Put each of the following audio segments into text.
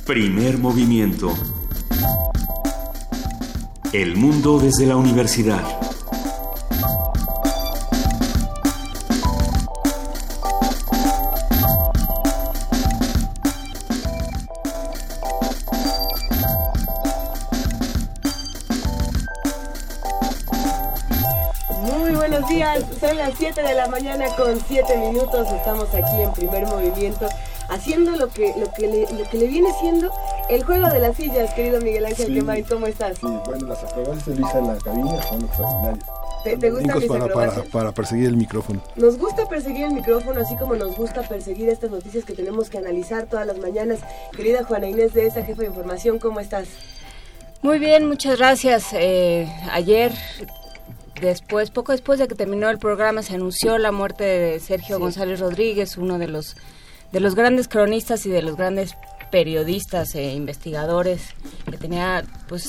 Primer movimiento. El mundo desde la universidad. Muy buenos días, son las 7 de la mañana con 7 minutos, estamos aquí en Primer Movimiento haciendo lo que le viene siendo el juego de las sillas, querido Miguel Ángel Quemain, ¿cómo estás? Sí, bueno, las acrobacias de Luisa en la cabina son extraordinarias. ¿Te gustan mis acrobacias? Para perseguir el micrófono. Nos gusta perseguir el micrófono, así como nos gusta perseguir estas noticias que tenemos que analizar todas las mañanas. Querida Juana Inés de esa jefa de información, ¿cómo estás? Muy bien, muchas gracias. Ayer, poco después de que terminó el programa, se anunció la muerte de Sergio González Rodríguez, uno de los grandes cronistas y de los grandes periodistas e investigadores que tenía pues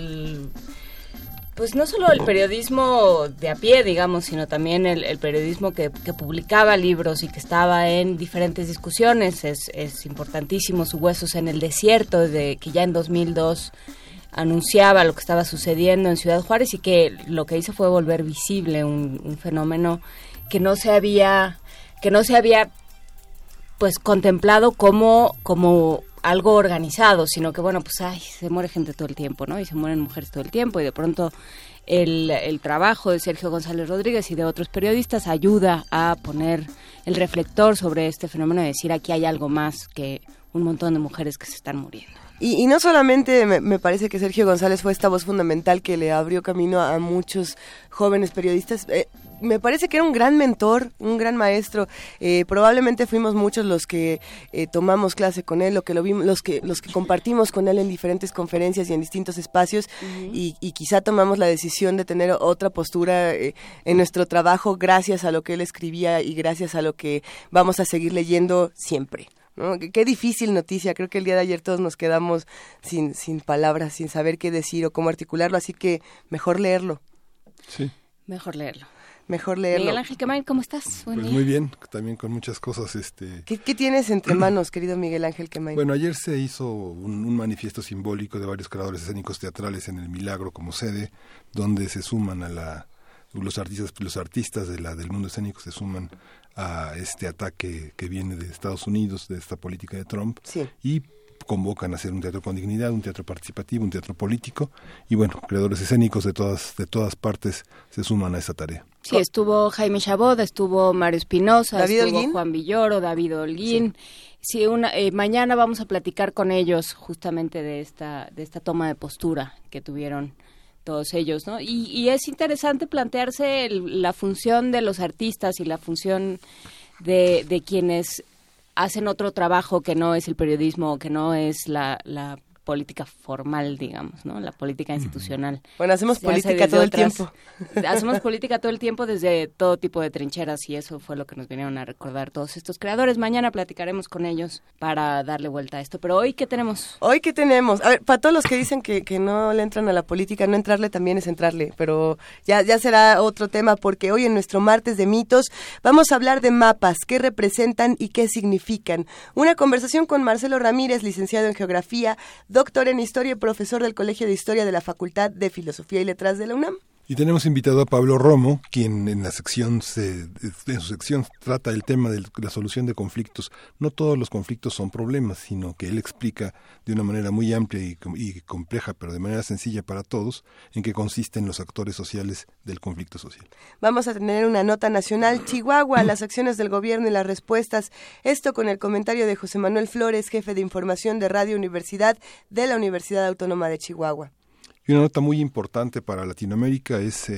pues no solo el periodismo de a pie, digamos, sino también el periodismo que publicaba libros y que estaba en diferentes discusiones. Es importantísimo su Huesos en el Desierto, que ya en 2002 anunciaba lo que estaba sucediendo en Ciudad Juárez y que lo que hizo fue volver visible un fenómeno que no se había pues contemplado como algo organizado, sino que bueno, pues se muere gente todo el tiempo, ¿no? Y se mueren mujeres todo el tiempo y de pronto el trabajo de Sergio González Rodríguez y de otros periodistas ayuda a poner el reflector sobre este fenómeno y decir aquí hay algo más que un montón de mujeres que se están muriendo. Y no solamente me parece que Sergio González fue esta voz fundamental que le abrió camino a muchos jóvenes periodistas, me parece que era un gran mentor, un gran maestro. Probablemente fuimos muchos los que tomamos clase con él, los que compartimos con él en diferentes conferencias y en distintos espacios, y quizá tomamos la decisión de tener otra postura en nuestro trabajo gracias a lo que él escribía y gracias a lo que vamos a seguir leyendo siempre, ¿no? Qué difícil noticia, creo que el día de ayer todos nos quedamos sin palabras, sin saber qué decir o cómo articularlo, así que mejor leerlo. Sí. Mejor leerlo. Miguel Ángel Quemain, ¿cómo estás? Pues muy bien, también con muchas cosas. ¿Qué tienes entre manos, querido Miguel Ángel Quemain? Bueno, ayer se hizo un manifiesto simbólico de varios creadores escénicos teatrales en el Milagro como sede, donde se suman los artistas del mundo escénico se suman a este ataque que viene de Estados Unidos, de esta política de Trump, y convocan a hacer un teatro con dignidad, un teatro participativo, un teatro político, y bueno, creadores escénicos de todas partes se suman a esa tarea. Sí, estuvo Jaime Chabot, estuvo Mario Espinosa, David estuvo Holguín. Juan Villoro, David Holguín. Sí, mañana vamos a platicar con ellos justamente de esta toma de postura que tuvieron todos ellos, ¿no? Y es interesante plantearse la función de los artistas y la función de quienes hacen otro trabajo que no es el periodismo, que no es la política formal, digamos, ¿no? La política institucional. Bueno, hacemos política todo el tiempo. Hacemos política todo el tiempo desde todo tipo de trincheras y eso fue lo que nos vinieron a recordar todos estos creadores. Mañana platicaremos con ellos para darle vuelta a esto. Pero hoy, ¿qué tenemos? A ver, para todos los que dicen que no le entran a la política, no entrarle también es entrarle, pero ya será otro tema porque hoy en nuestro martes de mitos vamos a hablar de mapas, qué representan y qué significan. Una conversación con Marcelo Ramírez, licenciado en Geografía, doctor en Historia y profesor del Colegio de Historia de la Facultad de Filosofía y Letras de la UNAM. Y tenemos invitado a Pablo Romo, quien en su sección trata el tema de la solución de conflictos. No todos los conflictos son problemas, sino que él explica de una manera muy amplia y compleja, pero de manera sencilla para todos, en qué consisten los actores sociales del conflicto social. Vamos a tener una nota nacional, Chihuahua, las acciones del gobierno y las respuestas. Esto con el comentario de José Manuel Flores, jefe de información de Radio Universidad de la Universidad Autónoma de Chihuahua. Y una nota muy importante para Latinoamérica es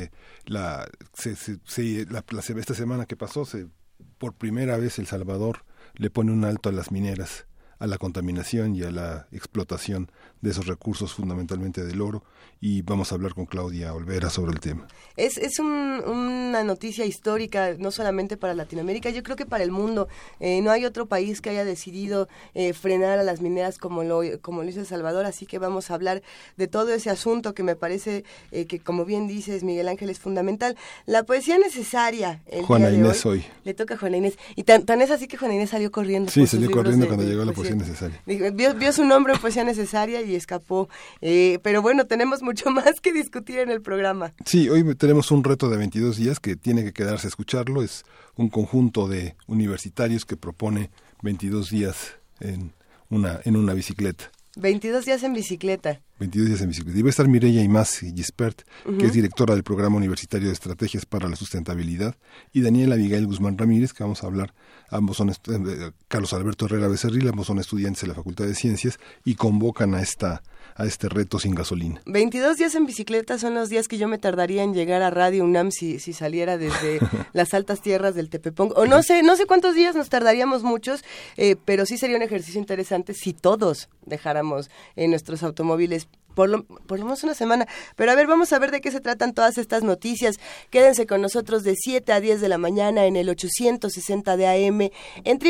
esta semana que pasó, por primera vez El Salvador le pone un alto a las mineras, a la contaminación y a la explotación de esos recursos, fundamentalmente del oro, y vamos a hablar con Claudia Olvera sobre el tema. Es una noticia histórica, no solamente para Latinoamérica, yo creo que para el mundo. No hay otro país que haya decidido frenar a las mineras como lo hizo El Salvador, así que vamos a hablar de todo ese asunto que me parece que, como bien dices, Miguel Ángel, es fundamental. La poesía necesaria. Juana Inés hoy. Le toca a Juana Inés. Y tan es así que Juana Inés salió corriendo. Sí, salió corriendo cuando llegó la poesía poesía necesaria. Vio su nombre en Poesía Necesaria y escapó. Pero bueno, tenemos mucho más que discutir en el programa. Sí, hoy tenemos un reto de 22 días que tiene que quedarse a escucharlo. Es un conjunto de universitarios que propone 22 días en una bicicleta. 22 días en bicicleta. 22 días en bicicleta. Y va a estar Mireia Imaz Gispert, que es directora del Programa Universitario de Estrategias para la Sustentabilidad, y Daniela Abigail Guzmán Ramírez, que vamos a hablar, ambos son Carlos Alberto Herrera Becerril, ambos son estudiantes de la Facultad de Ciencias y convocan a este reto sin gasolina. 22 días en bicicleta son los días que yo me tardaría en llegar a Radio UNAM si saliera desde las altas tierras del Tepepong. O no sé cuántos días nos tardaríamos muchos, pero sí sería un ejercicio interesante si todos dejáramos nuestros automóviles por lo menos una semana. Pero a ver, vamos a ver de qué se tratan todas estas noticias. Quédense con nosotros de 7 a 10 de la mañana en el 860 de AM, en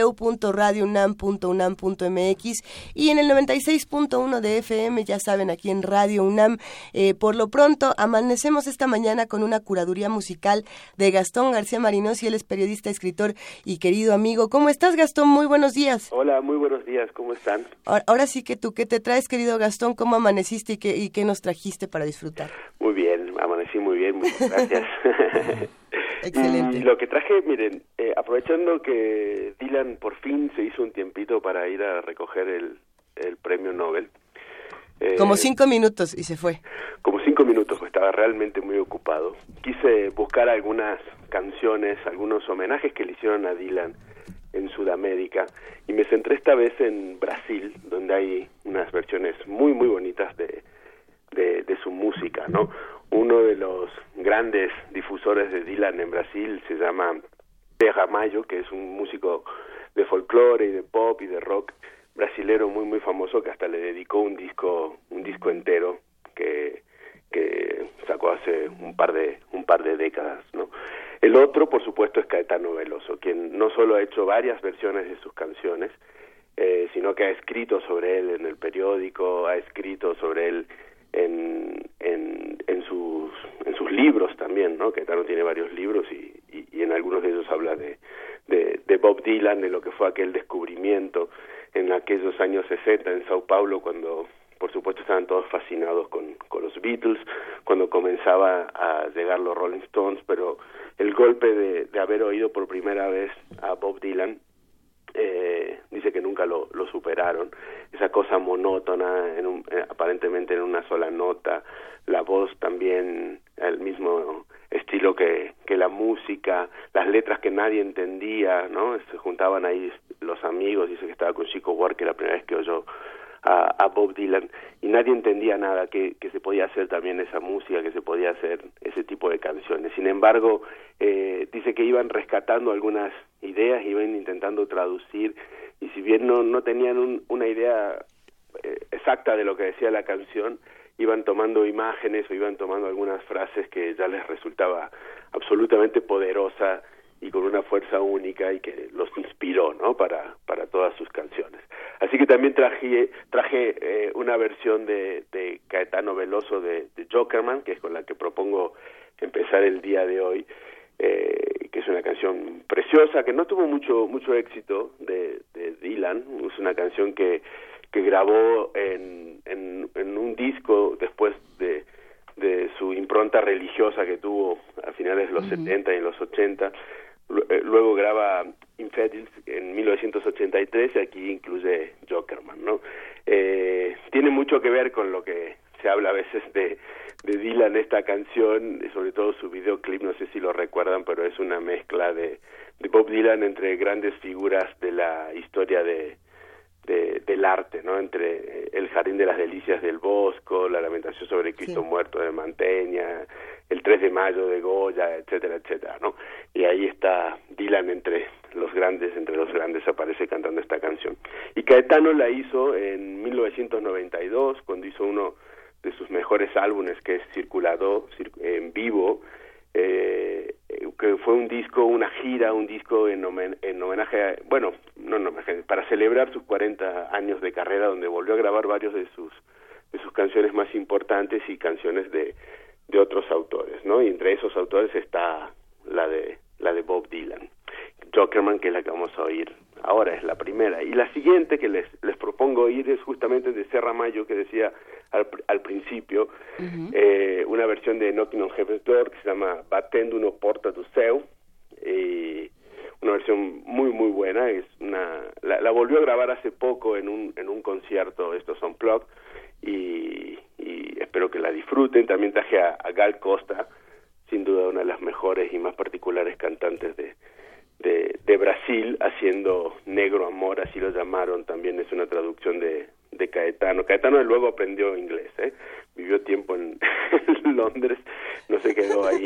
www.radiounam.unam.mx y en el 96.1 de FM, ya saben, aquí en Radio UNAM. Por lo pronto, amanecemos esta mañana con una curaduría musical de Gastón García Marinos, y él es periodista, escritor y querido amigo. ¿Cómo estás, Gastón? Muy buenos días. Hola, muy buenos días. ¿Cómo están? Ahora sí que tú, ¿qué te traes, querido Gastón? ¿Cómo amaneciste y qué nos trajiste para disfrutar? Muy bien, amanecí muy bien, muchas gracias. Excelente. Y lo que traje, miren, aprovechando que Dylan por fin se hizo un tiempito para ir a recoger el premio Nobel. Como 5 minutos y se fue. Como 5 minutos, pues estaba realmente muy ocupado. Quise buscar algunas canciones, algunos homenajes que le hicieron a Dylan en Sudamérica, y me centré esta vez en Brasil, donde hay unas versiones muy muy bonitas de su música, ¿no? Uno de los grandes difusores de Dylan en Brasil se llama Zé Ramalho, que es un músico de folclore y de pop y de rock brasilero muy muy famoso, que hasta le dedicó un disco entero que sacó hace un par de décadas, ¿no? El otro, por supuesto, es Caetano Veloso, quien no solo ha hecho varias versiones de sus canciones, sino que ha escrito sobre él en el periódico, ha escrito sobre él en sus libros también, ¿no? Caetano tiene varios libros y en algunos de ellos habla de Bob Dylan, de lo que fue aquel descubrimiento en aquellos años 60 en Sao Paulo, cuando por supuesto estaban todos fascinados con los Beatles, cuando comenzaba a llegar los Rolling Stones, pero el golpe de haber oído por primera vez a Bob Dylan, dice que nunca lo superaron. Esa cosa monótona, aparentemente en una sola nota, la voz también al mismo estilo que la música, las letras que nadie entendía, ¿no? Se juntaban ahí los amigos, dice que estaba con Chico Buarque la primera vez que oyó a Bob Dylan, y nadie entendía nada, que se podía hacer también esa música, que se podía hacer ese tipo de canciones. Sin embargo, dice que iban rescatando algunas ideas, iban intentando traducir, y si bien no tenían una idea exacta de lo que decía la canción, iban tomando imágenes o iban tomando algunas frases que ya les resultaba absolutamente poderosa y con una fuerza única, y que los inspiró, ¿no? para todas sus canciones. Así que también traje una versión de Caetano Veloso de Jokerman, que es con la que propongo empezar el día de hoy, que es una canción preciosa, que no tuvo mucho éxito de Dylan. Es una canción que grabó en un disco después de su impronta religiosa que tuvo a finales de los 70 y en los 80. Luego graba Infidels en 1983 y aquí incluye Jokerman, ¿no? Tiene mucho que ver con lo que se habla a veces de Dylan, esta canción, sobre todo su videoclip, no sé si lo recuerdan, pero es una mezcla de Bob Dylan entre grandes figuras de la historia del arte, ¿no? Entre El Jardín de las Delicias del Bosco, La Lamentación sobre Cristo Muerto de Mantegna, El 3 de Mayo de Goya, etcétera, etcétera, ¿no? Y ahí está Dylan entre los grandes aparece cantando esta canción. Y Caetano la hizo en 1992, cuando hizo uno de sus mejores álbumes, que es Circulador, en vivo, que fue un disco, una gira, un disco en homenaje, para celebrar sus 40 años de carrera, donde volvió a grabar varios de sus canciones más importantes y canciones de otros autores, ¿no? Y entre esos autores está la de Bob Dylan, Jokerman, que es la que vamos a oír ahora es la primera. Y la siguiente que les propongo ir es justamente de Serra Mayo, que decía al principio, una versión de Knocking on Heaven's Door que se llama Batendo una porta do céu, una versión muy muy buena. Es la volvió a grabar hace poco en un concierto, estos son Unplugged, y espero que la disfruten. También traje a Gal Costa, sin duda una de las mejores y más particulares cantantes de Brasil, haciendo Negro Amor, así lo llamaron. También es una traducción de Caetano. Caetano luego aprendió inglés, vivió tiempo en Londres, no se quedó ahí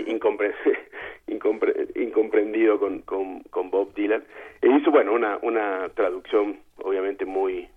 incomprendido con Bob Dylan. E hizo, bueno, una traducción obviamente muy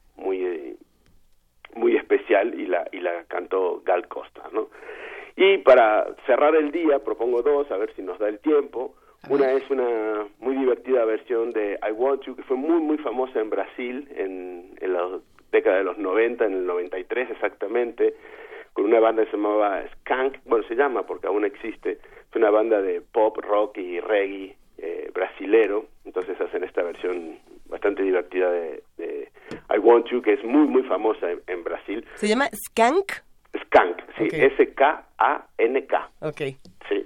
especial, y la cantó Gal Costa, ¿no? Y para cerrar el día propongo dos, a ver si nos da el tiempo. Una es una muy divertida versión de I Want You, que fue muy muy famosa en Brasil en la década de los 90, en el 93 exactamente, con una banda que se llamaba Skank, bueno, se llama porque aún existe, es una banda de pop, rock y reggae brasilero. Entonces hacen esta versión bastante divertida de I Want You, que es muy muy famosa en Brasil. ¿Se llama Skank? Skank, sí, okay. S-K-A-N-K. Okay. Sí.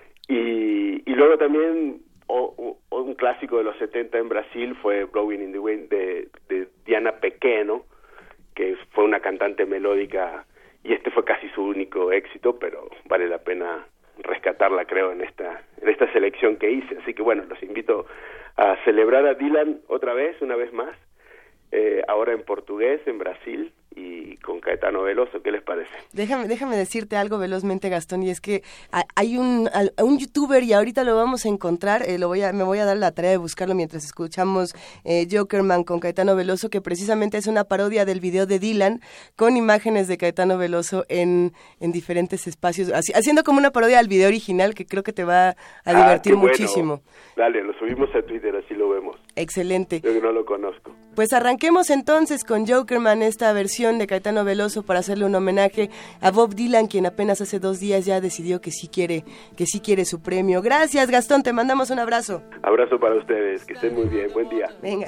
Y luego también un clásico de los 70 en Brasil fue Blowing in the Wind de Diana Pequeno, que fue una cantante melódica, y este fue casi su único éxito, pero vale la pena rescatarla, creo, en esta selección que hice. Así que bueno, los invito a celebrar a Dylan una vez más, ahora en portugués, en Brasil, y con Caetano Veloso. ¿Qué les parece? Déjame decirte algo velozmente, Gastón, y es que hay un youtuber, y ahorita lo vamos a encontrar, me voy a dar la tarea de buscarlo mientras escuchamos Jokerman con Caetano Veloso, que precisamente es una parodia del video de Dylan con imágenes de Caetano Veloso en diferentes espacios, haciendo como una parodia al video original, que creo que te va a divertir muchísimo. Dale, lo subimos a Twitter, así lo vemos. Excelente. Yo que no lo conozco. Pues arranquemos entonces con Jokerman, esta versión de Caetano Veloso, para hacerle un homenaje a Bob Dylan, quien apenas hace 2 días ya decidió que sí quiere su premio. Gracias, Gastón, te mandamos un abrazo. Abrazo para ustedes, que estén muy bien, buen día. Venga.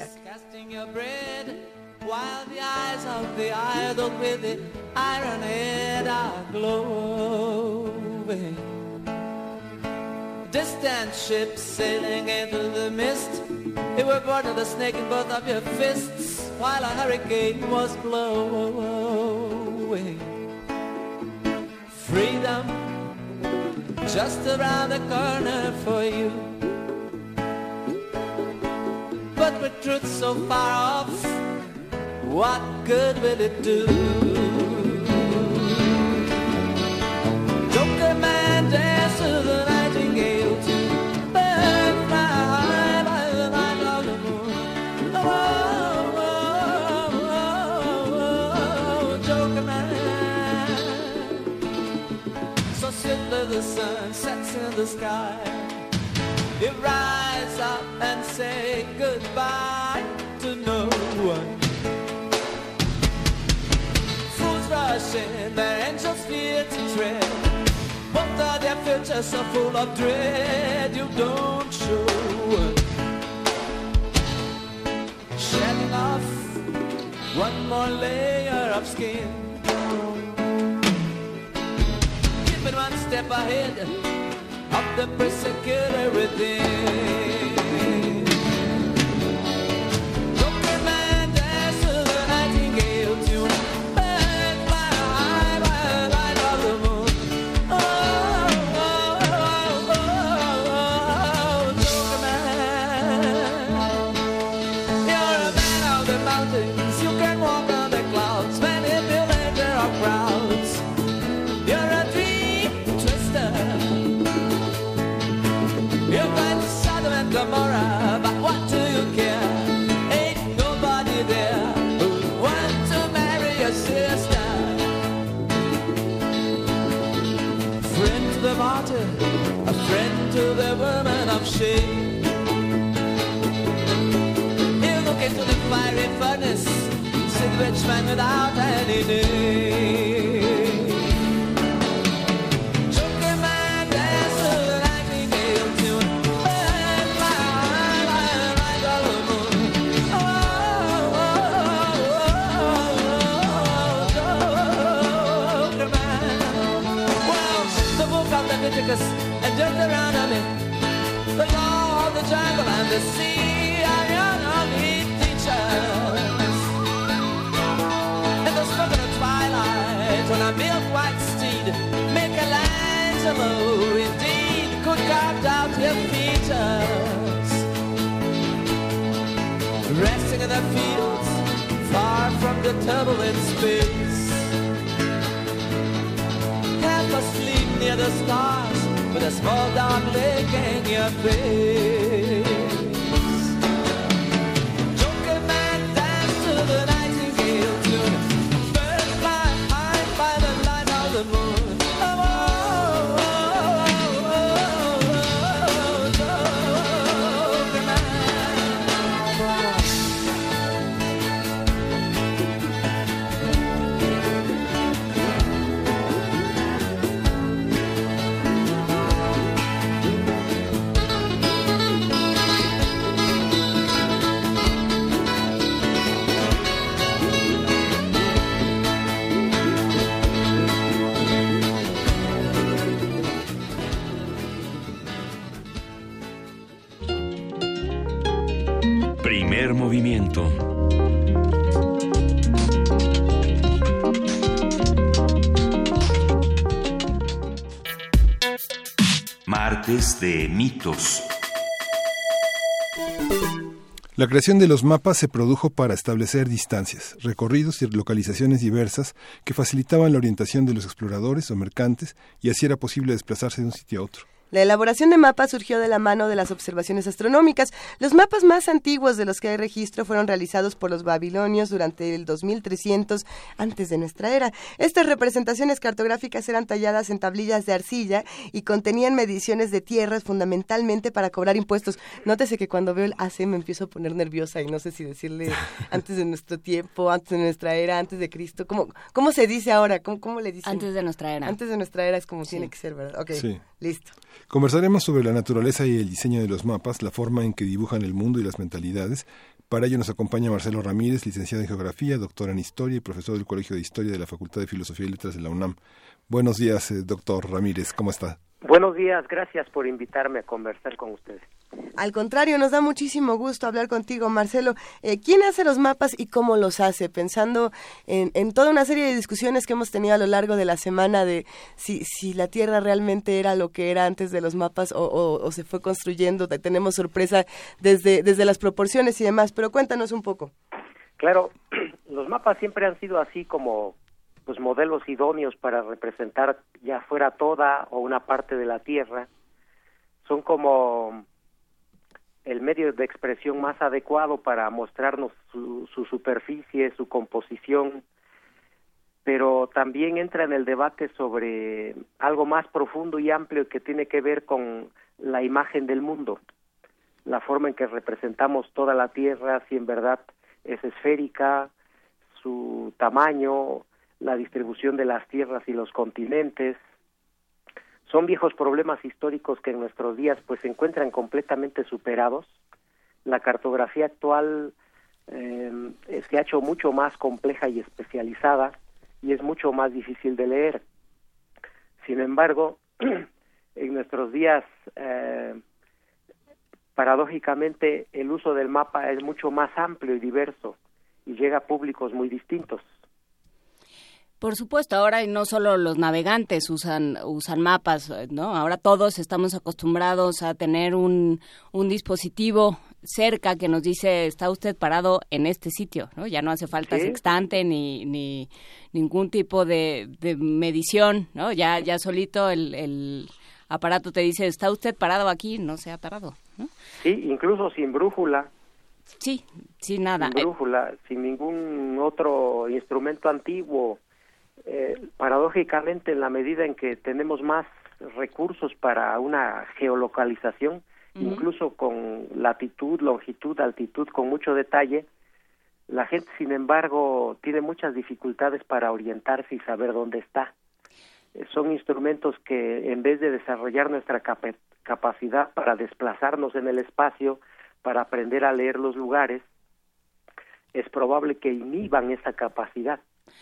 Distant ships sailing into the mist, you were born of the snake in both of your fists, while a hurricane was blowing. Freedom just around the corner for you, but with truth so far off, what good will it do? Joker man dance to the nightingale too, bird fly by the light of the moon. Oh, oh, oh, oh, Joker man. So swiftly the sun sets in the sky, you rise up and say goodbye to no one. Fools rush in, their angels fear to tread, but their futures are full of dread. You don't show. Shedding off one more layer of skin, keeping one step ahead of the persecutor within. Joker man dance to the nightingale tune, bird fly high by the light of the moon. Oh, oh, oh, oh, oh, Joker man. You're a man of the mountains, you can walk on the clouds, manipulate there are crowds. You're a dream twister, you're going to Sodom and Gomorrah, but what do you care? Ain't nobody there who wants to marry your sister. Friend to the martyr, a friend to the woman of shame. You look into the fiery furnace, see the rich man without any name. Joker man dance to the nightingale tune, bird fly by the light of the moon. Oh, on the sea are your only teachers. In the smoke of the twilight, on a milk-white steed, Michelangelo indeed could carve out your features. Resting in the fields, far from the turbulent space, half asleep near the stars, with a small dark lake in your face. Joker man dance to the nightingale tune. Birds fly high by the light of the moon. Oh, oh, oh, oh, oh, Joker man. Primer movimiento. Martes de mitos. La creación de los mapas se produjo para establecer distancias, recorridos y localizaciones diversas que facilitaban la orientación de los exploradores o mercantes y así era posible desplazarse de un sitio a otro. La elaboración de mapas surgió de la mano de las observaciones astronómicas. Los mapas más antiguos de los que hay registro fueron realizados por los babilonios durante el 2300 antes de nuestra era. Estas representaciones cartográficas eran talladas en tablillas de arcilla y contenían mediciones de tierras fundamentalmente para cobrar impuestos. Nótese que cuando veo el AC me empiezo a poner nerviosa y no sé si decirle antes de nuestro tiempo, antes de nuestra era, antes de Cristo. ¿Cómo se dice ahora? ¿Cómo le dicen? Antes de nuestra era. Antes de nuestra era es como Sí. tiene que ser, ¿verdad? Ok, Sí. listo. Conversaremos sobre la naturaleza y el diseño de los mapas, la forma en que dibujan el mundo y las mentalidades. Para ello nos acompaña Marcelo Ramírez, licenciado en Geografía, doctor en Historia y profesor del Colegio de Historia de la Facultad de Filosofía y Letras de la UNAM. Buenos días, doctor Ramírez, ¿cómo está? Buenos días, gracias por invitarme a conversar con ustedes. Al contrario, nos da muchísimo gusto hablar contigo, Marcelo. ¿Quién hace los mapas y cómo los hace? Pensando en toda una serie de discusiones que hemos tenido a lo largo de la semana de si la Tierra realmente era lo que era antes de los mapas o se fue construyendo. Tenemos sorpresa desde las proporciones y demás, pero cuéntanos un poco. Claro, los mapas siempre han sido así como pues modelos idóneos para representar ya fuera toda o una parte de la Tierra. Son como el medio de expresión más adecuado para mostrarnos su superficie, su composición, pero también entra en el debate sobre algo más profundo y amplio que tiene que ver con la imagen del mundo, la forma en que representamos toda la Tierra, si en verdad es esférica, su tamaño, la distribución de las tierras y los continentes. Son viejos problemas históricos que en nuestros días pues se encuentran completamente superados. La cartografía actual se ha hecho mucho más compleja y especializada y es mucho más difícil de leer. Sin embargo, en nuestros días, paradójicamente, el uso del mapa es mucho más amplio y diverso y llega a públicos muy distintos. Por supuesto, ahora no solo los navegantes usan mapas, ¿no? Ahora todos estamos acostumbrados a tener un dispositivo cerca que nos dice está usted parado en este sitio, ¿no? Ya no hace falta sextante ni ningún tipo de medición, ¿no? Ya solito el aparato te dice está usted parado aquí, no se ha parado, ¿no? Sí, incluso sin brújula. Sí, nada. Sin brújula, sin ningún otro instrumento antiguo. Paradójicamente, en la medida en que tenemos más recursos para una geolocalización, incluso con latitud, longitud, altitud, con mucho detalle, la gente, sin embargo, tiene muchas dificultades para orientarse y saber dónde está. Son instrumentos que, en vez de desarrollar nuestra capacidad para desplazarnos en el espacio, para aprender a leer los lugares, es probable que inhiban esa capacidad.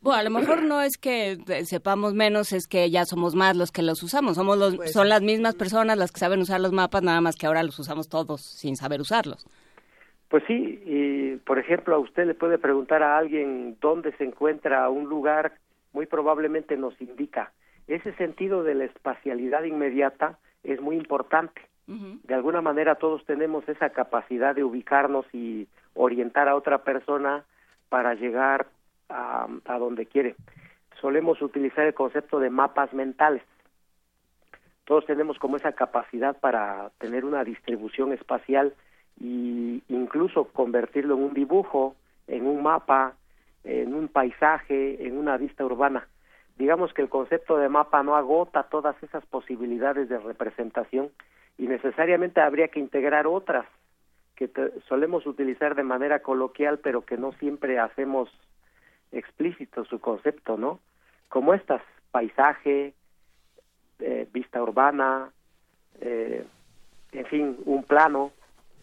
Bueno, a lo mejor no es que sepamos menos, es que ya somos más los que los usamos. Pues, Son las mismas personas las que saben usar los mapas, nada más que ahora los usamos todos sin saber usarlos. Pues sí, y por ejemplo, a usted le puede preguntar a alguien dónde se encuentra un lugar, muy probablemente nos indica. Ese sentido de la espacialidad inmediata es muy importante. De alguna manera todos tenemos esa capacidad de ubicarnos y orientar a otra persona para llegar a donde quiere. Solemos utilizar el concepto de mapas mentales. Todos tenemos como esa capacidad para tener una distribución espacial e incluso convertirlo en un dibujo, en un mapa, en un paisaje, en una vista urbana. Digamos que el concepto de mapa no agota todas esas posibilidades de representación y necesariamente habría que integrar otras que solemos utilizar de manera coloquial, pero que no siempre hacemos explícito su concepto, ¿no? Como estas, paisaje, vista urbana, en fin, un plano.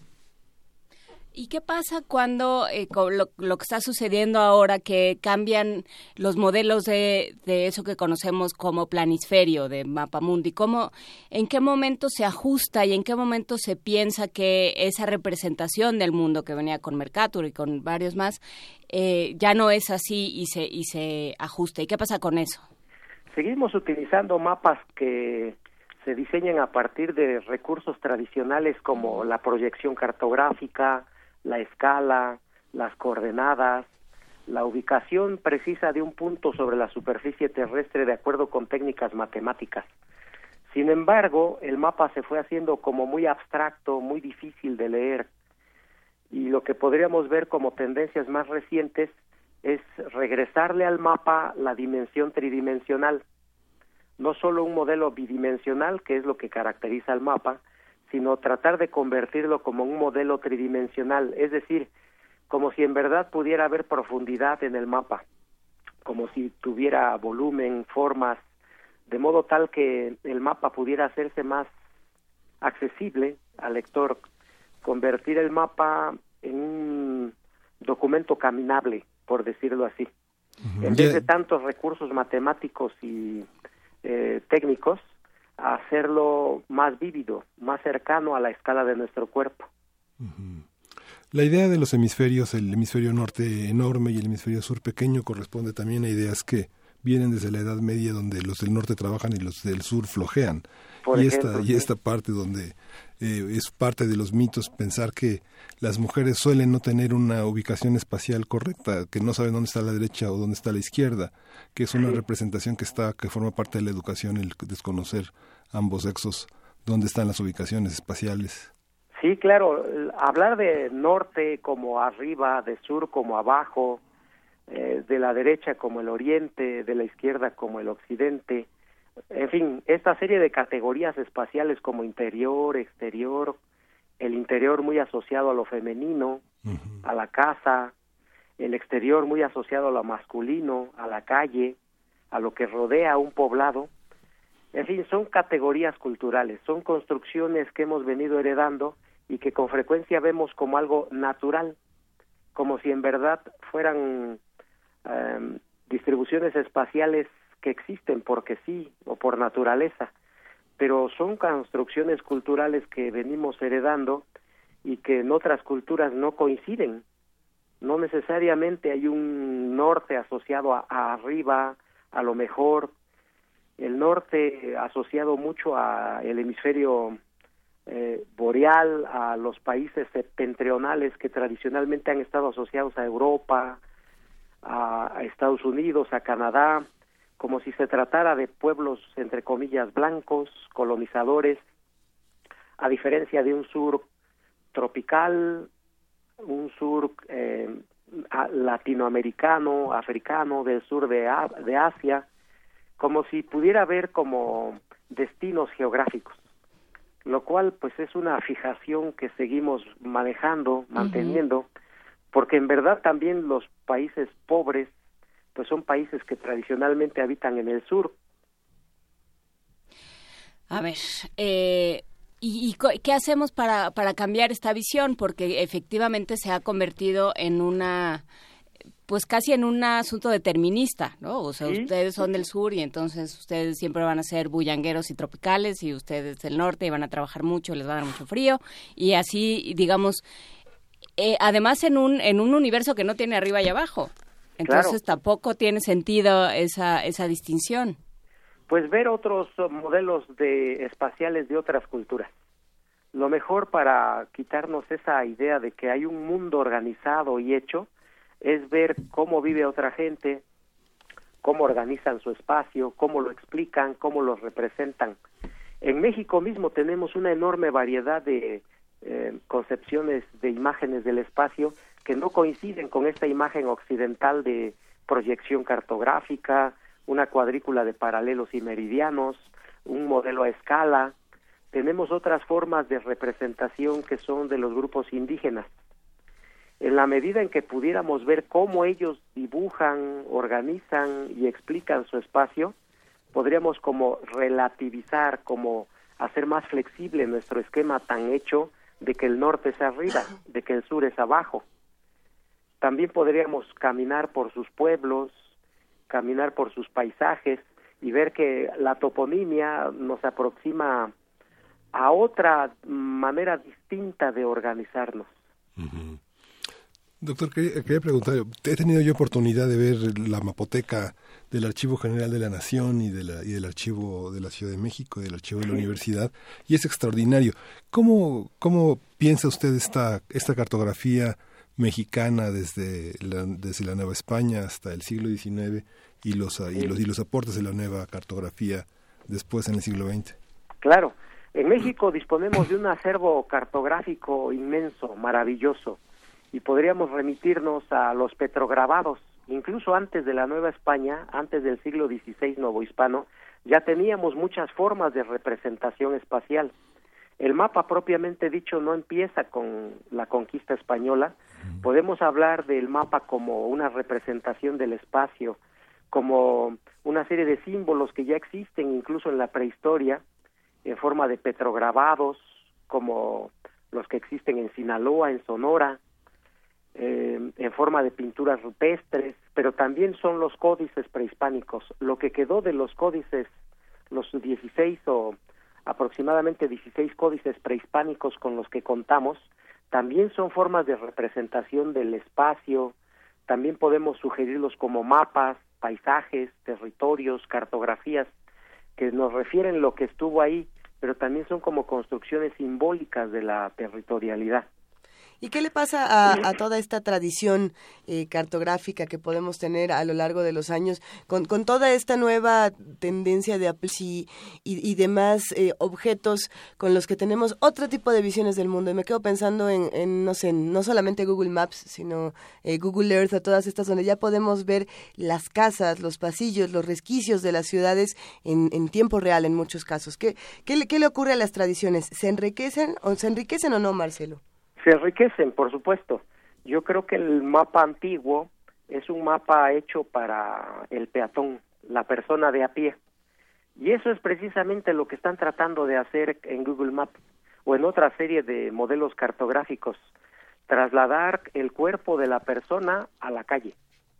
¿Y qué pasa cuando con lo que está sucediendo ahora, que cambian los modelos de eso que conocemos como planisferio, de Mapamundi? ¿En qué momento se ajusta y en qué momento se piensa que esa representación del mundo que venía con Mercator y con varios más ya no es así y se ajusta? ¿Y qué pasa con eso? Seguimos utilizando mapas que se diseñan a partir de recursos tradicionales como la proyección cartográfica, la escala, las coordenadas, la ubicación precisa de un punto sobre la superficie terrestre de acuerdo con técnicas matemáticas. Sin embargo, el mapa se fue haciendo como muy abstracto, muy difícil de leer, y lo que podríamos ver como tendencias más recientes es regresarle al mapa la dimensión tridimensional, no solo un modelo bidimensional, que es lo que caracteriza al mapa, sino tratar de convertirlo como un modelo tridimensional, es decir, como si en verdad pudiera haber profundidad en el mapa, como si tuviera volumen, formas, de modo tal que el mapa pudiera hacerse más accesible al lector, convertir el mapa en un documento caminable, por decirlo así. En vez de tantos recursos matemáticos y técnicos, a hacerlo más vívido, más cercano a la escala de nuestro cuerpo. La idea de los hemisferios, el hemisferio norte enorme y el hemisferio sur pequeño, corresponde también a ideas que vienen desde la Edad Media, donde los del norte trabajan y los del sur flojean. Y esta parte donde es parte de los mitos pensar que las mujeres suelen no tener una ubicación espacial correcta, que no saben dónde está la derecha o dónde está la izquierda, que es una representación que forma parte de la educación, el desconocer ambos sexos, dónde están las ubicaciones espaciales. Sí, claro, hablar de norte como arriba, de sur como abajo, de la derecha como el oriente, de la izquierda como el occidente, en fin, esta serie de categorías espaciales como interior, exterior, el interior muy asociado a lo femenino, a la casa, el exterior muy asociado a lo masculino, a la calle, a lo que rodea un poblado. En fin, son categorías culturales, son construcciones que hemos venido heredando y que con frecuencia vemos como algo natural, como si en verdad fueran distribuciones espaciales que existen porque sí o por naturaleza, pero son construcciones culturales que venimos heredando y que en otras culturas no coinciden. No necesariamente hay un norte asociado a arriba, a lo mejor, el norte asociado mucho a el hemisferio boreal, a los países septentrionales que tradicionalmente han estado asociados a Europa, a Estados Unidos, a Canadá, como si se tratara de pueblos, entre comillas, blancos, colonizadores, a diferencia de un sur tropical, un sur latinoamericano, africano, del sur de Asia, como si pudiera haber como destinos geográficos, lo cual pues es una fijación que seguimos manejando, manteniendo, porque en verdad también los países pobres pues son países que tradicionalmente habitan en el sur. A ver, ¿y qué hacemos para cambiar esta visión? Porque efectivamente se ha convertido en una pues casi en un asunto determinista, ¿no? O sea, Sí, ustedes son del sur y entonces ustedes siempre van a ser bullangueros y tropicales y ustedes del norte y van a trabajar mucho, les va a dar mucho frío y así, digamos, además en un universo que no tiene arriba y abajo. Entonces tampoco tiene sentido esa distinción. Pues ver otros modelos espaciales de otras culturas. Lo mejor para quitarnos esa idea de que hay un mundo organizado y hecho es ver cómo vive otra gente, cómo organizan su espacio, cómo lo explican, cómo lo representan. En México mismo tenemos una enorme variedad de concepciones de imágenes del espacio que no coinciden con esta imagen occidental de proyección cartográfica, una cuadrícula de paralelos y meridianos, un modelo a escala. Tenemos otras formas de representación que son de los grupos indígenas. En la medida en que pudiéramos ver cómo ellos dibujan, organizan y explican su espacio, podríamos como relativizar, como hacer más flexible nuestro esquema tan hecho de que el norte es arriba, de que el sur es abajo. También podríamos caminar por sus pueblos, caminar por sus paisajes y ver que la toponimia nos aproxima a otra manera distinta de organizarnos. Uh-huh. Doctor, quería preguntar, he tenido yo oportunidad de ver la mapoteca del Archivo General de la Nación y del Archivo de la Ciudad de México, del Archivo de la Universidad, y es extraordinario. ¿Cómo piensa usted esta cartografía mexicana desde la Nueva España hasta el siglo XIX y los aportes de la nueva cartografía después en el siglo XX? Claro, en México disponemos de un acervo cartográfico inmenso, maravilloso, y podríamos remitirnos a los petrograbados. Incluso antes de la Nueva España, antes del siglo XVI novohispano, ya teníamos muchas formas de representación espacial. El mapa propiamente dicho no empieza con la conquista española. Podemos hablar del mapa como una representación del espacio, como una serie de símbolos que ya existen incluso en la prehistoria, en forma de petrograbados, como los que existen en Sinaloa, en Sonora, en forma de pinturas rupestres, pero también son los códices prehispánicos. Lo que quedó de los códices, los 16 o aproximadamente 16 códices prehispánicos con los que contamos, también son formas de representación del espacio. También podemos sugerirlos como mapas, paisajes, territorios, cartografías, que nos refieren lo que estuvo ahí, pero también son como construcciones simbólicas de la territorialidad. ¿Y qué le pasa a toda esta tradición cartográfica que podemos tener a lo largo de los años con toda esta nueva tendencia de Apple y demás objetos con los que tenemos otro tipo de visiones del mundo? Y me quedo pensando en no sé, no solamente Google Maps, sino Google Earth, o todas estas donde ya podemos ver las casas, los pasillos, los resquicios de las ciudades en tiempo real en muchos casos. ¿Qué le ocurre a las tradiciones? ¿Se enriquecen o no, Marcelo? Se enriquecen, por supuesto. Yo creo que el mapa antiguo es un mapa hecho para el peatón, la persona de a pie. Y eso es precisamente lo que están tratando de hacer en Google Maps o en otra serie de modelos cartográficos. Trasladar el cuerpo de la persona a la calle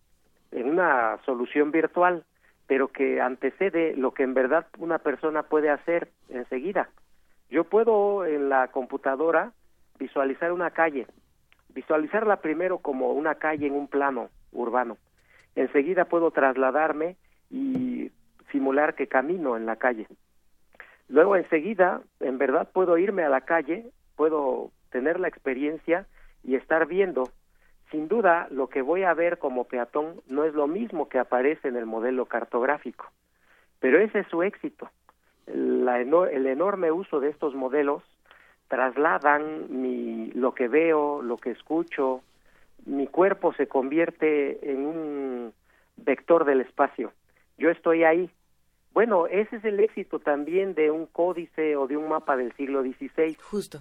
en una solución virtual, pero que antecede lo que en verdad una persona puede hacer enseguida. Yo puedo en la computadora visualizar una calle, visualizarla primero como una calle en un plano urbano. Enseguida puedo trasladarme y simular que camino en la calle. Luego enseguida, en verdad, puedo irme a la calle, puedo tener la experiencia y estar viendo. Sin duda, lo que voy a ver como peatón no es lo mismo que aparece en el modelo cartográfico, pero ese es su éxito. El enorme uso de estos modelos trasladan lo que veo, lo que escucho. Mi cuerpo se convierte en un vector del espacio. Yo estoy ahí. Bueno, ese es el éxito también de un códice o de un mapa del siglo XVI. Justo.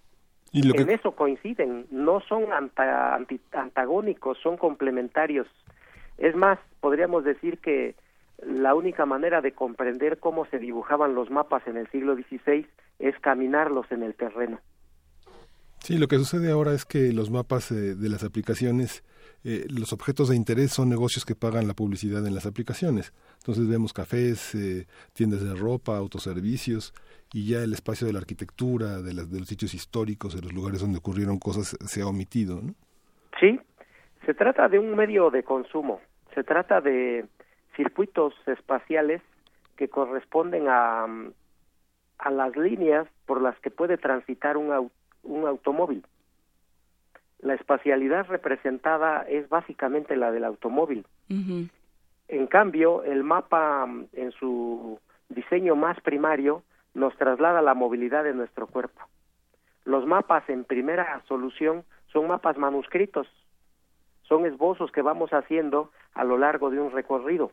En eso coinciden, no son antagónicos, son complementarios. Es más, podríamos decir que la única manera de comprender cómo se dibujaban los mapas en el siglo XVI es caminarlos en el terreno. Sí, lo que sucede ahora es que los mapas de las aplicaciones, los objetos de interés son negocios que pagan la publicidad en las aplicaciones. Entonces vemos cafés, tiendas de ropa, autoservicios, y ya el espacio de la arquitectura, de los sitios históricos, de los lugares donde ocurrieron cosas, se ha omitido, ¿no? Sí, se trata de un medio de consumo, se trata de circuitos espaciales que corresponden a las líneas por las que puede transitar un automóvil. La espacialidad representada es básicamente la del automóvil. Ujú. En cambio, el mapa, en su diseño más primario, nos traslada la movilidad de nuestro cuerpo. Los mapas en primera solución son mapas manuscritos, son esbozos que vamos haciendo a lo largo de un recorrido.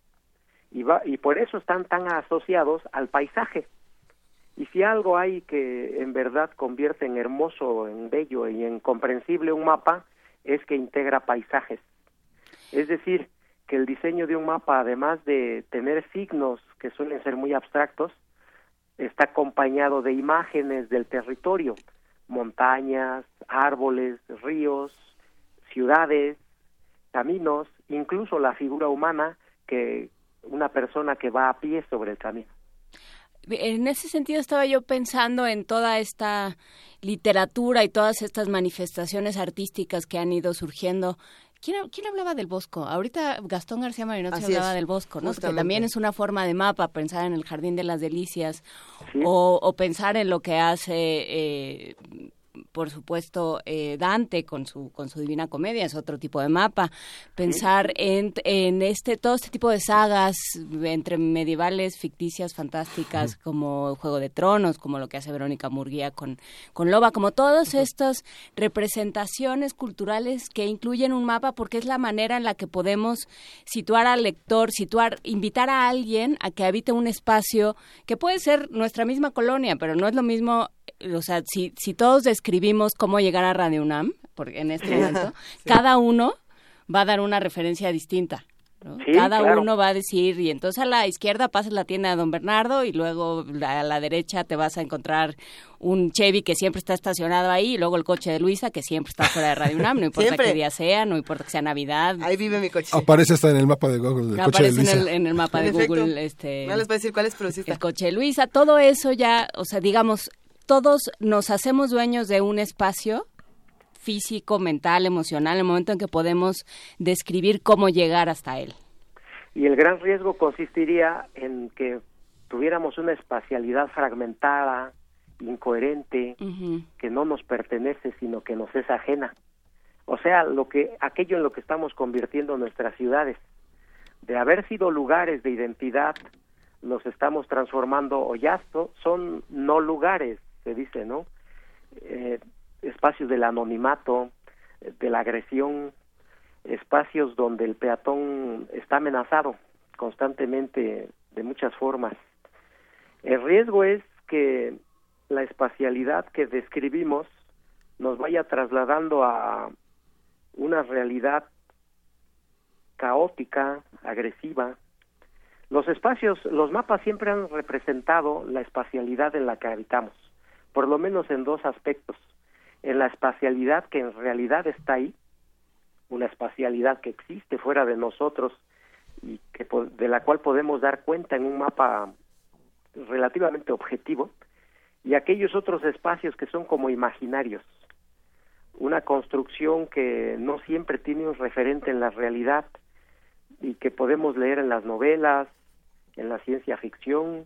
Y por eso están tan asociados al paisaje. Y si algo hay que en verdad convierte en hermoso, en bello y en comprensible un mapa, es que integra paisajes. Es decir, que el diseño de un mapa, además de tener signos que suelen ser muy abstractos, está acompañado de imágenes del territorio, montañas, árboles, ríos, ciudades, caminos, incluso la figura humana, que una persona que va a pie sobre el camino. En ese sentido estaba yo pensando en toda esta literatura y todas estas manifestaciones artísticas que han ido surgiendo. ¿Quién hablaba del Bosco? Ahorita Gastón García Marinozzi hablaba del Bosco, ¿no? Que también es una forma de mapa, pensar en el Jardín de las Delicias, Sí. o pensar en lo que hace, por supuesto, Dante con su Divina Comedia, es otro tipo de mapa. Pensar en todo este tipo de sagas entre medievales, ficticias, fantásticas, como Juego de Tronos, como lo que hace Verónica Murguía con Loba, como todas estas representaciones culturales que incluyen un mapa, porque es la manera en la que podemos situar al lector, invitar a alguien a que habite un espacio que puede ser nuestra misma colonia, pero no es lo mismo. O sea, si todos describimos cómo llegar a Radio UNAM, porque en este momento, cada uno va a dar una referencia distinta, ¿no? Sí, Cada claro. uno va a decir, y entonces a la izquierda pasas la tienda de Don Bernardo, y luego a la derecha te vas a encontrar un Chevy que siempre está estacionado ahí, y luego el coche de Luisa que siempre está fuera de Radio UNAM, no importa Siempre. qué día sea, no importa que sea Navidad. Ahí vive mi coche. Aparece hasta en el mapa de Google, el coche de Aparece Luisa. en el mapa de En efecto. Google, No les voy a decir cuál es, pero sí está. el coche de Luisa, todo eso ya, o sea, digamos, todos nos hacemos dueños de un espacio físico, mental, emocional, en el momento en que podemos describir cómo llegar hasta él. Y el gran riesgo consistiría en que tuviéramos una espacialidad fragmentada, incoherente, Ujú. que no nos pertenece, sino que nos es ajena. O sea, aquello en lo que estamos convirtiendo nuestras ciudades. De haber sido lugares de identidad, los estamos transformando, o ya son no lugares, se dice, ¿no? Espacios del anonimato, de la agresión, espacios donde el peatón está amenazado constantemente de muchas formas. El riesgo es que la espacialidad que describimos nos vaya trasladando a una realidad caótica, agresiva. Los mapas siempre han representado la espacialidad en la que habitamos, por lo menos en dos aspectos. En la espacialidad que en realidad está ahí, una espacialidad que existe fuera de nosotros y de la cual podemos dar cuenta en un mapa relativamente objetivo, y aquellos otros espacios que son como imaginarios, una construcción que no siempre tiene un referente en la realidad y que podemos leer en las novelas, en la ciencia ficción.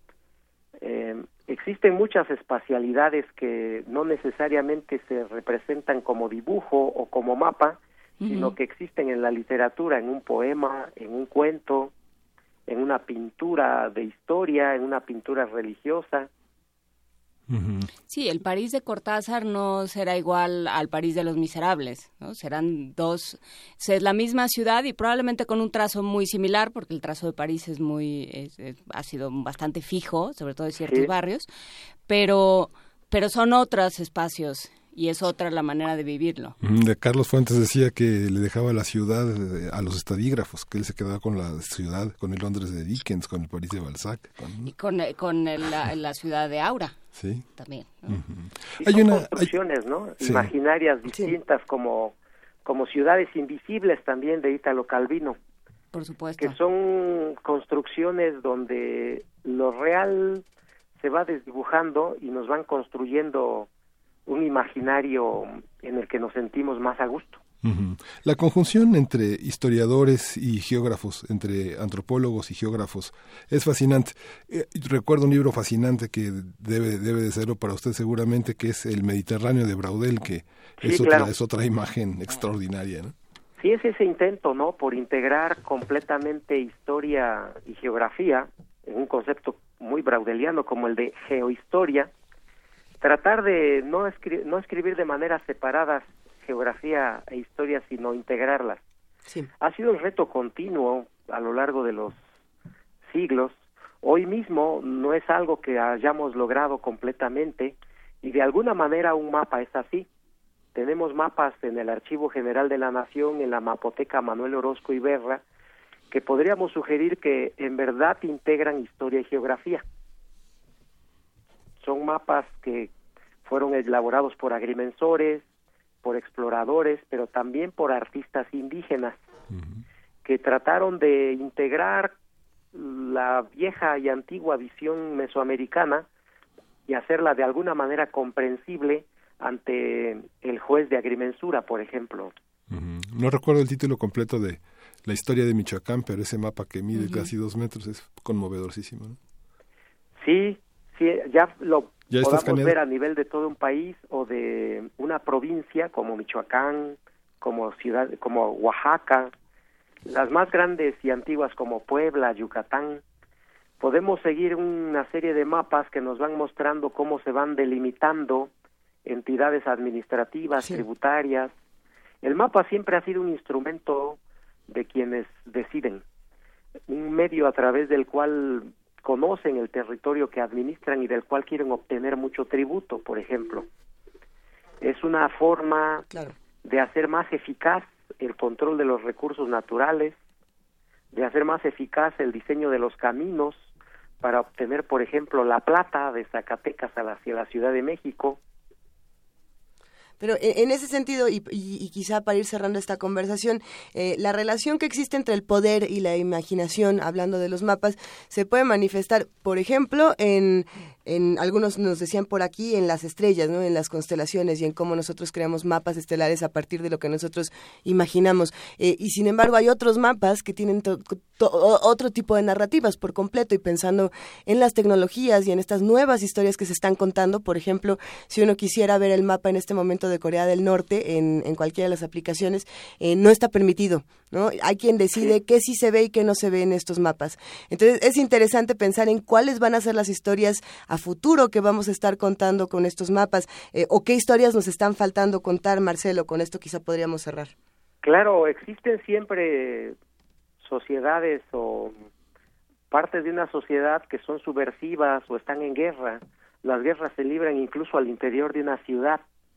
Existen muchas espacialidades que no necesariamente se representan como dibujo o como mapa, sino que existen en la literatura, en un poema, en un cuento, en una pintura de historia, en una pintura religiosa. Sí, el París de Cortázar no será igual al París de Los Miserables, ¿no? Serán es la misma ciudad y probablemente con un trazo muy similar, porque el trazo de París ha sido bastante fijo, sobre todo en ciertos barrios, pero son otros espacios y es otra la manera de vivirlo. De Carlos Fuentes decía que le dejaba la ciudad a los estadígrafos, que él se quedaba con la ciudad, con el Londres de Dickens, con el París de Balzac. Y con la ciudad de Aura. Sí. También, ¿no? Y son construcciones, ¿no? Sí. Imaginarias distintas, como ciudades invisibles también de Ítalo Calvino. Por supuesto. Que son construcciones donde lo real se va desdibujando y nos van construyendo un imaginario en el que nos sentimos más a gusto. La conjunción entre historiadores y geógrafos, entre antropólogos y geógrafos, es fascinante. Recuerdo un libro fascinante que debe de serlo para usted seguramente, que es El Mediterráneo de Braudel, que sí, es otra imagen extraordinaria, ¿no? Sí, es ese intento, ¿no?, por integrar completamente historia y geografía en un concepto muy braudeliano como el de geohistoria, tratar de no escribir de manera separadas geografía e historia, sino integrarlas. Sí. Ha sido un reto continuo a lo largo de los siglos. Hoy mismo no es algo que hayamos logrado completamente, y de alguna manera un mapa es así. Tenemos mapas en el Archivo General de la Nación, en la Mapoteca Manuel Orozco Iberra, que podríamos sugerir que en verdad integran historia y geografía. Son mapas que fueron elaborados por agrimensores, por exploradores, pero también por artistas indígenas, que trataron de integrar la vieja y antigua visión mesoamericana y hacerla de alguna manera comprensible ante el juez de agrimensura, por ejemplo. No recuerdo el título completo de La historia de Michoacán, pero ese mapa que mide casi 2 metros es conmovedorísimo, ¿no? Sí, ya lo podamos escaneado. ver a nivel de todo un país o de una provincia como Michoacán, como ciudad, como Oaxaca, las más grandes y antiguas como Puebla, Yucatán. Podemos seguir una serie de mapas que nos van mostrando cómo se van delimitando entidades administrativas, tributarias. El mapa siempre ha sido un instrumento de quienes deciden, un medio a través del cual conocen el territorio que administran y del cual quieren obtener mucho tributo, por ejemplo. Es una forma de hacer más eficaz el control de los recursos naturales, de hacer más eficaz el diseño de los caminos para obtener, por ejemplo, la plata de Zacatecas hacia la Ciudad de México. Pero en ese sentido, y quizá para ir cerrando esta conversación, la relación que existe entre el poder y la imaginación, hablando de los mapas, se puede manifestar, por ejemplo, en algunos nos decían por aquí, en las estrellas, ¿no?, en las constelaciones y en cómo nosotros creamos mapas estelares a partir de lo que nosotros imaginamos. Y sin embargo hay otros mapas que tienen otro tipo de narrativas por completo, y pensando en las tecnologías y en estas nuevas historias que se están contando. Por ejemplo, si uno quisiera ver el mapa en este momento de Corea del Norte en cualquiera de las aplicaciones, no está permitido, ¿no? Hay quien decide qué sí se ve y qué no se ve en estos mapas. Entonces es interesante pensar en cuáles van a ser las historias a futuro que vamos a estar contando con estos mapas, o qué historias nos están faltando contar. Marcelo, con esto quizá podríamos cerrar. Claro, existen siempre sociedades o partes de una sociedad que son subversivas o están en guerra. Las guerras se libran incluso al interior de una ciudad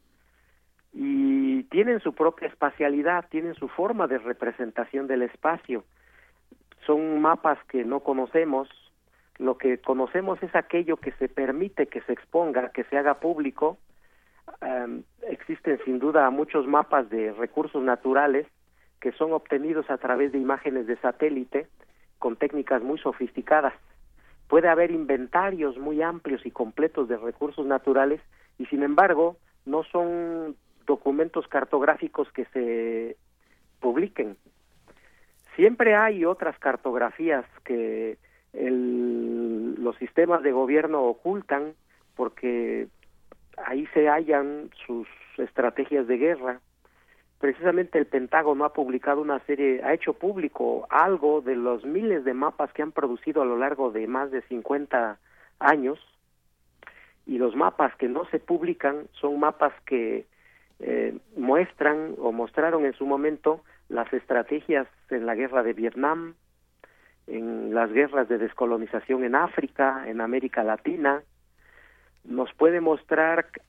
y tienen su propia espacialidad, tienen su forma de representación del espacio. Son mapas que no conocemos. Lo que conocemos es aquello que se permite que se exponga, que se haga público. Existen sin duda muchos mapas de recursos naturales que son obtenidos a través de imágenes de satélite con técnicas muy sofisticadas. Puede haber inventarios muy amplios y completos de recursos naturales y sin embargo no son documentos cartográficos que se publiquen. Siempre hay otras cartografías que los sistemas de gobierno ocultan porque ahí se hallan sus estrategias de guerra. Precisamente el Pentágono ha hecho público algo de los miles de mapas que han producido a lo largo de más de 50 años, y los mapas que no se publican son mapas que muestran o mostraron en su momento las estrategias en la guerra de Vietnam, en las guerras de descolonización en África, en América Latina. Nos puede mostrar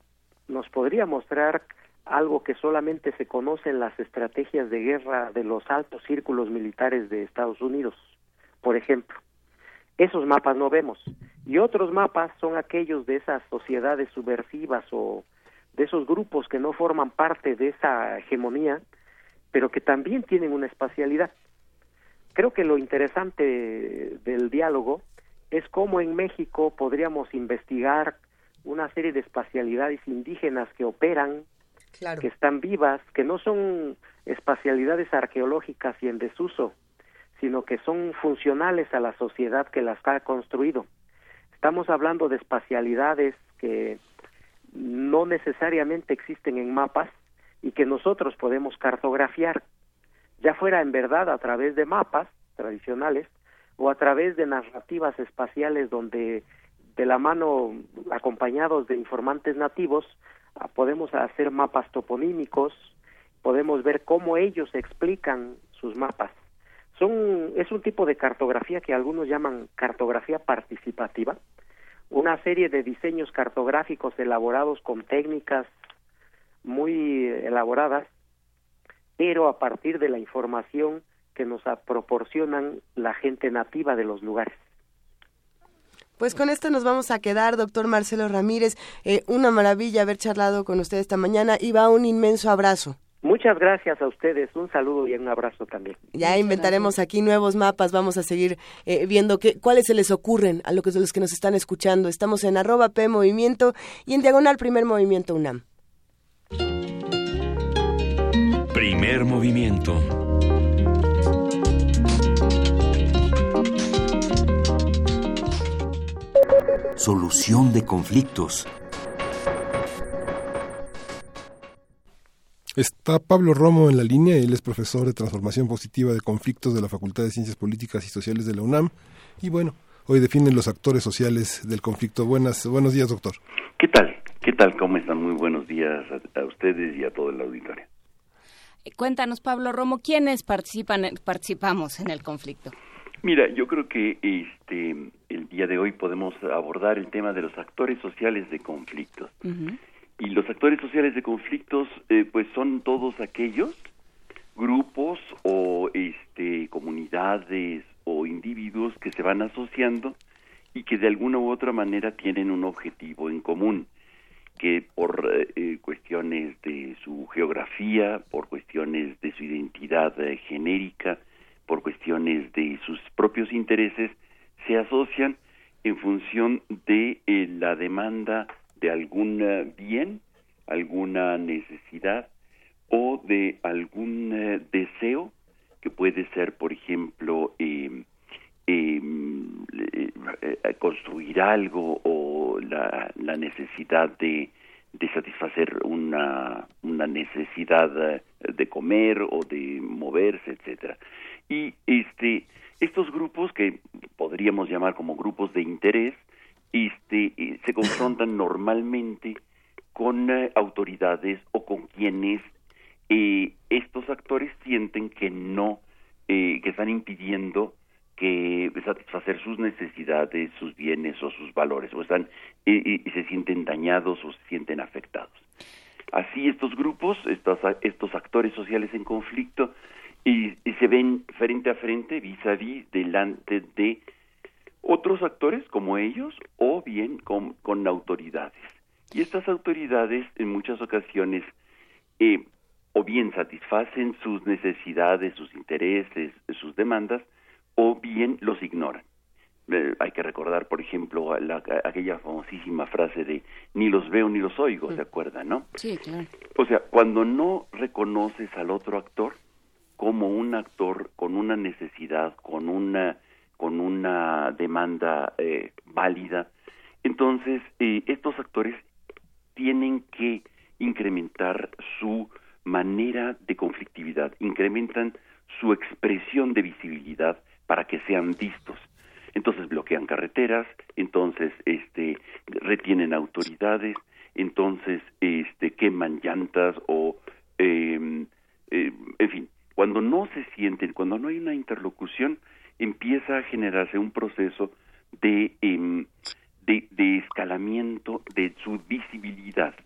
nos podría mostrar algo que solamente se conoce en las estrategias de guerra de los altos círculos militares de Estados Unidos, por ejemplo. Esos mapas no vemos. Y otros mapas son aquellos de esas sociedades subversivas o de esos grupos que no forman parte de esa hegemonía, pero que también tienen una espacialidad. Creo que lo interesante del diálogo es cómo en México podríamos investigar una serie de espacialidades indígenas que operan, Claro. que están vivas, que no son espacialidades arqueológicas y en desuso, sino que son funcionales a la sociedad que las ha construido. Estamos hablando de espacialidades que no necesariamente existen en mapas y que nosotros podemos cartografiar, ya fuera en verdad a través de mapas tradicionales o a través de narrativas espaciales donde de la mano, acompañados de informantes nativos, podemos hacer mapas toponímicos, podemos ver cómo ellos explican sus mapas. Es un tipo de cartografía que algunos llaman cartografía participativa, una serie de diseños cartográficos elaborados con técnicas muy elaboradas, pero a partir de la información que nos proporcionan la gente nativa de los lugares. Pues con esto nos vamos a quedar, doctor Marcelo Ramírez. Una maravilla haber charlado con usted esta mañana y va un inmenso abrazo. Muchas gracias a ustedes, un saludo y un abrazo también. Ya inventaremos aquí nuevos mapas, vamos a seguir viendo cuáles se les ocurren a los que nos están escuchando. Estamos en @PMovimiento y en diagonal Primer Movimiento UNAM. Primer movimiento. Solución de conflictos. Está Pablo Romo en la línea, él es profesor de Transformación Positiva de Conflictos de la Facultad de Ciencias Políticas y Sociales de la UNAM. Y bueno, hoy definen los actores sociales del conflicto. Buenos días, doctor. ¿Qué tal? ¿Qué tal? ¿Cómo están? Muy buenos días a ustedes y a todo el auditorio. Cuéntanos, Pablo Romo, ¿quiénes participamos en el conflicto? Mira, yo creo que el día de hoy podemos abordar el tema de los actores sociales de conflictos. Uh-huh. Y los actores sociales de conflictos, pues son todos aquellos grupos o comunidades o individuos que se van asociando y que de alguna u otra manera tienen un objetivo en común, que por cuestiones de su geografía, por cuestiones de su identidad genérica, por cuestiones de sus propios intereses, se asocian en función de la demanda de algún bien, alguna necesidad o de algún deseo que puede ser, por ejemplo, construir algo o la necesidad de satisfacer una necesidad de comer o de moverse, etcétera. Y estos grupos que podríamos llamar como grupos de interés, se confrontan normalmente con autoridades o con quienes estos actores sienten que que están impidiendo que satisfacer sus necesidades, sus bienes o sus valores, o están y se sienten dañados o se sienten afectados. Así estos grupos, estos actores sociales en conflicto, y se ven frente a frente, vis-a-vis, delante de otros actores como ellos, o bien con autoridades. Y estas autoridades en muchas ocasiones o bien satisfacen sus necesidades, sus intereses, sus demandas, o bien los ignoran. Hay que recordar, por ejemplo, aquella famosísima frase de ni los veo ni los oigo, ¿se acuerdan, no? Sí, claro. O sea, cuando no reconoces al otro actor como un actor con una necesidad, con una demanda válida, entonces estos actores tienen que incrementar su manera de conflictividad, incrementan su expresión de visibilidad para que sean vistos. Entonces bloquean carreteras, entonces retienen autoridades, entonces queman llantas o en fin, cuando no se sienten, cuando no hay una interlocución, empieza a generarse un proceso de escalamiento de su visibilidad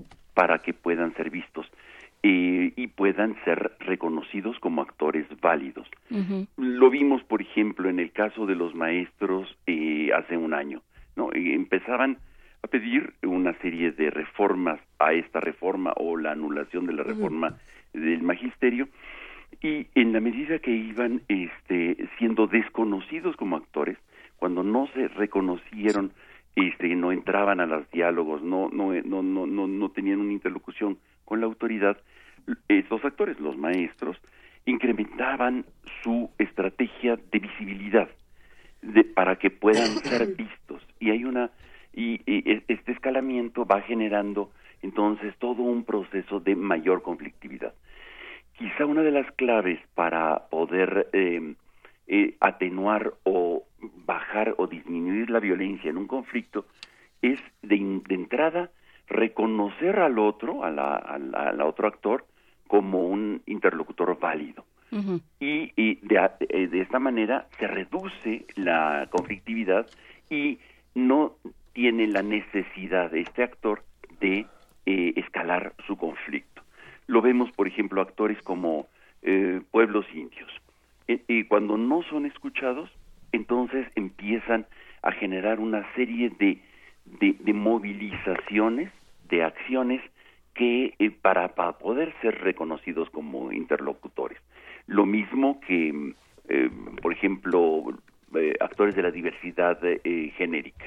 para que puedan ser vistos y puedan ser reconocidos como actores válidos. Ujú. Lo vimos, por ejemplo, en el caso de los maestros hace un año, ¿no? Empezaban a pedir una serie de reformas a esta reforma o la anulación de la reforma del magisterio, y en la medida que iban siendo desconocidos como actores, cuando no se reconocieron, no entraban a los diálogos, no tenían una interlocución con la autoridad, estos actores, los maestros, incrementaban su estrategia de visibilidad para que puedan ser vistos, y hay este escalamiento va generando entonces todo un proceso de mayor conflictividad. Quizá una de las claves para poder atenuar o bajar o disminuir la violencia en un conflicto es de entrada reconocer al otro, al otro actor, como un interlocutor válido. Ujú. Y de esta manera se reduce la conflictividad y no tiene la necesidad de este actor de escalar su conflicto. Lo vemos, por ejemplo, actores como pueblos indios. Y cuando no son escuchados, entonces empiezan a generar una serie de movilizaciones, de acciones que para poder ser reconocidos como interlocutores. Lo mismo que, por ejemplo, actores de la diversidad genérica,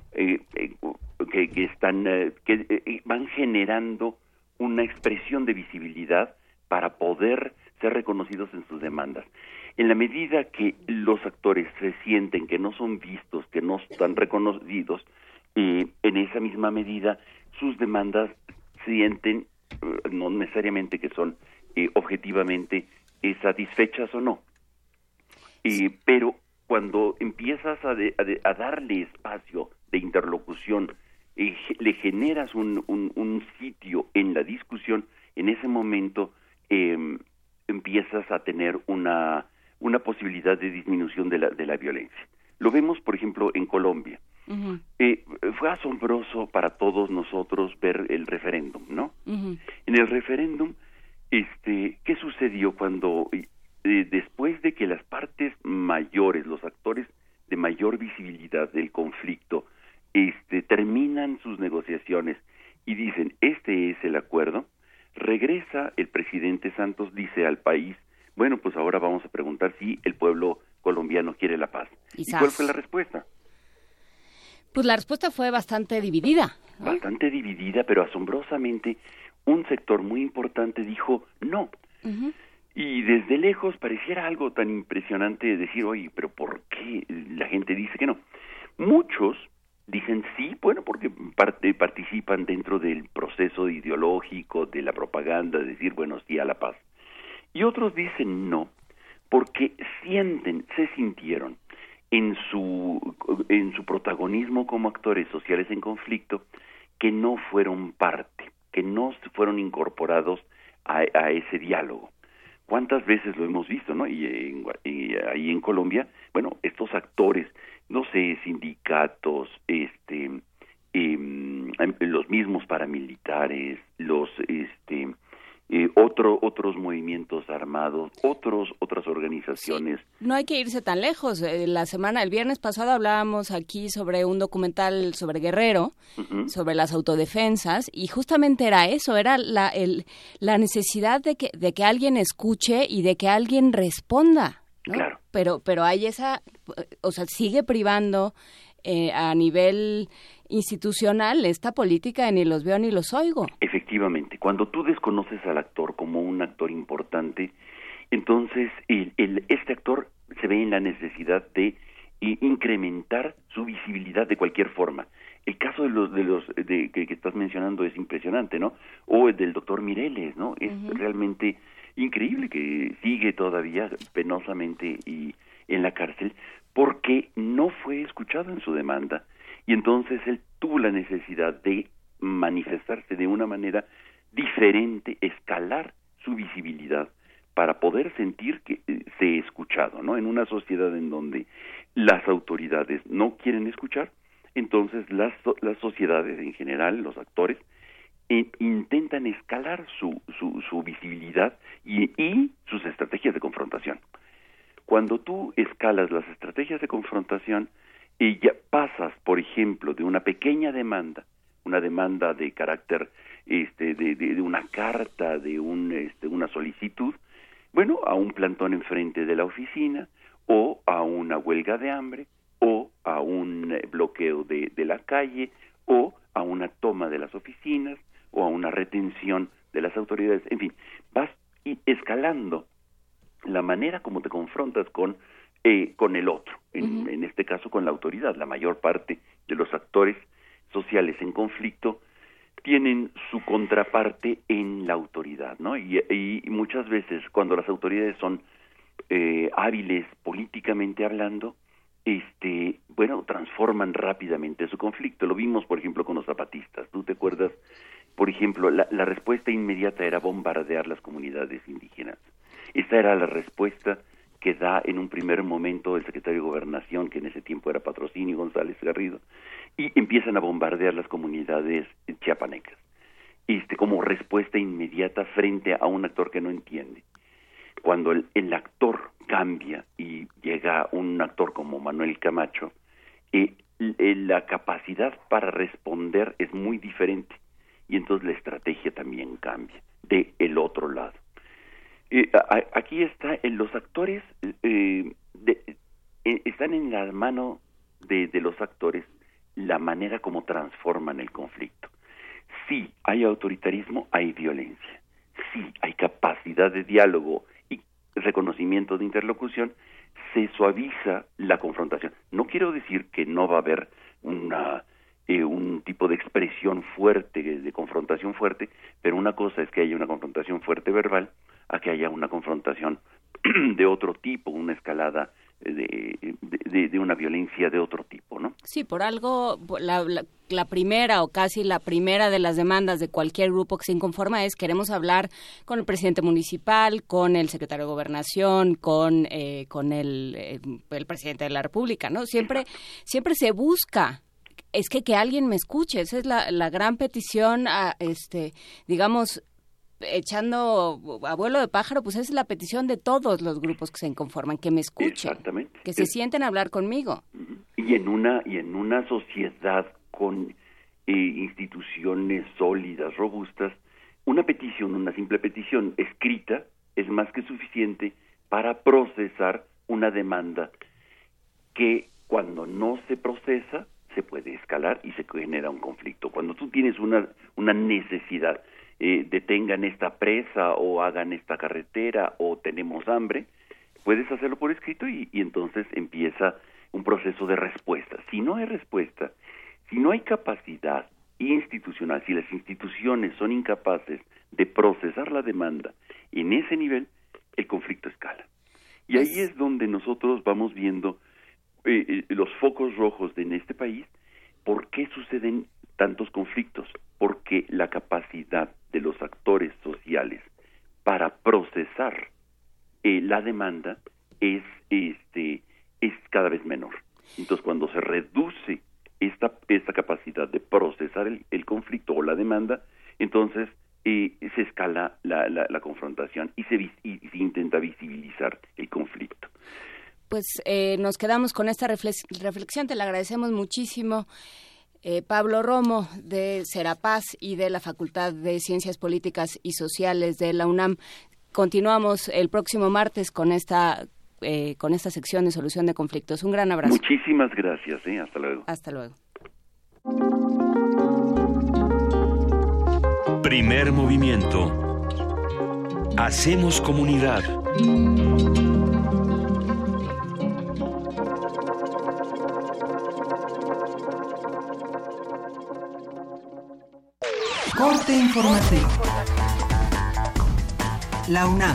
que van generando una expresión de visibilidad para poder ser reconocidos en sus demandas. En la medida que los actores se sienten que no son vistos, que no están reconocidos, en esa misma medida sus demandas sienten, no necesariamente que son objetivamente satisfechas o no, pero cuando empiezas a darle espacio de interlocución, le generas un sitio en la discusión, en ese momento empiezas a tener una posibilidad de disminución de la violencia. Lo vemos, por ejemplo, en Colombia. Ujú. Fue asombroso para todos nosotros ver el referéndum, ¿no? Ujú. En el referéndum, ¿qué sucedió cuando después de que las partes mayores, los actores de mayor visibilidad del conflicto, terminan sus negociaciones y dicen, este es el acuerdo, regresa el presidente Santos, dice al país, bueno, pues ahora vamos a preguntar si el pueblo colombiano quiere la paz. ¿Y cuál fue la respuesta? Pues la respuesta fue bastante dividida, ¿no? Bastante dividida, pero asombrosamente un sector muy importante dijo no. Ujú. Y desde lejos pareciera algo tan impresionante decir, oye, pero ¿por qué la gente dice que no? Muchos dicen sí, bueno, porque participan dentro del proceso ideológico, de la propaganda, de decir, bueno, sí a la paz. Y otros dicen no, porque se sintieron en su protagonismo como actores sociales en conflicto, que no fueron parte, que no fueron incorporados a ese diálogo. ¿Cuántas veces lo hemos visto, no? Y ahí en Colombia, bueno, estos actores, no sé, sindicatos, los mismos paramilitares, otros movimientos armados, otras organizaciones. Sí, no hay que irse tan lejos. El viernes pasado hablábamos aquí sobre un documental sobre Guerrero, uh-huh, sobre las autodefensas, y justamente era eso, era la necesidad de que alguien escuche y de que alguien responda, ¿no? Claro. Pero hay sigue privando a nivel institucional esta política de ni los veo ni los oigo. Efectivamente, cuando tú desconoces al actor como un actor importante, entonces este actor se ve en la necesidad de incrementar su visibilidad de cualquier forma. El caso que estás mencionando es impresionante, ¿no? O el del doctor Mireles, ¿no? Es uh-huh, realmente increíble que sigue todavía penosamente y en la cárcel porque no fue escuchado en su demanda. Y entonces él tuvo la necesidad de manifestarse de una manera diferente, escalar su visibilidad para poder sentir que se ha escuchado, ¿no? En una sociedad en donde las autoridades no quieren escuchar, entonces las sociedades en general, los actores, intentan escalar su visibilidad y sus estrategias de confrontación. Cuando tú escalas las estrategias de confrontación y ya pasas, por ejemplo, de una pequeña demanda, una demanda de carácter de una carta, de una solicitud, bueno, a un plantón enfrente de la oficina, o a una huelga de hambre, o a un bloqueo de la calle, o a una toma de las oficinas, o a una retención de las autoridades. En fin, vas escalando la manera como te confrontas con el otro, en este caso con la autoridad. La mayor parte de los actores sociales en conflicto tienen su contraparte en la autoridad, ¿no? Y muchas veces cuando las autoridades son hábiles políticamente hablando, transforman rápidamente su conflicto. Lo vimos, por ejemplo, con los zapatistas. ¿Tú te acuerdas? Por ejemplo, la respuesta inmediata era bombardear las comunidades indígenas. Esta era la respuesta que da en un primer momento el secretario de Gobernación, que en ese tiempo era Patrocinio González Garrido, y empiezan a bombardear las comunidades chiapanecas, como respuesta inmediata frente a un actor que no entiende. Cuando el actor cambia y llega un actor como Manuel Camacho, la capacidad para responder es muy diferente, y entonces la estrategia también cambia de el otro lado. Aquí está, los actores están en la mano de los actores la manera como transforman el conflicto. Sí hay autoritarismo, hay violencia. Sí hay capacidad de diálogo y reconocimiento de interlocución, se suaviza la confrontación. No quiero decir que no va a haber un tipo de expresión fuerte, de confrontación fuerte, pero una cosa es que haya una confrontación fuerte verbal, a que haya una confrontación de otro tipo, una escalada de una violencia de otro tipo, ¿no? Sí, por algo la primera o casi la primera de las demandas de cualquier grupo que se inconforma es: queremos hablar con el presidente municipal, con el secretario de Gobernación, con el presidente de la República, ¿no? Siempre se busca que alguien me escuche. Esa es la gran petición, digamos, echando a vuelo de pájaro, pues esa es la petición de todos los grupos que se inconforman, que me escuchen, que se sienten a hablar conmigo. Y en una sociedad con instituciones sólidas, robustas, una simple petición escrita es más que suficiente para procesar una demanda que, cuando no se procesa, se puede escalar y se genera un conflicto. Cuando tú tienes una necesidad, detengan esta presa o hagan esta carretera o tenemos hambre, puedes hacerlo por escrito y entonces empieza un proceso de respuesta. Si no hay respuesta, si no hay capacidad institucional, si las instituciones son incapaces de procesar la demanda en ese nivel, el conflicto escala. Y ahí es donde nosotros vamos viendo los focos rojos en este país. ¿Por qué suceden tantos conflictos? Porque la capacidad de los actores sociales para procesar la demanda es cada vez menor. Entonces, cuando se reduce esta capacidad de procesar el conflicto o la demanda, entonces se escala la confrontación y se intenta visibilizar el conflicto. Pues nos quedamos con esta reflexión, te la agradecemos muchísimo. Pablo Romo, de Serapaz y de la Facultad de Ciencias Políticas y Sociales de la UNAM. Continuamos el próximo martes con esta sección de solución de conflictos. Un gran abrazo. Muchísimas gracias. Hasta luego. Hasta luego. Primer movimiento. Hacemos comunidad. Corte informativo. La UNAM.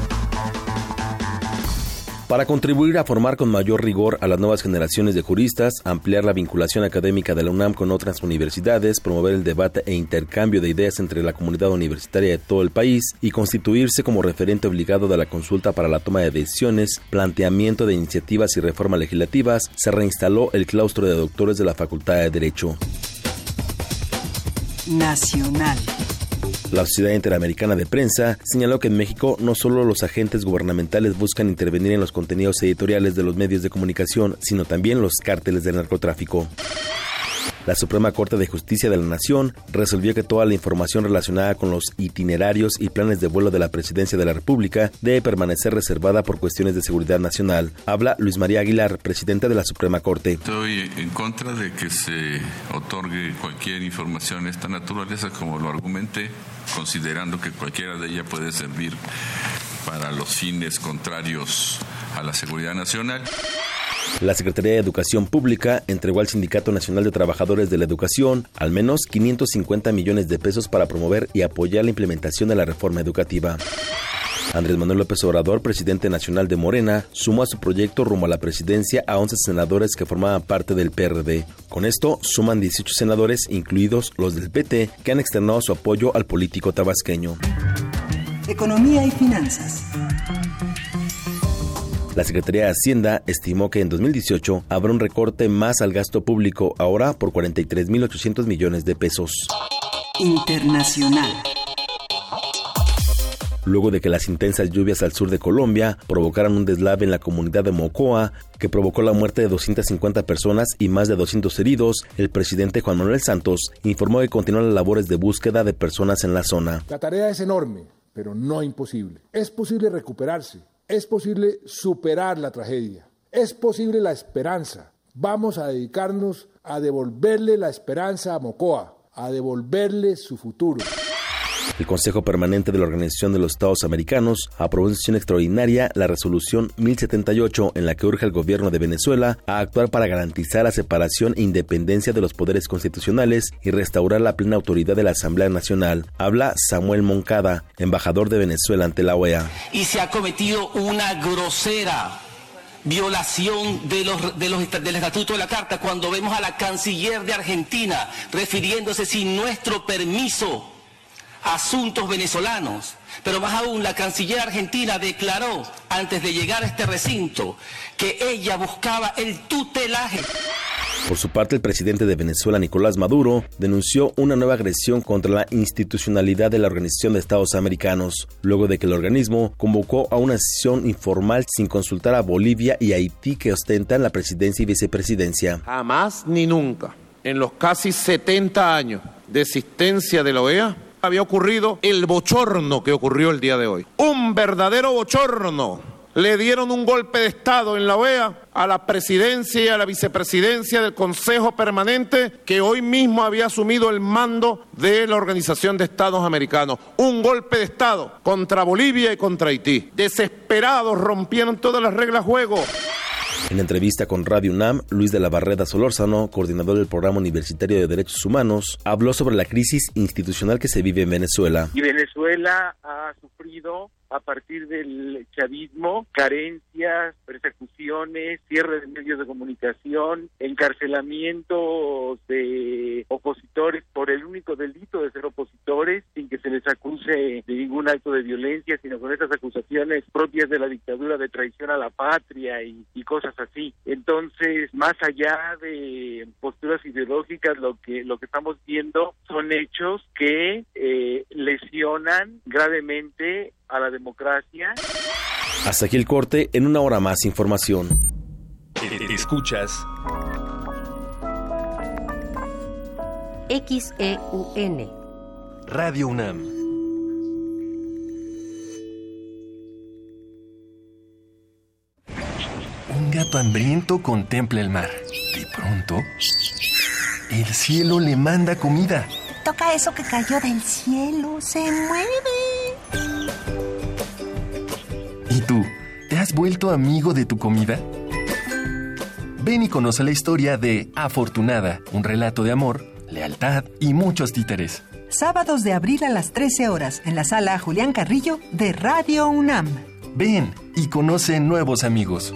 Para contribuir a formar con mayor rigor a las nuevas generaciones de juristas, ampliar la vinculación académica de la UNAM con otras universidades, promover el debate e intercambio de ideas entre la comunidad universitaria de todo el país y constituirse como referente obligado de la consulta para la toma de decisiones, planteamiento de iniciativas y reformas legislativas, se reinstaló el claustro de doctores de la Facultad de Derecho. Internacional. La Sociedad Interamericana de Prensa señaló que en México no solo los agentes gubernamentales buscan intervenir en los contenidos editoriales de los medios de comunicación, sino también los cárteles del narcotráfico. La Suprema Corte de Justicia de la Nación resolvió que toda la información relacionada con los itinerarios y planes de vuelo de la Presidencia de la República debe permanecer reservada por cuestiones de seguridad nacional. Habla Luis María Aguilar, presidente de la Suprema Corte. Estoy en contra de que se otorgue cualquier información de esta naturaleza, como lo argumenté, considerando que cualquiera de ellas puede servir para los fines contrarios a la seguridad nacional. La Secretaría de Educación Pública entregó al Sindicato Nacional de Trabajadores de la Educación al menos 550 millones de pesos para promover y apoyar la implementación de la reforma educativa. Andrés Manuel López Obrador, presidente nacional de Morena, sumó a su proyecto rumbo a la presidencia a 11 senadores que formaban parte del PRD. Con esto, suman 18 senadores, incluidos los del PT, que han externado su apoyo al político tabasqueño. Economía y finanzas. La Secretaría de Hacienda estimó que en 2018 habrá un recorte más al gasto público, ahora por 43.800 millones de pesos. Internacional. Luego de que las intensas lluvias al sur de Colombia provocaran un deslave en la comunidad de Mocoa, que provocó la muerte de 250 personas y más de 200 heridos, el presidente Juan Manuel Santos informó que continúan las labores de búsqueda de personas en la zona. La tarea es enorme, pero no imposible. Es posible recuperarse. Es posible superar la tragedia, es posible la esperanza. Vamos a dedicarnos a devolverle la esperanza a Mocoa, a devolverle su futuro. El Consejo Permanente de la Organización de los Estados Americanos aprobó en sesión extraordinaria la resolución 1078 en la que urge al gobierno de Venezuela a actuar para garantizar la separación e independencia de los poderes constitucionales y restaurar la plena autoridad de la Asamblea Nacional. Habla Samuel Moncada, embajador de Venezuela ante la OEA. Y se ha cometido una grosera violación del Estatuto de la Carta cuando vemos a la canciller de Argentina refiriéndose sin nuestro permiso asuntos venezolanos, pero más aún la canciller argentina declaró antes de llegar a este recinto que ella buscaba el tutelaje. Por su parte, el presidente de Venezuela, Nicolás Maduro, denunció una nueva agresión contra la institucionalidad de la Organización de Estados Americanos, luego de que el organismo convocó a una sesión informal sin consultar a Bolivia y Haití, que ostentan la presidencia y vicepresidencia. Jamás ni nunca, en los casi 70 años de existencia de la OEA, había ocurrido el bochorno que ocurrió el día de hoy. Un verdadero bochorno. Le dieron un golpe de Estado en la OEA a la presidencia y a la vicepresidencia del Consejo Permanente, que hoy mismo había asumido el mando de la Organización de Estados Americanos. Un golpe de Estado contra Bolivia y contra Haití. Desesperados, rompieron todas las reglas de juego. En entrevista con Radio UNAM, Luis de la Barreda Solórzano, coordinador del Programa Universitario de Derechos Humanos, habló sobre la crisis institucional que se vive en Venezuela. Y Venezuela ha sufrido a partir del chavismo carencias, persecuciones, cierre de medios de comunicación, encarcelamientos de opositores por el único delito de ser opositores, sin que se les acuse de ningún acto de violencia, sino con esas acusaciones propias de la dictadura de traición a la patria y cosas así. Entonces, más allá de posturas ideológicas, lo que estamos viendo son hechos que lesionan gravemente a la democracia. Hasta aquí el corte, en una hora más información. Escuchas XEUN Radio UNAM. Un gato hambriento contempla el mar. De pronto, el cielo le manda comida. Toca eso que cayó del cielo, se mueve. ¿Y tú, te has vuelto amigo de tu comida? Ven y conoce la historia de Afortunada, un relato de amor, lealtad y muchos títeres. Sábados de abril a las 13 horas en la sala Julián Carrillo de Radio UNAM. Ven y conoce nuevos amigos.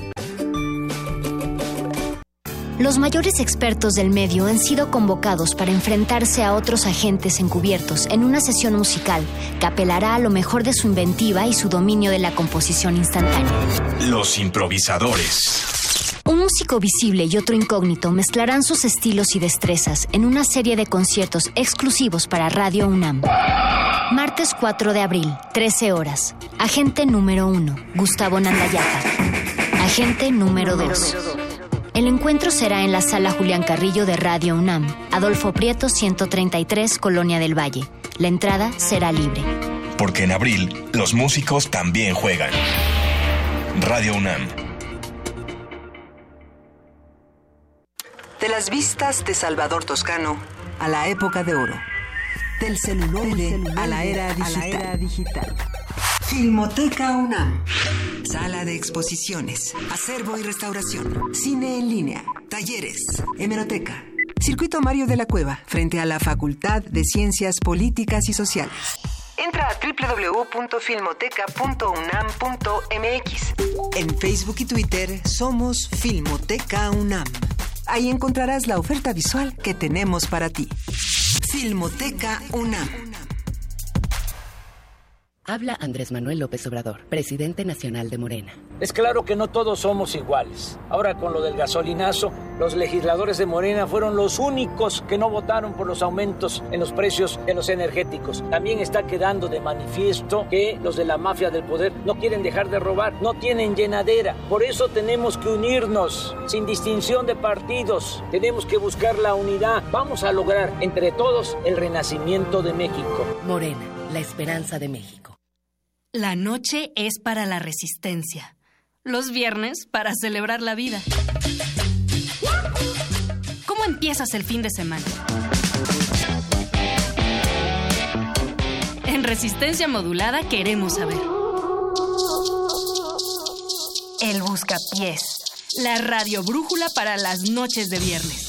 Los mayores expertos del medio han sido convocados para enfrentarse a otros agentes encubiertos en una sesión musical que apelará a lo mejor de su inventiva y su dominio de la composición instantánea. Los improvisadores. Un Un músico visible y otro incógnito mezclarán sus estilos y destrezas en una serie de conciertos exclusivos para Radio UNAM. Martes 4 de abril, 13 horas. Agente número 1, Gustavo Nandayata. Agente número 2. El encuentro será en la Sala Julián Carrillo de Radio UNAM, Adolfo Prieto 133, Colonia del Valle. La entrada será libre. Porque en abril, los músicos también juegan. Radio UNAM. De las vistas de Salvador Toscano a la época de oro. Del celuloide a la era digital. Filmoteca UNAM. Sala de exposiciones, acervo y restauración, cine en línea, talleres, hemeroteca. Circuito Mario de la Cueva, frente a la Facultad de Ciencias Políticas y Sociales. Entra a www.filmoteca.unam.mx. En Facebook y Twitter somos Filmoteca UNAM. Ahí encontrarás la oferta visual que tenemos para ti. Filmoteca UNAM. Habla Andrés Manuel López Obrador, presidente nacional de Morena. Es claro que no todos somos iguales. Ahora con lo del gasolinazo, los legisladores de Morena fueron los únicos que no votaron por los aumentos en los precios de los energéticos. También está quedando de manifiesto que los de la mafia del poder no quieren dejar de robar, no tienen llenadera. Por eso tenemos que unirnos, sin distinción de partidos. Tenemos que buscar la unidad. Vamos a lograr entre todos el renacimiento de México. Morena, la esperanza de México. La noche es para la resistencia. Los viernes para celebrar la vida. ¿Cómo empiezas el fin de semana? En Resistencia Modulada queremos saber. El Buscapiés. La radio brújula para las noches de viernes.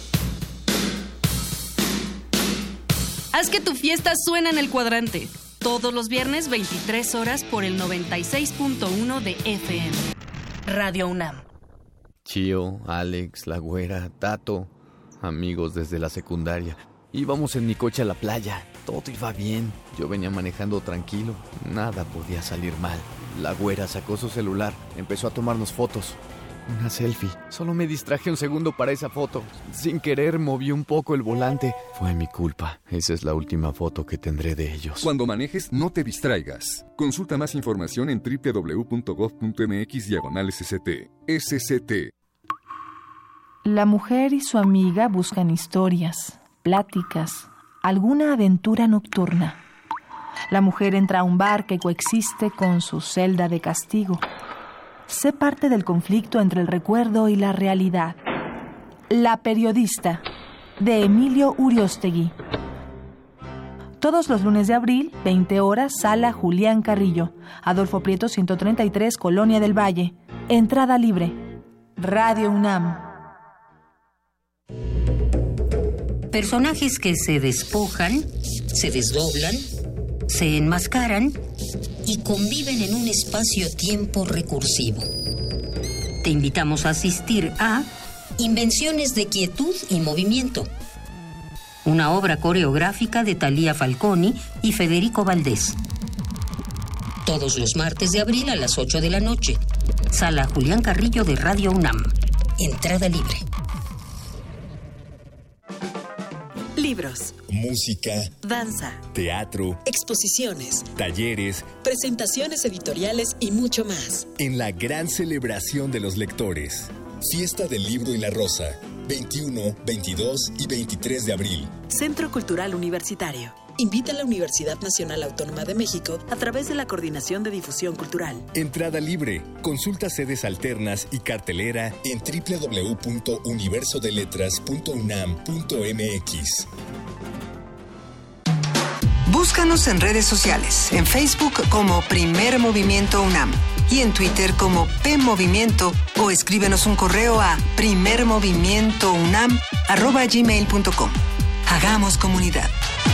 Haz que tu fiesta suene en el cuadrante. Todos los viernes, 23 horas, por el 96.1 de FM. Radio UNAM. Chío, Alex, La Güera, Tato, amigos desde la secundaria. Íbamos en mi coche a la playa. Todo iba bien. Yo venía manejando tranquilo. Nada podía salir mal. La Güera sacó su celular. Empezó a tomarnos fotos. Una selfie. Solo me distraje un segundo para esa foto. Sin querer moví un poco el volante. Fue mi culpa. Esa es la última foto que tendré de ellos. Cuando manejes, no te distraigas. Consulta más información en www.gov.mx/SCT. SCT. La mujer y su amiga buscan historias, pláticas, alguna aventura nocturna. La mujer entra a un bar que coexiste con su celda de castigo. Sé parte del conflicto entre el recuerdo y la realidad. La periodista, de Emilio Uriostegui. Todos los lunes de abril, 20 horas, Sala Julián Carrillo, Adolfo Prieto 133, Colonia del Valle. Entrada libre. Radio UNAM. Personajes que se despojan, se desdoblan, se enmascaran y conviven en un espacio-tiempo recursivo. Te invitamos a asistir a Invenciones de Quietud y Movimiento, una obra coreográfica de Thalía Falconi y Federico Valdés. Todos los martes de abril a las 8 de la noche. Sala Julián Carrillo de Radio UNAM. Entrada libre. Libros, música, danza, teatro, exposiciones, talleres, presentaciones editoriales y mucho más. En la gran celebración de los lectores. Fiesta del Libro y la Rosa, 21, 22 y 23 de abril. Centro Cultural Universitario. Invita a la Universidad Nacional Autónoma de México a través de la Coordinación de Difusión Cultural. Entrada libre. Consulta sedes alternas y cartelera en www.universodeletras.unam.mx. Búscanos en redes sociales, en Facebook como Primer Movimiento UNAM y en Twitter como PMovimiento, o escríbenos un correo a primermovimientounam@gmail.com. Hagamos comunidad.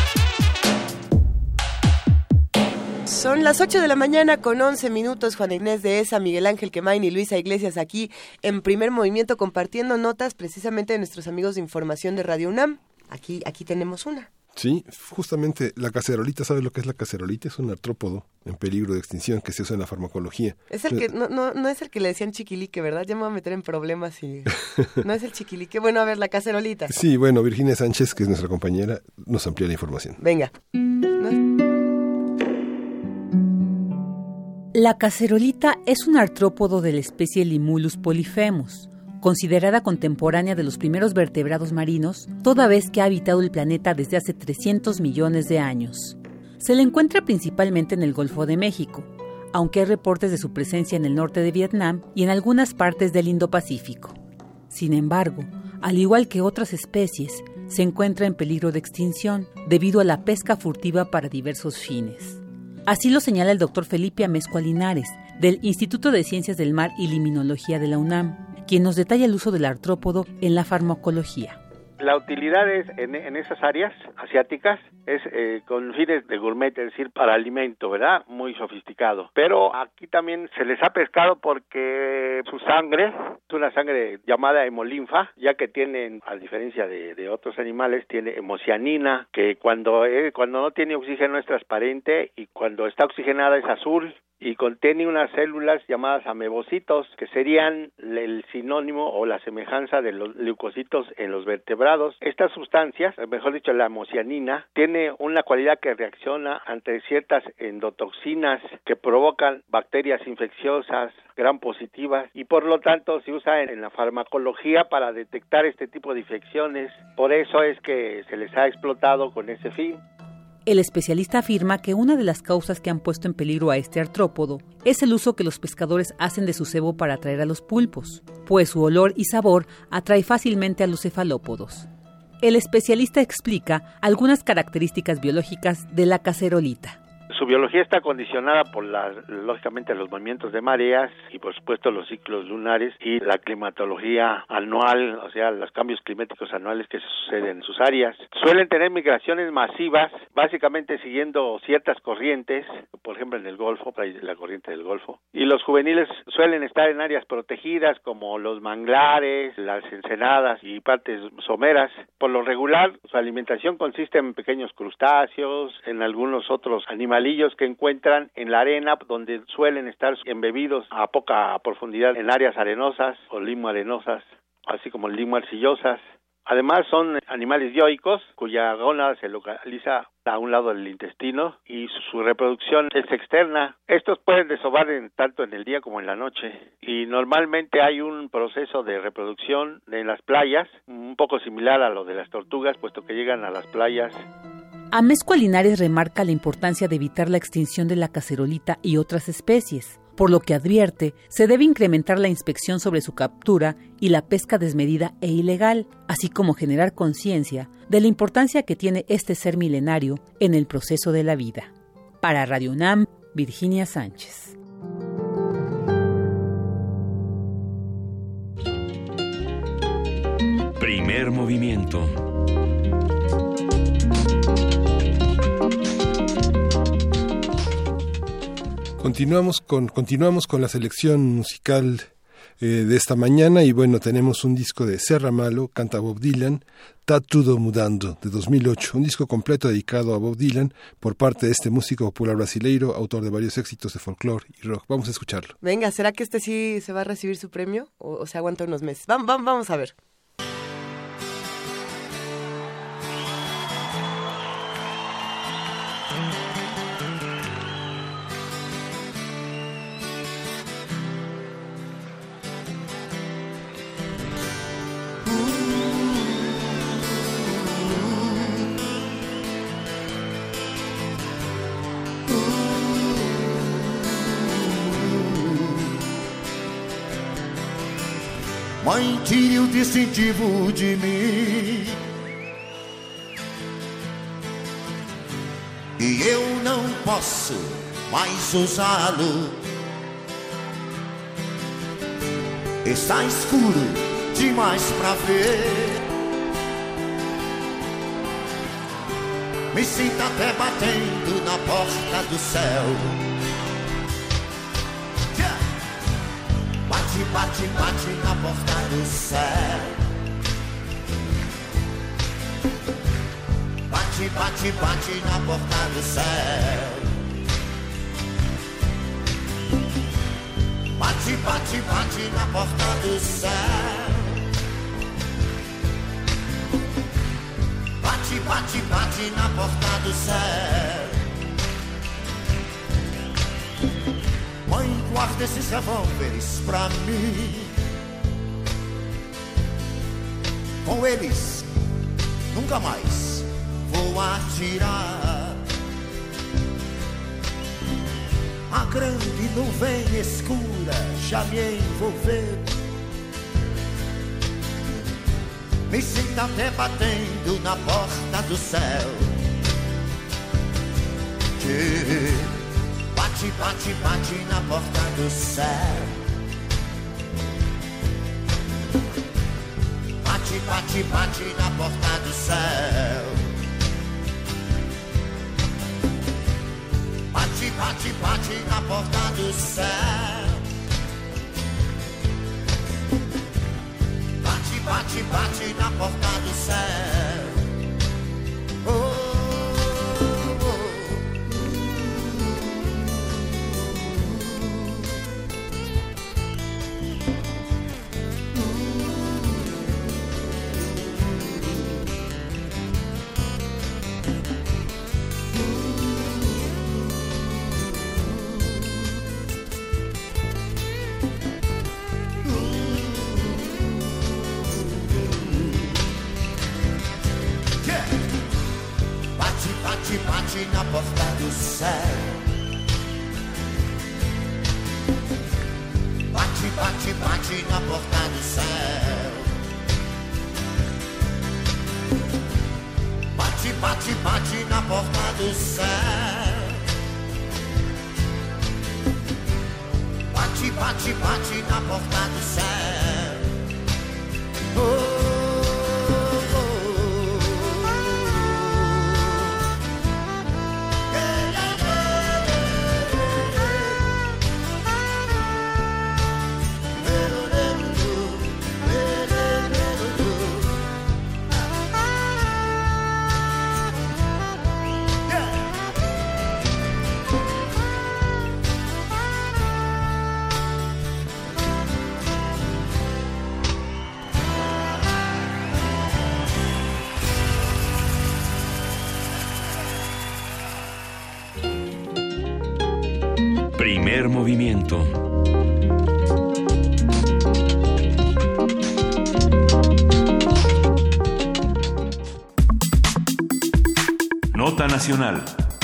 Son las 8 de la mañana con 11 minutos. Juana Inés de Esa, Miguel Ángel Quemain y Luisa Iglesias aquí en Primer Movimiento compartiendo notas precisamente de nuestros amigos de información de Radio UNAM. Aquí tenemos una. Sí, justamente la cacerolita, ¿sabes lo que es la cacerolita? Es un artrópodo en peligro de extinción que se usa en la farmacología. Es el que, no es el que le decían chiquilique, ¿verdad? Ya me voy a meter en problemas y... No es el chiquilique. Bueno, a ver, la cacerolita. Sí, bueno, Virginia Sánchez, que es nuestra compañera, nos amplía la información. Venga. La cacerolita es un artrópodo de la especie Limulus polyphemus, considerada contemporánea de los primeros vertebrados marinos, toda vez que ha habitado el planeta desde hace 300 millones de años. Se le encuentra principalmente en el Golfo de México, aunque hay reportes de su presencia en el norte de Vietnam y en algunas partes del Indo-Pacífico. Sin embargo, al igual que otras especies, se encuentra en peligro de extinción debido a la pesca furtiva para diversos fines. Así lo señala el doctor Felipe Amezcua Linares, del Instituto de Ciencias del Mar y Liminología de la UNAM, quien nos detalla el uso del artrópodo en la farmacología. La utilidad es en esas áreas asiáticas es con fines de gourmet, es decir, para alimento, ¿verdad? Muy sofisticado. Pero aquí también se les ha pescado porque su sangre es una sangre llamada hemolinfa, ya que tienen, a diferencia de otros animales, tiene hemocianina, que cuando no tiene oxígeno es transparente y cuando está oxigenada es azul. Y contiene unas células llamadas amebocitos, que serían el sinónimo o la semejanza de los leucocitos en los vertebrados. Estas sustancias, mejor dicho, la hemocianina, tiene una cualidad que reacciona ante ciertas endotoxinas que provocan bacterias infecciosas, gram positivas, y por lo tanto se usa en la farmacología para detectar este tipo de infecciones. Por eso es que se les ha explotado con ese fin. El especialista afirma que una de las causas que han puesto en peligro a este artrópodo es el uso que los pescadores hacen de su cebo para atraer a los pulpos, pues su olor y sabor atrae fácilmente a los cefalópodos. El especialista explica algunas características biológicas de la cacerolita. Su biología está condicionada por lógicamente los movimientos de mareas y por supuesto los ciclos lunares y la climatología anual, o sea, los cambios climáticos anuales que suceden en sus áreas. Suelen tener migraciones masivas, básicamente siguiendo ciertas corrientes, por ejemplo en el Golfo, la corriente del Golfo. Y los juveniles suelen estar en áreas protegidas como los manglares, las ensenadas y partes someras. Por lo regular, su alimentación consiste en pequeños crustáceos, en algunos otros animales que encuentran en la arena, donde suelen estar embebidos a poca profundidad en áreas arenosas o limo-arenosas, así como limo-arcillosas. Además son animales dioicos, cuya gónada se localiza a un lado del intestino y su reproducción es externa. Estos pueden desovar tanto en el día como en la noche y normalmente hay un proceso de reproducción en las playas, un poco similar a lo de las tortugas, puesto que llegan a las playas. Amezcua Linares remarca la importancia de evitar la extinción de la cacerolita y otras especies, por lo que advierte se debe incrementar la inspección sobre su captura y la pesca desmedida e ilegal, así como generar conciencia de la importancia que tiene este ser milenario en el proceso de la vida. Para Radio UNAM, Virginia Sánchez. Primer movimiento. Continuamos con la selección musical de esta mañana y bueno, tenemos un disco de Serra Malo, canta Bob Dylan, Tá Tudo Mudando, de 2008, un disco completo dedicado a Bob Dylan por parte de este músico popular brasileiro, autor de varios éxitos de folclore y rock. Vamos a escucharlo. Venga, ¿será que este sí se va a recibir su premio o se aguanta unos meses? Vamos a ver. Mãe, tire o distintivo de mim e eu não posso mais usá-lo. Está escuro demais pra ver. Me sinto até batendo na porta do céu. Bate, bate, bate na porta do céu. Bate, Bate, bate, bate na porta do céu. Bate, bate, bate na porta do céu. Bate, bate, bate na porta do céu. Mãe, guarda esses revólveres pra mim. Com eles, nunca mais vou atirar. A grande nuvem escura já me envolveu. Me sinto até batendo na porta do céu. Bate, bate, bate na porta do céu. Bate, bate, bate na porta do céu. Bate, bate, bate na porta do céu. Bate, bate, bate na porta do céu. Oh. Bate, bate na porta do céu. Bate, bate, bate na porta do céu. Bate, bate, bate na porta do céu. Bate, bate, bate na porta do céu. Oh. Primer movimiento. Nota nacional.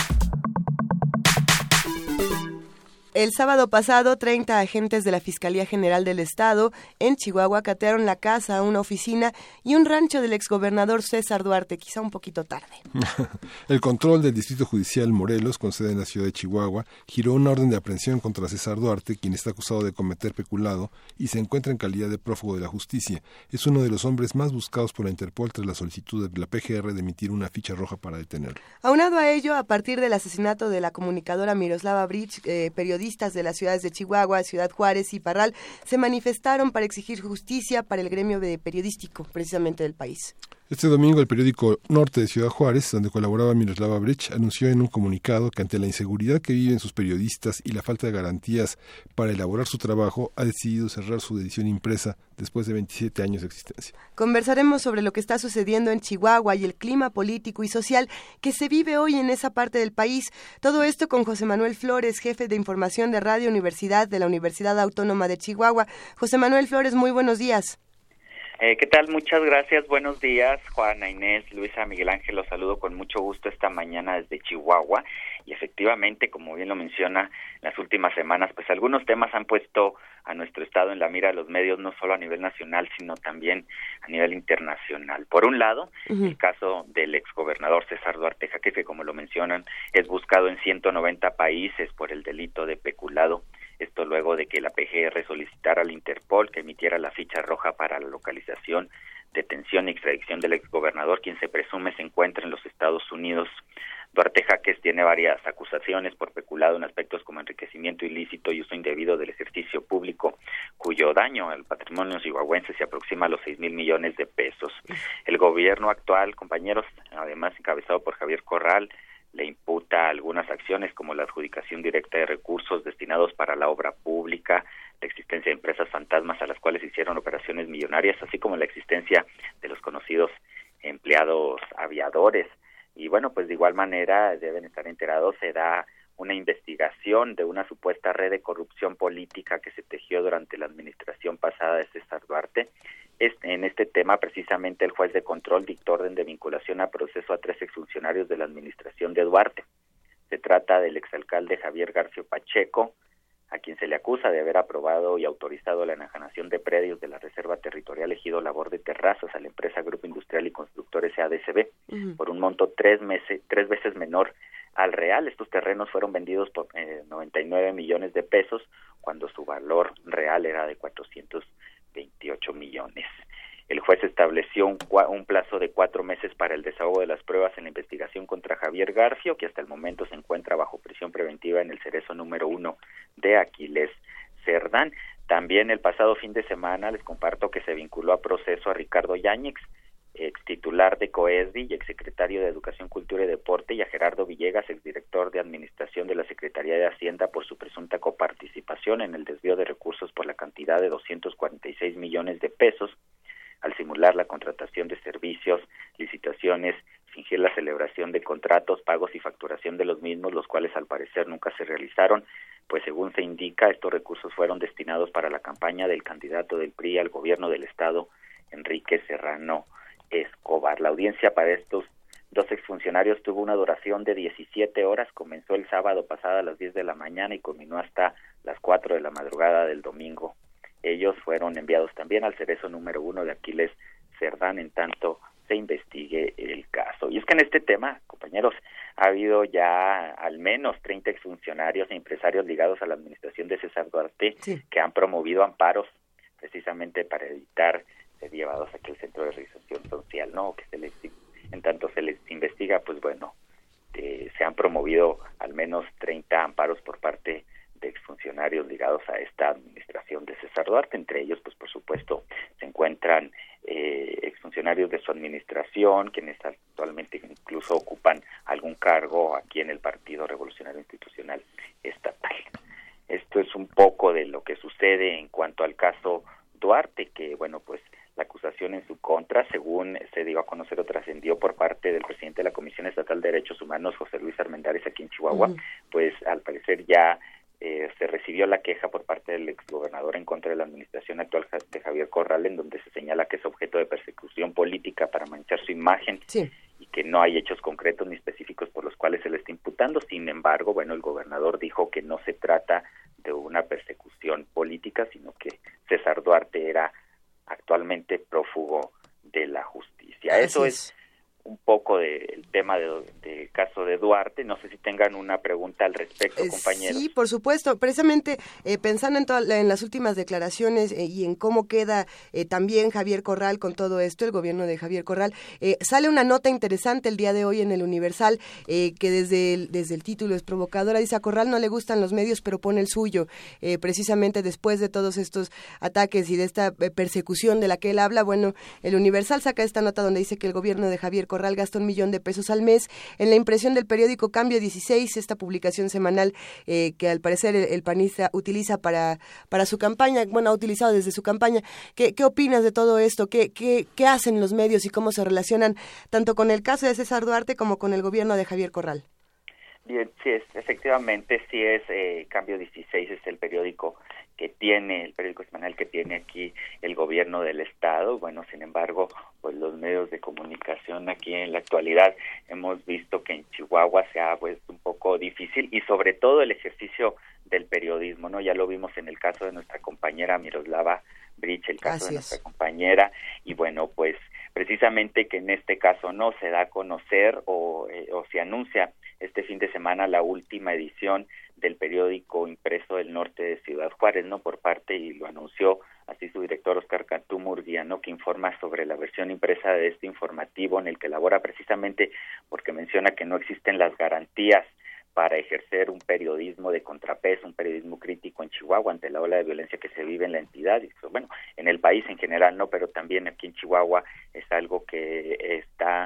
El sábado pasado, 30 agentes de la Fiscalía General del Estado en Chihuahua catearon la casa, una oficina y un rancho del exgobernador César Duarte, quizá un poquito tarde. El control del Distrito Judicial Morelos, con sede en la ciudad de Chihuahua, giró una orden de aprehensión contra César Duarte, quien está acusado de cometer peculado y se encuentra en calidad de prófugo de la justicia. Es uno de los hombres más buscados por la Interpol tras la solicitud de la PGR de emitir una ficha roja para detenerlo. Aunado a ello, a partir del asesinato de la comunicadora Miroslava Bridge, periodistas de las ciudades de Chihuahua, Ciudad Juárez y Parral se manifestaron para exigir justicia para el gremio periodístico, precisamente del país. Este domingo el periódico Norte de Ciudad Juárez, donde colaboraba Miroslava Bridge, anunció en un comunicado que ante la inseguridad que viven sus periodistas y la falta de garantías para elaborar su trabajo, ha decidido cerrar su edición impresa después de 27 años de existencia. Conversaremos sobre lo que está sucediendo en Chihuahua y el clima político y social que se vive hoy en esa parte del país. Todo esto con José Manuel Flores, jefe de información de Radio Universidad de la Universidad Autónoma de Chihuahua. José Manuel Flores, muy buenos días. ¿Qué tal? Muchas gracias. Buenos días, Juana, Inés, Luisa, Miguel Ángel. Los saludo con mucho gusto esta mañana desde Chihuahua. Y efectivamente, como bien lo menciona, en las últimas semanas, pues algunos temas han puesto a nuestro estado en la mira de los medios, no solo a nivel nacional, sino también a nivel internacional. Por un lado, el caso del exgobernador César Duarte Jaque, que como lo mencionan, es buscado en 190 países por el delito de peculado. Esto luego de que la PGR solicitara al Interpol que emitiera la ficha roja para la localización, detención y extradición del exgobernador, quien se presume se encuentra en los Estados Unidos. Duarte Jaques tiene varias acusaciones por peculado en aspectos como enriquecimiento ilícito y uso indebido del ejercicio público, cuyo daño al patrimonio chihuahuense se aproxima a los 6,000 millones de pesos. El gobierno actual, compañeros, además encabezado por Javier Corral, le imputa algunas acciones como la adjudicación directa de recursos destinados para la obra pública, la existencia de empresas fantasmas a las cuales hicieron operaciones millonarias, así como la existencia de los conocidos empleados aviadores. Y bueno, pues de igual manera deben estar enterados, se da una investigación de una supuesta red de corrupción política que se tejió durante la administración pasada de César Duarte. En este tema, precisamente, el juez de control dictó orden de vinculación a proceso a 3 exfuncionarios de la administración de Duarte. Se trata del exalcalde Javier García Pacheco, a quien se le acusa de haber aprobado y autorizado la enajenación de predios de la Reserva Territorial Ejido Labor de Terrazas a la empresa Grupo Industrial y Constructores SADCB por un monto 3 veces menor al real. Estos terrenos fueron vendidos por 99 millones de pesos, cuando su valor real era de 428 millones. El juez estableció un plazo de 4 meses para el desahogo de las pruebas en la investigación contra Javier Garfio, que hasta el momento se encuentra bajo prisión preventiva en el cerezo número 1 de Aquiles Cerdán. También el pasado fin de semana les comparto que se vinculó a proceso a Ricardo Yáñez, ex titular de COESDI y exsecretario de Educación, Cultura y Deporte, y a Gerardo Villegas, exdirector de Administración de la Secretaría de Hacienda, por su presunta coparticipación en el desvío de recursos por la cantidad de 246 millones de pesos, al simular la contratación de servicios, licitaciones, fingir la celebración de contratos, pagos y facturación de los mismos, los cuales al parecer nunca se realizaron, pues según se indica, estos recursos fueron destinados para la campaña del candidato del PRI al gobierno del Estado, Enrique Serrano Escobar. La audiencia para estos 2 exfuncionarios tuvo una duración de 17 horas, comenzó el sábado pasado a las 10 de la mañana y culminó hasta las 4 de la madrugada del domingo. Ellos fueron enviados también al cerezo número 1 de Aquiles Cerdán en tanto se investigue el caso. Y es que en este tema, compañeros, ha habido ya al menos 30 exfuncionarios e empresarios ligados a la administración de César Duarte que han promovido amparos precisamente para evitar ser llevados a aquel centro de reinserción social, ¿no? Que en tanto se les investiga, pues bueno, se han promovido al menos 30 amparos por parte de exfuncionarios ligados a esta administración de César Duarte. Entre ellos, pues por supuesto, se encuentran exfuncionarios de su administración, quienes actualmente incluso ocupan algún cargo aquí en el Partido Revolucionario Institucional Estatal. Esto es un poco de lo que sucede en cuanto al caso Duarte, que bueno, pues la acusación en su contra, según se dio a conocer o trascendió por parte del presidente de la Comisión Estatal de Derechos Humanos, José Luis Armendáriz, aquí en Chihuahua, pues al parecer ya se recibió la queja por parte del exgobernador en contra de la administración actual de Javier Corral, en donde se señala que es objeto de persecución política para manchar su imagen y que no hay hechos concretos ni específicos por los cuales se le está imputando. Sin embargo, bueno, el gobernador dijo que no se trata de una persecución política, sino que César Duarte era actualmente prófugo de la justicia. Eso es un poco del tema del caso de Duarte. No sé si tengan una pregunta al respecto, compañeros. Sí, por supuesto. Precisamente pensando en las últimas declaraciones y en cómo queda también Javier Corral con todo esto, el gobierno de Javier Corral, sale una nota interesante el día de hoy en el Universal que desde el título es provocadora. Dice: a Corral no le gustan los medios, pero pone el suyo. Precisamente después de todos estos ataques y de esta persecución de la que él habla, bueno, el Universal saca esta nota donde dice que el gobierno de Javier Corral gasta $1 millón al mes en la impresión del periódico Cambio 16, esta publicación semanal que al parecer el panista utiliza para su campaña, bueno, ha utilizado desde su campaña. ¿Qué opinas de todo esto? ¿Qué hacen los medios y cómo se relacionan tanto con el caso de César Duarte como con el gobierno de Javier Corral? Bien, sí, efectivamente, sí es Cambio 16, es el periódico el periódico semanal que tiene aquí el gobierno del estado. Bueno, sin embargo, pues los medios de comunicación aquí en la actualidad hemos visto que en Chihuahua se ha vuelto un poco difícil, y sobre todo el ejercicio del periodismo, ¿no? Ya lo vimos en el caso de nuestra compañera Miroslava Brich, el caso de nuestra compañera, y bueno, pues precisamente que en este caso no se da a conocer o se anuncia este fin de semana la última edición del periódico impreso del norte de Ciudad Juárez, ¿no? Por parte, y lo anunció así su director Oscar Cantú Murguía, ¿no? Que informa sobre la versión impresa de este informativo, en el que elabora precisamente porque menciona que no existen las garantías para ejercer un periodismo de contrapeso, un periodismo crítico en Chihuahua ante la ola de violencia que se vive en la entidad, y bueno, en el país en general, no, pero también aquí en Chihuahua es algo que está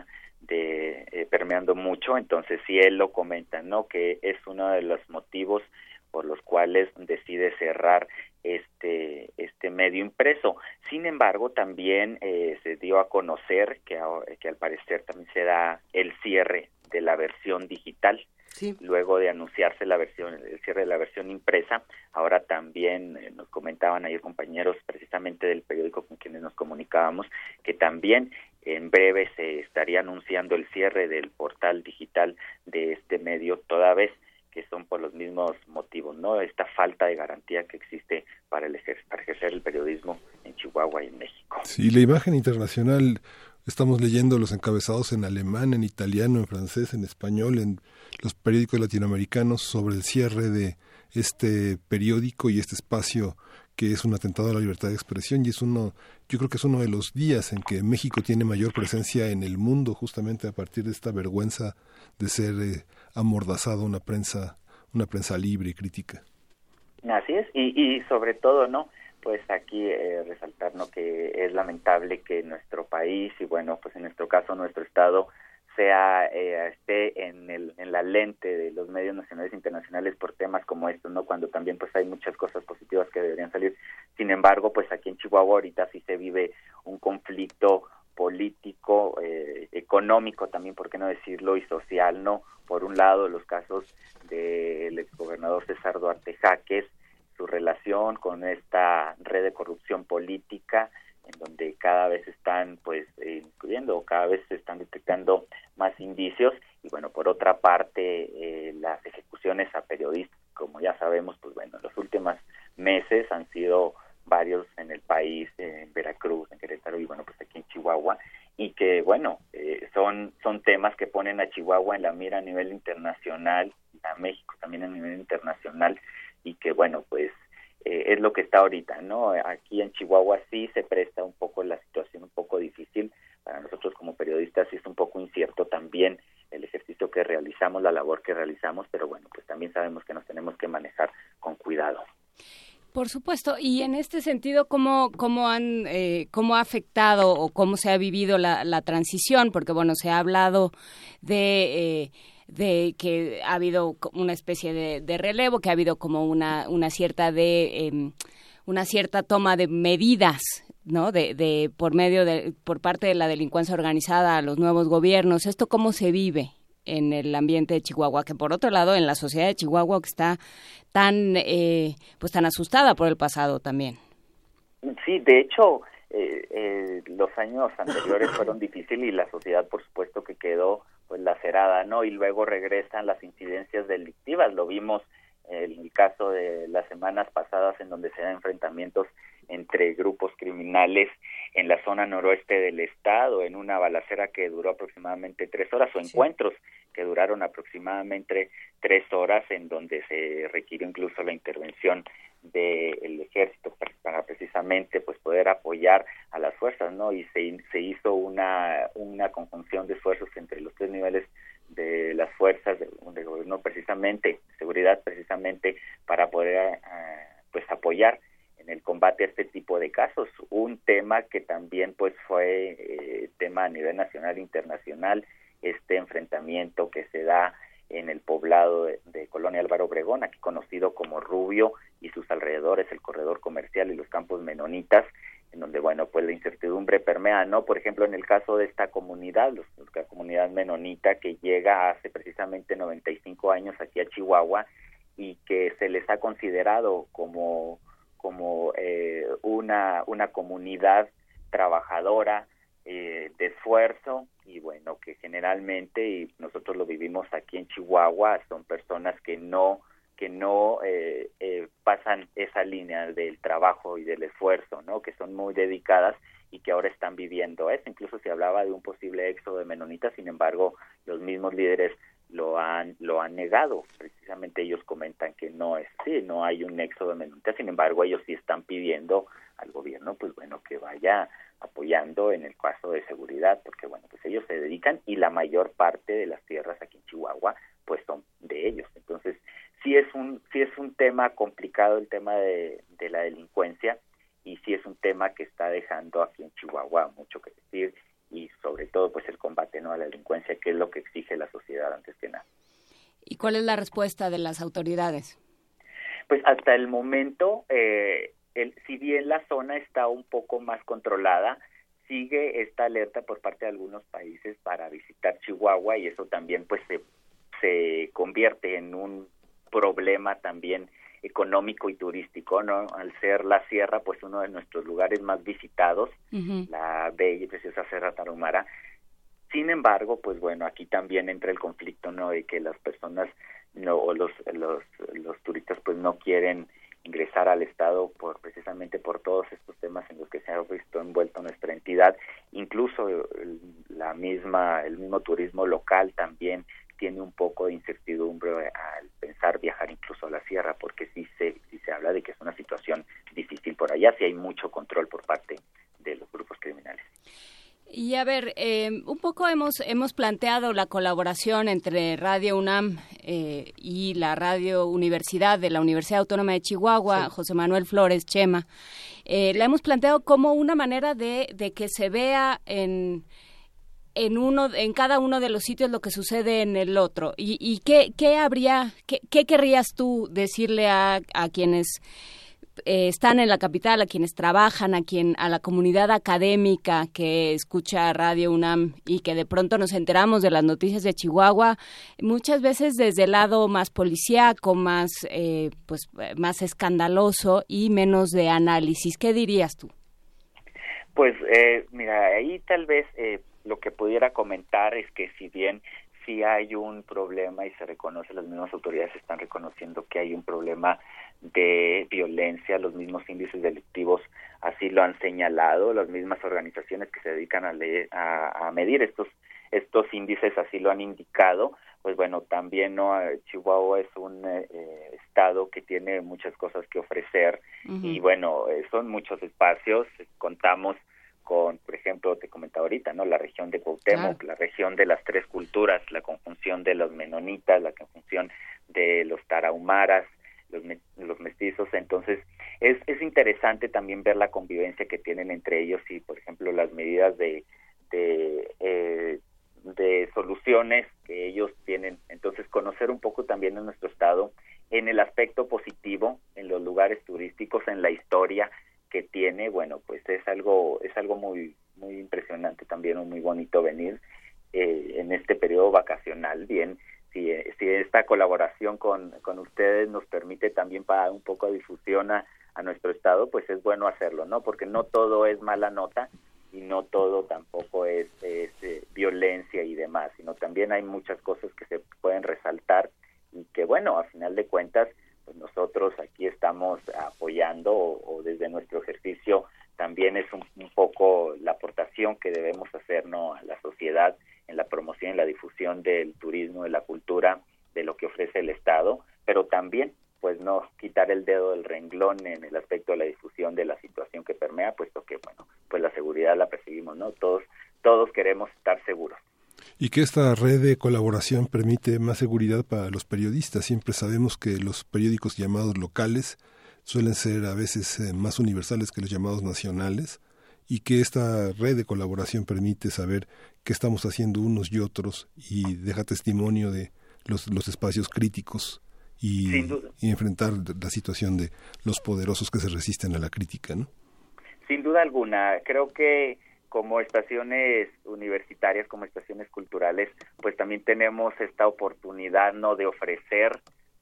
permeando mucho. Entonces sí, él lo comenta, ¿no? Que es uno de los motivos por los cuales decide cerrar este medio impreso. Sin embargo, también se dio a conocer que al parecer también se da el cierre de la versión digital. Sí. Luego de anunciarse el cierre de la versión impresa, ahora también nos comentaban ayer compañeros precisamente del periódico con quienes nos comunicábamos, que también en breve se estaría anunciando el cierre del portal digital de este medio, toda vez que son por los mismos motivos, ¿no? Esta falta de garantía que existe para ejercer el periodismo en Chihuahua y en México. Sí, la imagen internacional, estamos leyendo los encabezados en alemán, en italiano, en francés, en español, en los periódicos latinoamericanos sobre el cierre de este periódico y este espacio que es un atentado a la libertad de expresión, y yo creo que es uno de los días en que México tiene mayor presencia en el mundo, justamente a partir de esta vergüenza de ser amordazado una prensa libre y crítica. Así es, y sobre todo, ¿no? Pues aquí resaltar, ¿no?, que es lamentable que nuestro país, y bueno, pues en nuestro caso nuestro estado, esté en la lente de los medios nacionales e internacionales por temas como estos, ¿no? Cuando también pues hay muchas cosas positivas que deberían salir. Sin embargo, pues aquí en Chihuahua ahorita sí se vive un conflicto político, económico también, por qué no decirlo, y social, ¿no? Por un lado, los casos del exgobernador César Duarte Jaques, su relación con esta red de corrupción política, en donde cada vez están incluyendo, cada vez se están detectando más indicios, y bueno, por otra parte, las ejecuciones a periodistas, como ya sabemos, pues bueno, en los últimos meses han sido varios en el país, en Veracruz, en Querétaro y bueno, pues aquí en Chihuahua, y que bueno, son temas que ponen a Chihuahua en la mira a nivel internacional, a México también a nivel internacional, y que bueno, pues es lo que está ahorita, ¿no? Aquí en Chihuahua sí se presta un poco la situación un poco difícil para nosotros como periodistas, sí es un poco incierto también el ejercicio que realizamos, la labor que realizamos, pero bueno, pues también sabemos que nos tenemos que manejar con cuidado. Por supuesto, y en este sentido, ¿cómo ha afectado o cómo se ha vivido la transición? Porque bueno, se ha hablado de que ha habido una especie de relevo, que ha habido como una cierta toma de medidas, ¿no? Por parte de la delincuencia organizada a los nuevos gobiernos. ¿Esto cómo se vive en el ambiente de Chihuahua? Que por otro lado, en la sociedad de Chihuahua, que está tan asustada por el pasado también. Sí, de hecho, los años anteriores fueron difíciles y la sociedad, por supuesto, que quedó pues lacerada, ¿no? Y luego regresan las incidencias delictivas. Lo vimos en el caso de las semanas pasadas, en donde se dan enfrentamientos entre grupos criminales en la zona noroeste del estado, en una balacera que duró aproximadamente 3 horas, o encuentros que duraron aproximadamente 3 horas, en donde se requirió incluso la intervención del ejército para precisamente pues poder apoyar a las fuerzas, ¿no? Y se hizo una conjunción de esfuerzos entre los 3 niveles de las fuerzas de gobierno, precisamente seguridad, precisamente para poder pues apoyar en el combate a este tipo de casos. Un tema que también pues fue tema a nivel nacional e internacional, este enfrentamiento que se da en el poblado de Colonia Álvaro Obregón, aquí conocido como Rubio, y sus alrededores, el corredor comercial y los campos menonitas, en donde, bueno, pues la incertidumbre permea, ¿no? Por ejemplo, en el caso de esta comunidad, la comunidad menonita que llega hace precisamente 95 años aquí a Chihuahua, y que se les ha considerado como una comunidad trabajadora, de esfuerzo, y bueno, que generalmente, y nosotros lo vivimos aquí en Chihuahua, son personas que no pasan esa línea del trabajo y del esfuerzo, ¿no? Que son muy dedicadas y que ahora están viviendo eso. Incluso se hablaba de un posible éxodo de menonitas, sin embargo, los mismos líderes lo han negado. Precisamente ellos comentan que no es así, no hay un éxodo de menonitas, sin embargo, ellos sí están pidiendo al gobierno, pues bueno, que vaya apoyando en el caso de seguridad, porque bueno, pues ellos se dedican y la mayor parte de las tierras aquí en Chihuahua pues son de ellos. Entonces, sí es un tema complicado el tema de la delincuencia, y sí es un tema que está dejando aquí en Chihuahua mucho que decir, y sobre todo pues el combate, ¿no?, a la delincuencia, que es lo que exige la sociedad antes que nada. ¿Y cuál es la respuesta de las autoridades? Pues hasta el momento, si bien la zona está un poco más controlada, sigue esta alerta por parte de algunos países para visitar Chihuahua, y eso también pues se convierte en un problema también económico y turístico, ¿no? Al ser la sierra pues uno de nuestros lugares más visitados, la bella y preciosa Sierra Tarahumara. Sin embargo, pues bueno, aquí también entra el conflicto, ¿no?, de que las personas o los turistas pues no quieren ingresar al estado precisamente por todos estos temas en los que se ha visto envuelto nuestra entidad. Incluso el mismo turismo local también tiene un poco de incertidumbre al pensar viajar incluso a la sierra, porque sí se habla de que es una situación difícil por allá, sí hay mucho control por parte de los grupos criminales. Y a ver, un poco hemos planteado la colaboración entre Radio UNAM y la Radio Universidad de la Universidad Autónoma de Chihuahua, José Manuel Flores, Chema. La hemos planteado como una manera de que se vea en cada uno de los sitios lo que sucede en el otro. ¿Y qué querrías tú decirle a quienes están en la capital, a quienes trabajan, a la comunidad académica que escucha Radio UNAM y que de pronto nos enteramos de las noticias de Chihuahua, muchas veces desde el lado más policíaco, más escandaloso y menos de análisis? ¿Qué dirías tú? Pues mira, ahí tal vez lo que pudiera comentar es que si bien sí hay un problema y se reconoce, las mismas autoridades están reconociendo que hay un problema de violencia, los mismos índices delictivos así lo han señalado, las mismas organizaciones que se dedican a medir estos índices así lo han indicado. Pues bueno, también no, Chihuahua es un estado que tiene muchas cosas que ofrecer, y bueno, son muchos espacios. Contamos con, por ejemplo, te comentaba ahorita, ¿no?, la región de Cuauhtémoc, la región de las tres culturas, la conjunción de los menonitas, la conjunción de los tarahumaras, los mestizos. Entonces es interesante también ver la convivencia que tienen entre ellos y, por ejemplo, las medidas de soluciones que ellos tienen. Entonces conocer un poco también en nuestro estado en el aspecto positivo, en los lugares turísticos, en la historia que tiene. Bueno, pues es algo muy muy impresionante también, muy bonito venir en este periodo vacacional. Bien, si esta colaboración con ustedes nos permite también para un poco de difusión a nuestro estado, pues es bueno hacerlo, ¿no? Porque no todo es mala nota y no todo tampoco es violencia y demás, sino también hay muchas cosas que se pueden resaltar y que, bueno, a final de cuentas, pues nosotros aquí estamos apoyando o desde nuestro ejercicio también es un poco la aportación que debemos hacer, ¿no?, a la sociedad en la promoción y la difusión del turismo, de la cultura, de lo que ofrece el Estado, pero también pues no quitar el dedo del renglón en el aspecto de la difusión de la situación que permea, puesto que, bueno, pues la seguridad la perseguimos, ¿no? Todos queremos estar seguros. Y que esta red de colaboración permite más seguridad para los periodistas. Siempre sabemos que los periódicos llamados locales suelen ser a veces más universales que los llamados nacionales, y que esta red de colaboración permite saber qué estamos haciendo unos y otros y deja testimonio de los espacios críticos y enfrentar la situación de los poderosos que se resisten a la crítica, ¿no? Sin duda alguna, creo que como estaciones universitarias, como estaciones culturales, pues también tenemos esta oportunidad, ¿no?, de ofrecer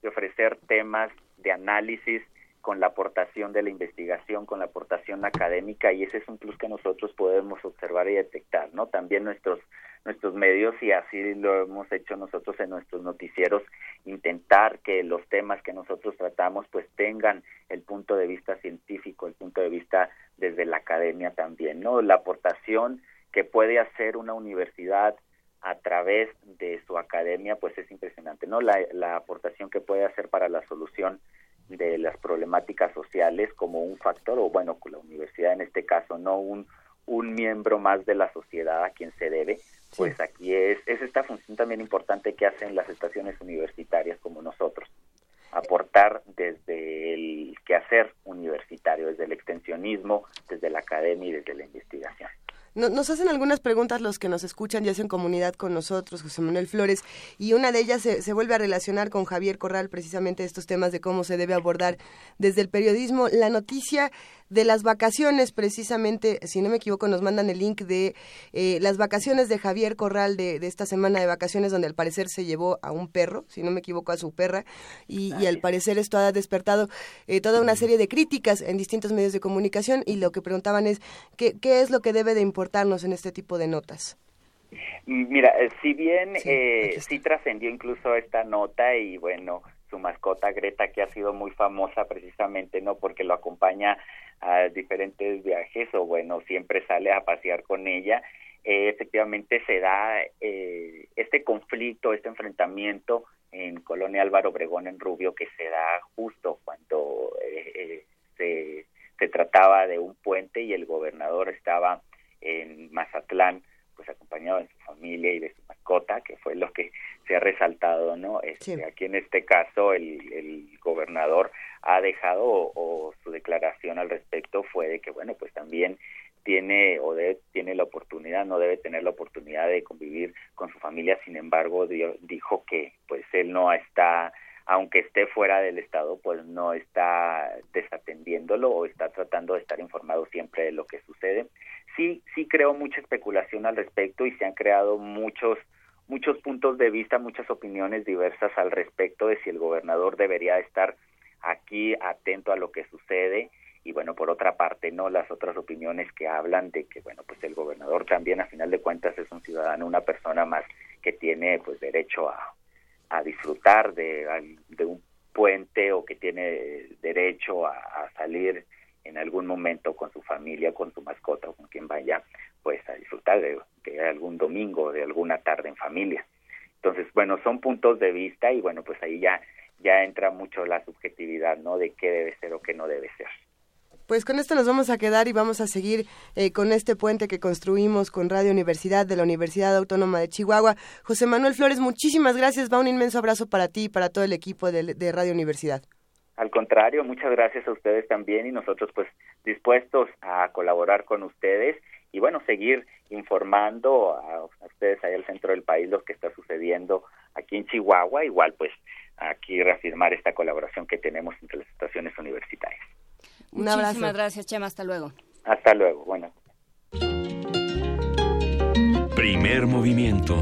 temas de análisis con la aportación de la investigación, con la aportación académica, y ese es un plus que nosotros podemos observar y detectar, ¿no? También nuestros medios, y así lo hemos hecho nosotros en nuestros noticieros, intentar que los temas que nosotros tratamos pues tengan el punto de vista científico, el punto de vista desde la academia también, ¿no? La aportación que puede hacer una universidad a través de su academia pues es impresionante, ¿no? La aportación que puede hacer para la solución de las problemáticas sociales como un factor, o bueno, con la universidad en este caso, no un miembro más de la sociedad a quien se debe, pues aquí es esta función también importante que hacen las estaciones universitarias como nosotros, aportar desde el quehacer universitario, desde el extensionismo, desde la academia y desde la investigación. Nos hacen algunas preguntas los que nos escuchan y hacen comunidad con nosotros, José Manuel Flores, y una de ellas se vuelve a relacionar con Javier Corral, precisamente estos temas de cómo se debe abordar desde el periodismo. La noticia de las vacaciones, precisamente, si no me equivoco, nos mandan el link de las vacaciones de Javier Corral de esta semana de vacaciones, donde al parecer se llevó a un perro, si no me equivoco, a su perra, y al parecer esto ha despertado toda una serie de críticas en distintos medios de comunicación, y lo que preguntaban es, ¿qué es lo que debe de importarnos en este tipo de notas? Mira, si bien sí trascendió incluso esta nota, y bueno, su mascota Greta, que ha sido muy famosa precisamente, ¿no?, porque lo acompaña a diferentes viajes, o bueno, siempre sale a pasear con ella. Efectivamente se da este conflicto, este enfrentamiento en Colonia Álvaro Obregón, en Rubio, que se da justo cuando se trataba de un puente y el gobernador estaba en Mazatlán, pues acompañado de su familia y de su mascota, que fue lo que se ha resaltado, ¿no? Aquí en este caso el gobernador ha dejado, o su declaración al respecto fue de que, bueno, pues también tiene la oportunidad, no debe tener la oportunidad de convivir con su familia. Sin embargo, dijo que pues él no está, aunque esté fuera del estado, pues no está desatendiéndolo, o está tratando de estar informado siempre de lo que sucede. Sí creo mucha especulación al respecto, y se han creado muchos puntos de vista, muchas opiniones diversas al respecto de si el gobernador debería estar aquí atento a lo que sucede. Y bueno, por otra parte, no, las otras opiniones que hablan de que, bueno, pues el gobernador también, a final de cuentas, es un ciudadano, una persona más que tiene pues derecho a disfrutar de un puente, o que tiene derecho a salir en algún momento con su familia, con su mascota, o con quien vaya pues a disfrutar de algún domingo, de alguna tarde en familia. Entonces, bueno, son puntos de vista, y bueno, pues ahí ya entra mucho la subjetividad, ¿no?, de qué debe ser o qué no debe ser. Pues con esto nos vamos a quedar y vamos a seguir con este puente que construimos con Radio Universidad de la Universidad Autónoma de Chihuahua. José Manuel Flores, muchísimas gracias. Va un inmenso abrazo para ti y para todo el equipo de Radio Universidad. Al contrario, muchas gracias a ustedes también, y nosotros pues dispuestos a colaborar con ustedes y bueno, seguir informando a ustedes allá al centro del país lo que está sucediendo aquí en Chihuahua. Igual pues aquí reafirmar esta colaboración que tenemos entre las estaciones universitarias. Un abrazo. Muchísimas gracias, Chema. Hasta luego. Hasta luego. Bueno. Primer movimiento.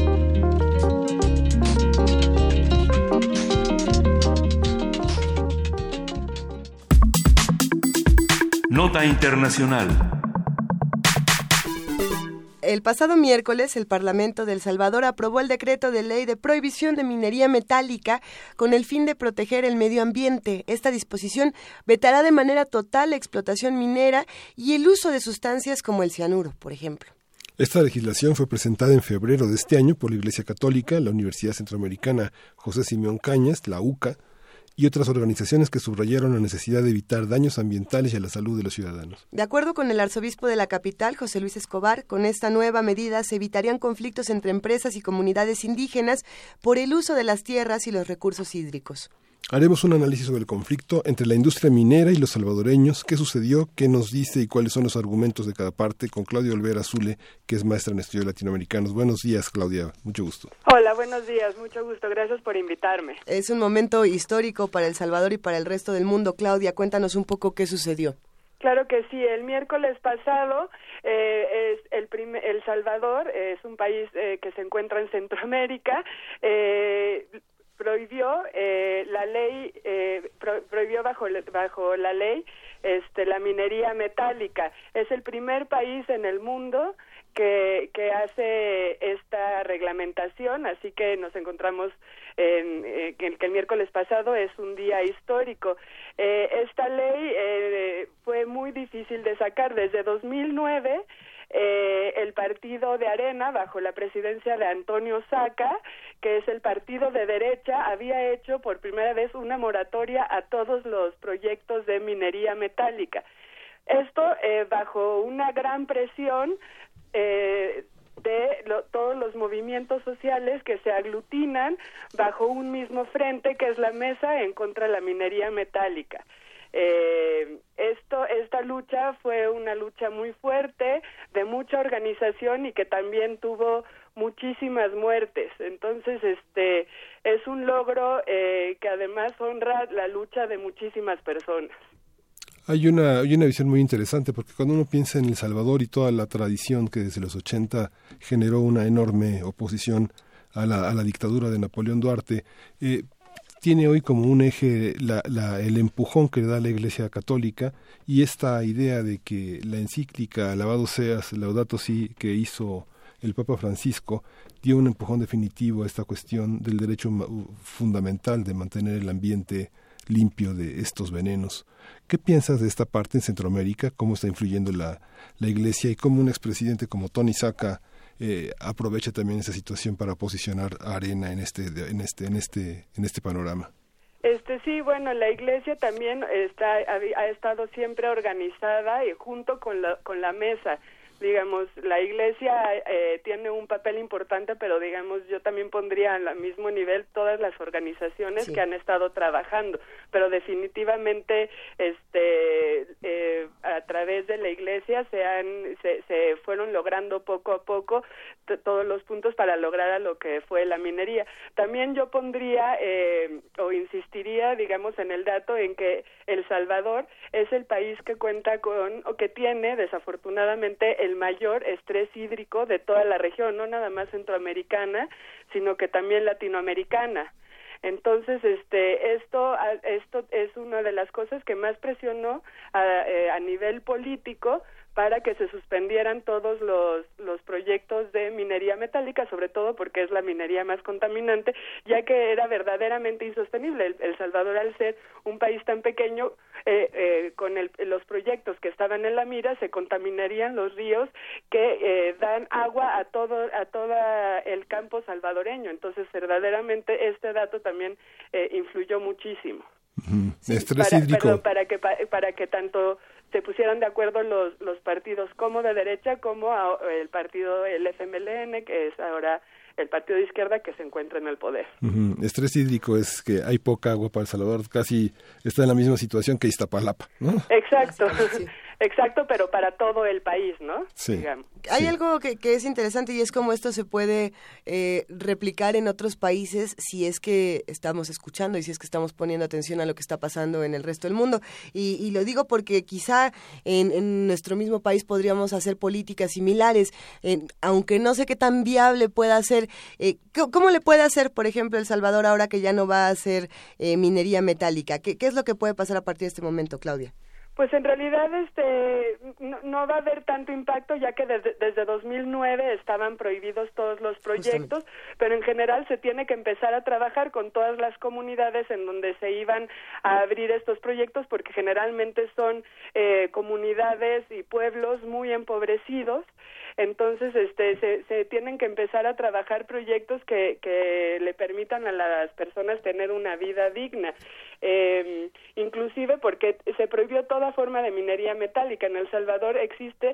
Nota internacional. El pasado miércoles, el Parlamento de El Salvador aprobó el decreto de ley de prohibición de minería metálica con el fin de proteger el medio ambiente. Esta disposición vetará de manera total la explotación minera y el uso de sustancias como el cianuro, por ejemplo. Esta legislación fue presentada en febrero de este año por la Iglesia Católica, la Universidad Centroamericana José Simeón Cañas, la UCA, y otras organizaciones que subrayaron la necesidad de evitar daños ambientales y a la salud de los ciudadanos. De acuerdo con el arzobispo de la capital, José Luis Escobar, con esta nueva medida se evitarían conflictos entre empresas y comunidades indígenas por el uso de las tierras y los recursos hídricos. Haremos un análisis sobre el conflicto entre la industria minera y los salvadoreños, qué sucedió, qué nos dice y cuáles son los argumentos de cada parte, con Claudia Olvera Zule, que es maestra en estudios latinoamericanos. Buenos días, Claudia, mucho gusto. Hola, buenos días, mucho gusto, gracias por invitarme. Es un momento histórico para El Salvador y para el resto del mundo. Claudia, cuéntanos un poco qué sucedió. Claro que sí, el miércoles pasado El Salvador es un país que se encuentra en Centroamérica, prohibió la ley, prohibió bajo la ley la minería metálica. Es el primer país en el mundo que hace esta reglamentación, así que nos encontramos que el miércoles pasado es un día histórico. Esta ley fue muy difícil de sacar. Desde 2009 el partido de Arena, bajo la presidencia de Antonio Saca, que es el partido de derecha, había hecho por primera vez una moratoria a todos los proyectos de minería metálica. Esto bajo una gran presión todos los movimientos sociales que se aglutinan bajo un mismo frente, que es la Mesa en contra de la minería metálica. Esta lucha fue una lucha muy fuerte, de mucha organización y que también tuvo muchísimas muertes. Entonces, es un logro que además honra la lucha de muchísimas personas. Hay una visión muy interesante, porque cuando uno piensa en El Salvador y toda la tradición que desde los 80 generó una enorme oposición a la dictadura de Napoleón Duarte, tiene hoy como un eje el empujón que le da la Iglesia Católica y esta idea de que la encíclica Alabado seas, Laudato si, que hizo el Papa Francisco, dio un empujón definitivo a esta cuestión del derecho fundamental de mantener el ambiente limpio de estos venenos. ¿Qué piensas de esta parte en Centroamérica? ¿Cómo está influyendo la Iglesia y cómo un expresidente como Tony Saca aprovecha también esa situación para posicionar a Arena en este panorama? Sí, bueno, la Iglesia también ha estado siempre organizada y junto con la mesa. Digamos, la Iglesia tiene un papel importante, pero digamos, yo también pondría al mismo nivel todas las organizaciones que han estado trabajando, pero definitivamente a través de la Iglesia se fueron logrando poco a poco todos los puntos para lograr a lo que fue la minería. También yo pondría o insistiría, digamos, en el dato en que El Salvador es el país que cuenta con, o que tiene desafortunadamente el mayor estrés hídrico de toda la región, no nada más centroamericana, sino que también latinoamericana. Entonces, esto es una de las cosas que más presionó a nivel político para que se suspendieran todos los proyectos de minería metálica, sobre todo porque es la minería más contaminante, ya que era verdaderamente insostenible. El Salvador, al ser un país tan pequeño, con los proyectos que estaban en la mira, se contaminarían los ríos que dan agua a todo el campo salvadoreño. Entonces, verdaderamente, este dato también influyó muchísimo. Sí, estrés hídrico. Para que tanto se pusieran de acuerdo los partidos como de derecha como el partido, el FMLN, que es ahora el partido de izquierda que se encuentra en el poder. Estrés hídrico es que hay poca agua para El Salvador, casi está en la misma situación que Iztapalapa, ¿no? Exacto. Exacto, pero para todo el país, ¿no? Sí. Digamos. Hay algo que es interesante y es cómo esto se puede replicar en otros países si es que estamos escuchando y si es que estamos poniendo atención a lo que está pasando en el resto del mundo. Y lo digo porque quizá en nuestro mismo país podríamos hacer políticas similares, aunque no sé qué tan viable pueda ser. ¿Cómo le puede hacer, por ejemplo, El Salvador ahora que ya no va a hacer minería metálica? ¿Qué es lo que puede pasar a partir de este momento, Claudia? Pues en realidad no va a haber tanto impacto, ya que desde 2009 estaban prohibidos todos los proyectos, pero en general se tiene que empezar a trabajar con todas las comunidades en donde se iban a abrir estos proyectos, porque generalmente son comunidades y pueblos muy empobrecidos. Entonces, se tienen que empezar a trabajar proyectos que le permitan a las personas tener una vida digna. Inclusive porque se prohibió toda forma de minería metálica. En El Salvador existe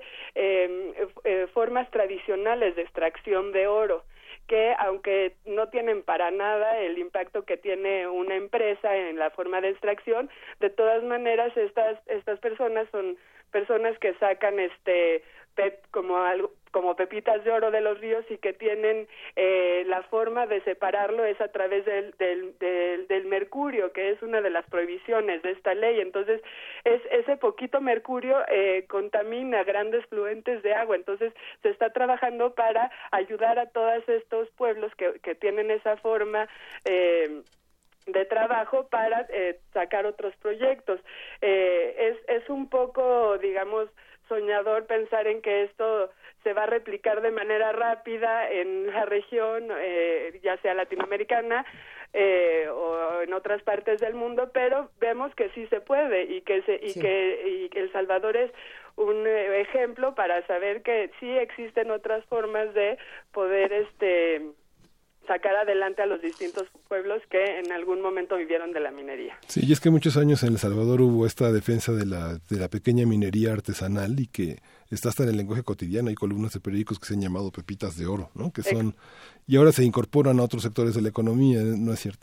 formas tradicionales de extracción de oro, que aunque no tienen para nada el impacto que tiene una empresa en la forma de extracción, de todas maneras estas personas son personas que sacan como pepitas de oro de los ríos y que tienen la forma de separarlo es a través del mercurio, que es una de las prohibiciones de esta ley. Entonces, ese poquito mercurio contamina grandes fluentes de agua. Entonces, se está trabajando para ayudar a todos estos pueblos que tienen esa forma de trabajo para sacar otros proyectos. Es un poco, digamos, soñador pensar en que esto se va a replicar de manera rápida en la región, ya sea latinoamericana o en otras partes del mundo, pero vemos que sí se puede y que El Salvador es un ejemplo para saber que sí existen otras formas de poder sacar adelante a los distintos pueblos que en algún momento vivieron de la minería. Sí, y es que muchos años en El Salvador hubo esta defensa de la pequeña minería artesanal y que está hasta en el lenguaje cotidiano. Hay columnas de periódicos que se han llamado pepitas de oro, ¿no? Que son y ahora se incorporan a otros sectores de la economía, ¿no es cierto?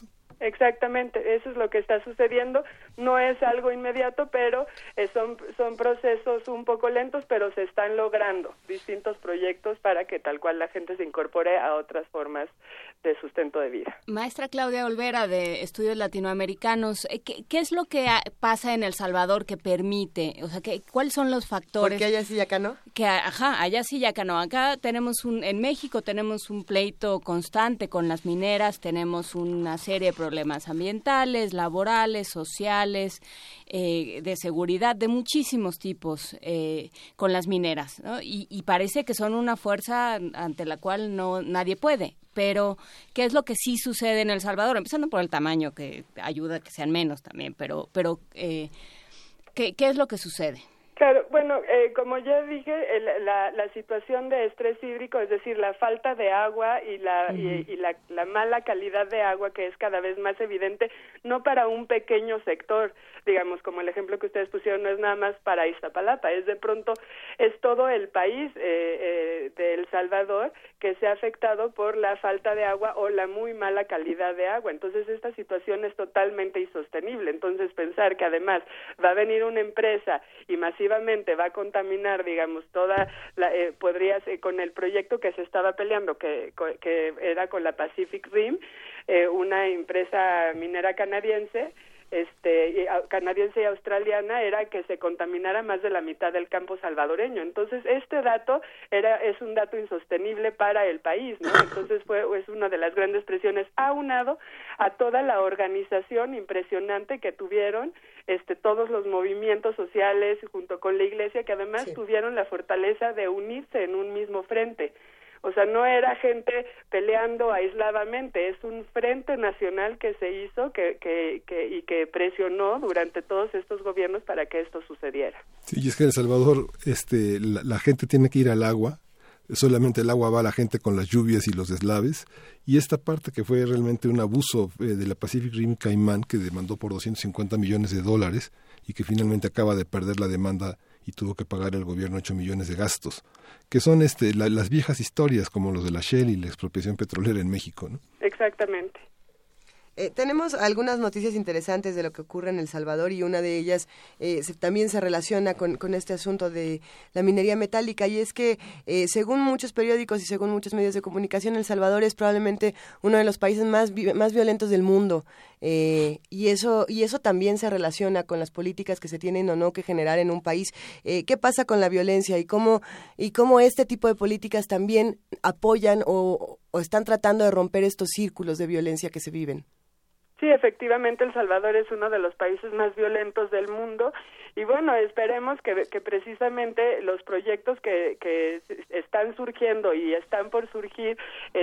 Exactamente, eso es lo que está sucediendo. No es algo inmediato, pero son procesos un poco lentos, pero se están logrando distintos proyectos para que tal cual la gente se incorpore a otras formas de sustento de vida. Maestra Claudia Olvera, de Estudios Latinoamericanos, ¿qué es lo que pasa en El Salvador que permite? O sea, ¿cuáles son los factores? Porque allá sí y acá no. Allá sí y acá no. Acá en México tenemos un pleito constante con las mineras, tenemos una serie de problemas ambientales, laborales, sociales, de seguridad, de muchísimos tipos con las mineras, ¿no? Y parece que son una fuerza ante la cual nadie puede. Pero, ¿qué es lo que sí sucede en El Salvador? Empezando por el tamaño, que ayuda a que sean menos también, pero ¿qué es lo que sucede? Claro, bueno, como ya dije, la situación de estrés hídrico, es decir, la falta de agua y la mala calidad de agua, que es cada vez más evidente, no para un pequeño sector, digamos, como el ejemplo que ustedes pusieron, no es nada más para Iztapalapa, es todo el país de El Salvador que se ha afectado por la falta de agua o la muy mala calidad de agua. Entonces, esta situación es totalmente insostenible. Entonces, pensar que además va a venir una empresa y masivamente va a contaminar, digamos, con el proyecto que se estaba peleando, que era con la Pacific Rim, una empresa minera canadiense y australiana, era que se contaminara más de la mitad del campo salvadoreño. Entonces, este dato es un dato insostenible para el país, ¿no? Entonces, es una de las grandes presiones, aunado a toda la organización impresionante que tuvieron todos los movimientos sociales junto con la Iglesia, que además tuvieron la fortaleza de unirse en un mismo frente. O sea, no era gente peleando aisladamente, es un frente nacional que se hizo y que presionó durante todos estos gobiernos para que esto sucediera. Sí, y es que en El Salvador la gente tiene que ir al agua, solamente el agua va a la gente con las lluvias y los deslaves, y esta parte que fue realmente un abuso de la Pacific Rim Caimán, que demandó por $250 millones y que finalmente acaba de perder la demanda y tuvo que pagar el gobierno 8 millones de gastos, que son las viejas historias como los de la Shell y la expropiación petrolera en México, ¿no? Exactamente. Tenemos algunas noticias interesantes de lo que ocurre en El Salvador, y una de ellas también se relaciona con este asunto de la minería metálica, y es que según muchos periódicos y según muchos medios de comunicación, El Salvador es probablemente uno de los países más violentos del mundo, y eso también se relaciona con las políticas que se tienen o no que generar en un país. ¿Qué pasa con la violencia y cómo este tipo de políticas también apoyan o están tratando de romper estos círculos de violencia que se viven? Sí, efectivamente, El Salvador es uno de los países más violentos del mundo, y bueno, esperemos que precisamente los proyectos que están surgiendo y están por surgir,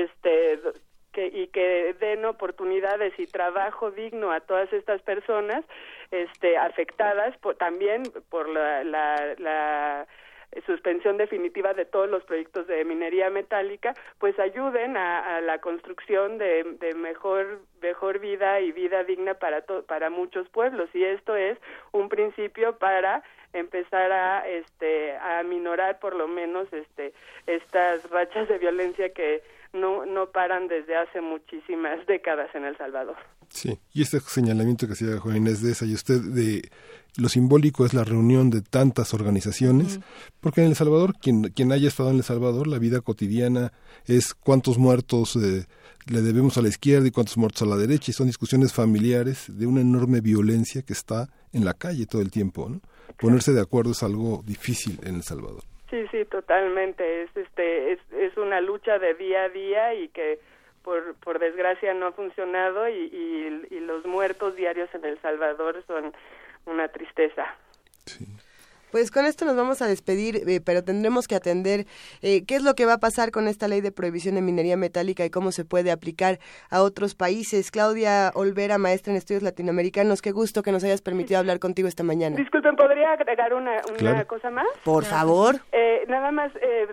y que den oportunidades y trabajo digno a todas estas personas afectadas también por la suspensión definitiva de todos los proyectos de minería metálica, pues ayuden a la construcción de mejor vida y vida digna para muchos pueblos, y esto es un principio para empezar a aminorar por lo menos estas rachas de violencia que no paran desde hace muchísimas décadas en El Salvador. Sí, y este señalamiento que hacía Juana Inés de esa y usted de lo simbólico es la reunión de tantas organizaciones, porque en El Salvador, quien haya estado en El Salvador, la vida cotidiana es cuántos muertos le debemos a la izquierda y cuántos muertos a la derecha, y son discusiones familiares de una enorme violencia que está en la calle todo el tiempo, ¿no? Ponerse de acuerdo es algo difícil en El Salvador. Sí, totalmente, es una lucha de día a día y que por desgracia no ha funcionado, y los muertos diarios en El Salvador son una tristeza. Sí. Pues con esto nos vamos a despedir, pero tendremos que atender qué es lo que va a pasar con esta ley de prohibición de minería metálica y cómo se puede aplicar a otros países. Claudia Olvera, maestra en estudios latinoamericanos, qué gusto que nos hayas permitido hablar contigo esta mañana. Disculpen, ¿podría agregar una cosa más? Por favor. Nada más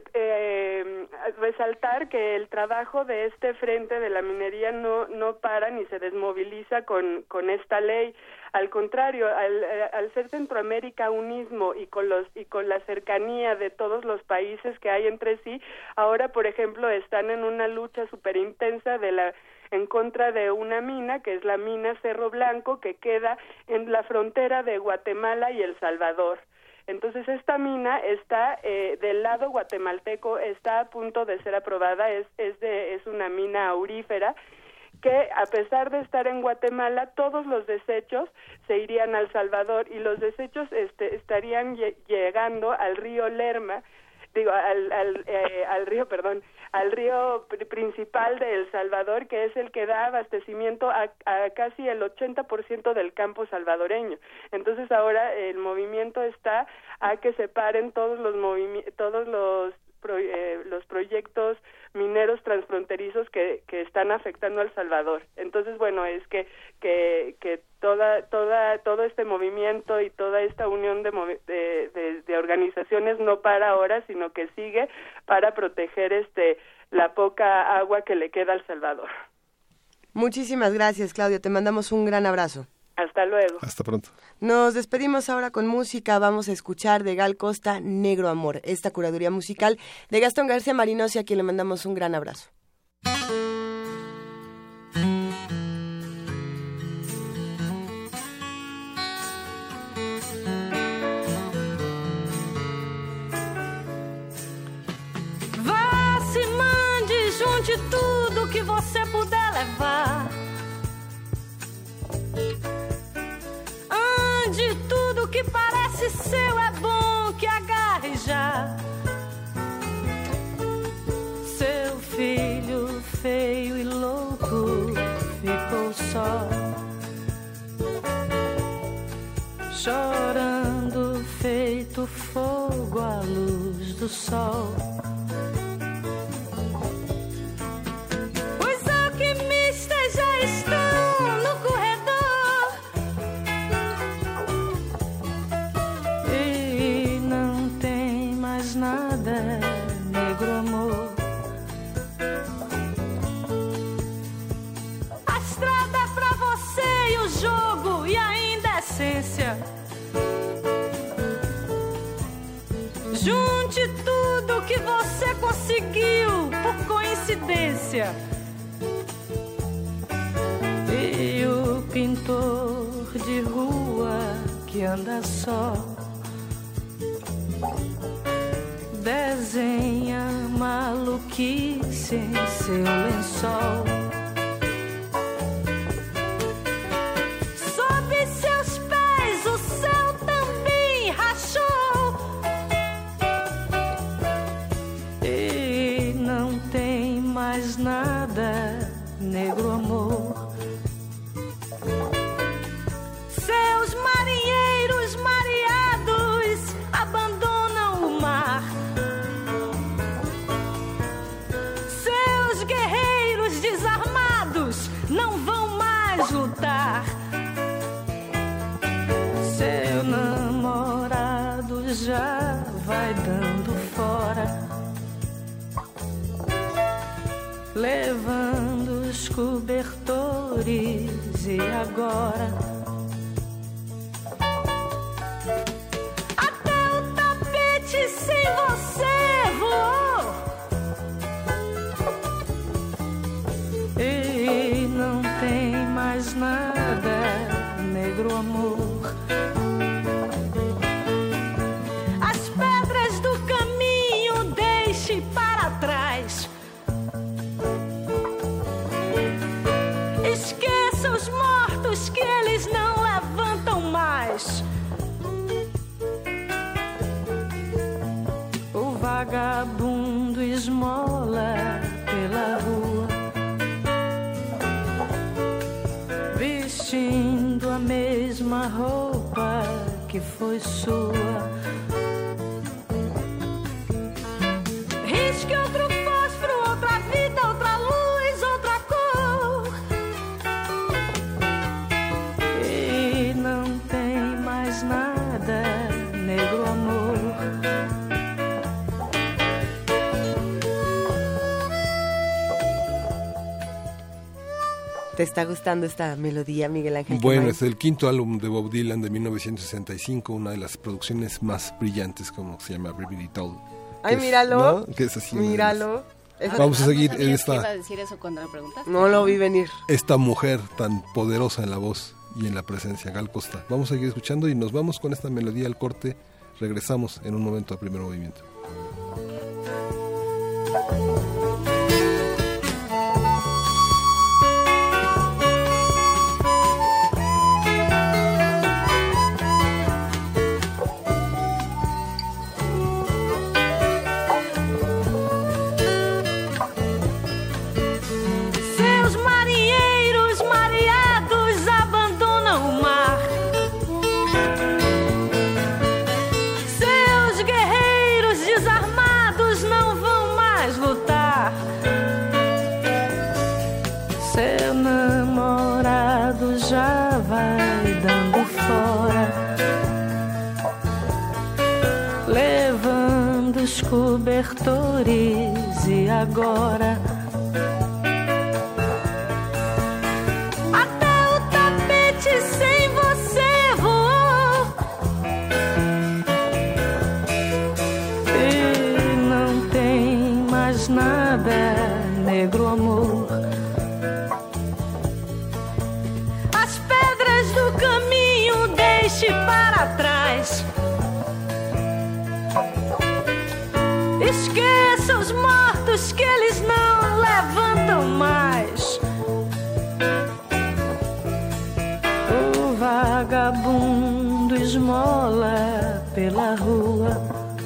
resaltar que el trabajo de este frente de la minería no para ni se desmoviliza con esta ley. Al contrario, al ser Centroamérica unismo y con la cercanía de todos los países que hay entre sí, ahora, por ejemplo, están en una lucha súper intensa de la en contra de una mina, que es la mina Cerro Blanco, que queda en la frontera de Guatemala y El Salvador. Entonces esta mina está del lado guatemalteco, está a punto de ser aprobada, es una mina aurífera, que a pesar de estar en Guatemala, todos los desechos se irían al Salvador y los desechos estarían llegando al río Lerma, al río principal de El Salvador, que es el que da abastecimiento a casi el 80% del campo salvadoreño. Entonces ahora el movimiento está a que se paren todos los proyectos mineros transfronterizos que están afectando a El Salvador. Entonces, bueno, es que todo este movimiento y toda esta unión de organizaciones no para ahora, sino que sigue para proteger la poca agua que le queda a El Salvador. Muchísimas gracias, Claudia. Te mandamos un gran abrazo. Hasta luego. Hasta pronto. Nos despedimos ahora con música. Vamos a escuchar de Gal Costa, Negro Amor, esta curaduría musical de Gastón García Marinosi, a quien le mandamos un gran abrazo. Vá, se mande, junte tudo que você puder levar. Ande, tudo que parece seu é bom que agarre já. Seu filho feio e louco ficou só, chorando feito fogo à luz do sol. Os alquimistas já estão no corredor e não tem mais nada, negro amor. A estrada é pra você e o jogo e ainda a essência. Junte tudo que você conseguiu por coincidência. E o pintor de rua que anda só desenha maluquice em seu lençol. Sob seus pés o céu também rachou e não tem mais nada, negro amor. Seus marinheiros mareados abandonam o mar. Seus guerreiros desarmados não vão mais lutar. Seu namorado já vai dando fora, levando os cobertores e agora até o tapete sem você voou e não tem mais nada, negro amor. As pedras do caminho deixe para trás. Esqueça os mortos que eles não levantam mais. O vagabundo esmola pela rua, vestindo a mesma roupa que foi sua. Risque outro fósforo, outra vida, outra luz, outra cor. E não tem mais nada, negro amor. ¿Te está gustando esta melodía, Miguel Ángel? Bueno, es el quinto álbum de Bob Dylan de 1965, una de las producciones más brillantes, como se llama Brevity Toll. Ay, míralo. ¿no? Que es así, míralo. Vamos a seguir en ¿Iba a esta... decir eso cuando le preguntaste? No lo vi venir. Esta mujer tan poderosa en la voz y en la presencia, Gal Costa. Vamos a seguir escuchando y nos vamos con esta melodía al corte. Regresamos en un momento a Primer Movimiento. Seus marinheiros mareados abandonam o mar. Seus guerreiros desarmados não vão mais lutar. Seu namorado já vai dando fora, levando os cobertores e agora até o tapete sem você voou. E não tem mais nada, negro amor. As pedras do caminho deixe para trás. Esqueça os mortos que eles não levantam mais. O vagabundo esmola pela rua,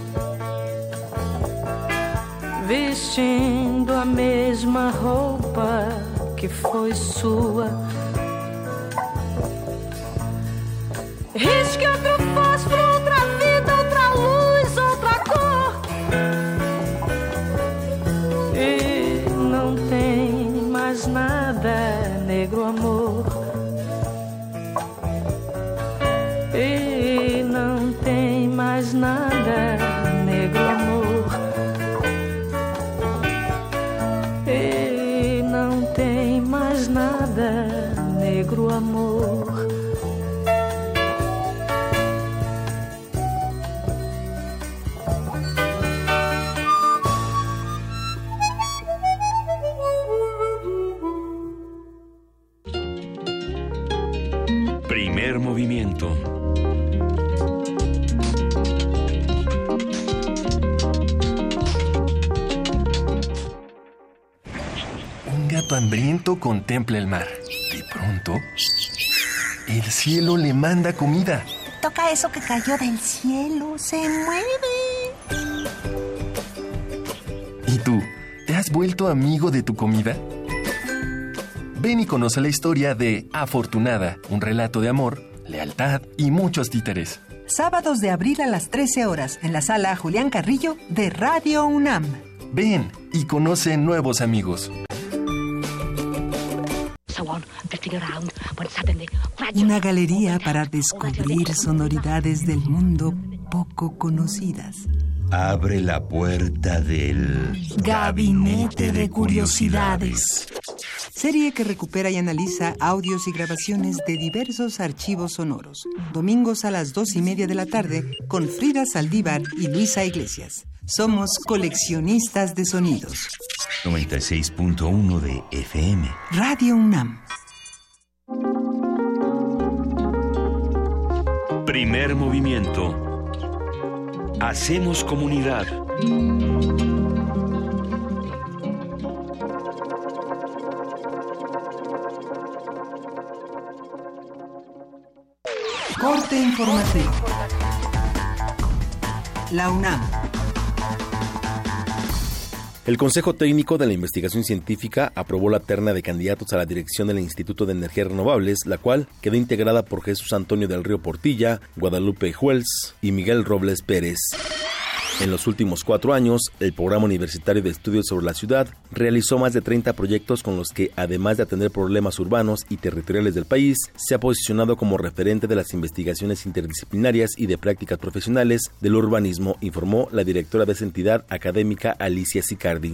vestindo a mesma roupa que foi sua. Risque outro fósforo, outra vida, outra luz, outra cor. E não tem mais nada, negro amor. E não tem mais nada, negro amor. E não tem mais nada, negro amor. Primer movimiento. Un gato hambriento contempla el mar. De pronto, el cielo le manda comida. Toca eso que cayó del cielo, se mueve. ¿Y tú, te has vuelto amigo de tu comida? Ven y conoce la historia de Afortunada, un relato de amor, lealtad y muchos títeres. Sábados de abril a las 13 horas en la sala Julián Carrillo de Radio UNAM. Ven y conoce nuevos amigos. Una galería para descubrir sonoridades del mundo poco conocidas. Abre la puerta del Gabinete de Curiosidades. Serie que recupera y analiza audios y grabaciones de diversos archivos sonoros. Domingos a las 2:30 de la tarde con Frida Saldívar y Luisa Iglesias. Somos coleccionistas de sonidos. 96.1 de FM. Radio UNAM. Primer movimiento. Hacemos comunidad. Corte informativo. La UNAM. El Consejo Técnico de la Investigación Científica aprobó la terna de candidatos a la dirección del Instituto de Energías Renovables, la cual quedó integrada por Jesús Antonio del Río Portilla, Guadalupe Juels y Miguel Robles Pérez. En los últimos 4 años, el Programa Universitario de Estudios sobre la Ciudad realizó más de 30 proyectos con los que, además de atender problemas urbanos y territoriales del país, se ha posicionado como referente de las investigaciones interdisciplinarias y de prácticas profesionales del urbanismo, informó la directora de esa entidad académica Alicia Sicardi.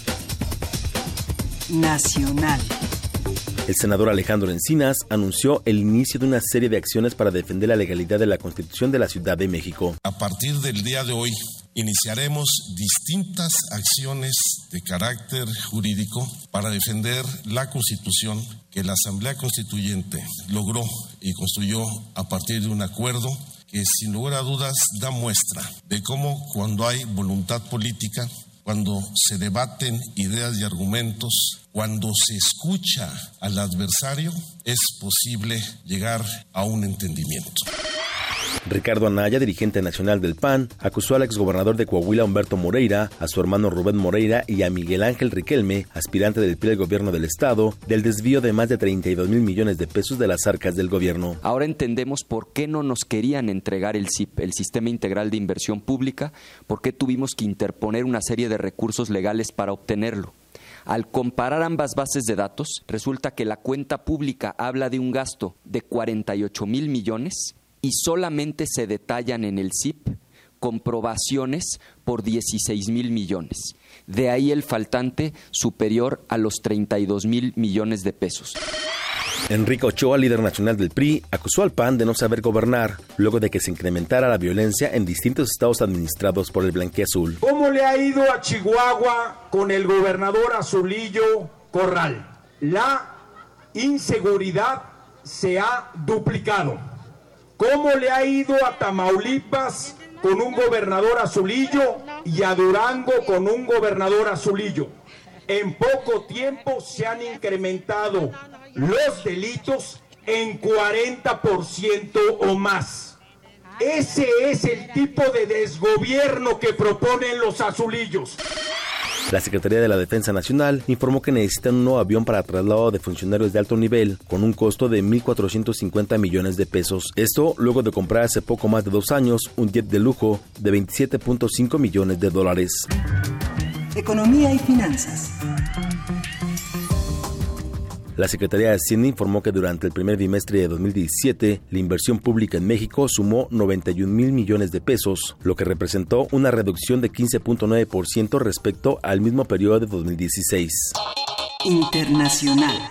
Nacional. El senador Alejandro Encinas anunció el inicio de una serie de acciones para defender la legalidad de la Constitución de la Ciudad de México. A partir del día de hoy, iniciaremos distintas acciones de carácter jurídico para defender la Constitución que la Asamblea Constituyente logró y construyó a partir de un acuerdo que sin lugar a dudas da muestra de cómo cuando hay voluntad política, cuando se debaten ideas y argumentos, cuando se escucha al adversario, es posible llegar a un entendimiento. Ricardo Anaya, dirigente nacional del PAN, acusó al exgobernador de Coahuila, Humberto Moreira, a su hermano Rubén Moreira y a Miguel Ángel Riquelme, aspirante del PRI al gobierno del estado, del desvío de más de 32 mil millones de pesos de las arcas del gobierno. Ahora entendemos por qué no nos querían entregar el SIP, el Sistema Integral de Inversión Pública, por qué tuvimos que interponer una serie de recursos legales para obtenerlo. Al comparar ambas bases de datos, resulta que la cuenta pública habla de un gasto de 48 mil millones y solamente se detallan en el SIP comprobaciones por 16 mil millones. De ahí el faltante superior a los 32 mil millones de pesos. Enrique Ochoa, líder nacional del PRI, acusó al PAN de no saber gobernar, luego de que se incrementara la violencia en distintos estados administrados por el blanquiazul. ¿Cómo le ha ido a Chihuahua con el gobernador Azulillo Corral? La inseguridad se ha duplicado. ¿Cómo le ha ido a Tamaulipas con un gobernador Azulillo y a Durango con un gobernador Azulillo? En poco tiempo se han incrementado los delitos en 40% o más. Ese es el tipo de desgobierno que proponen los azulillos. La Secretaría de la Defensa Nacional informó que necesitan un nuevo avión para traslado de funcionarios de alto nivel, con un costo de 1.450 millones de pesos. Esto luego de comprar hace poco más de 2 años un jet de lujo de 27.5 millones de dólares. Economía y finanzas. La Secretaría de Hacienda informó que durante el primer bimestre de 2017, la inversión pública en México sumó 91 mil millones de pesos, lo que representó una reducción de 15.9% respecto al mismo periodo de 2016. Internacional.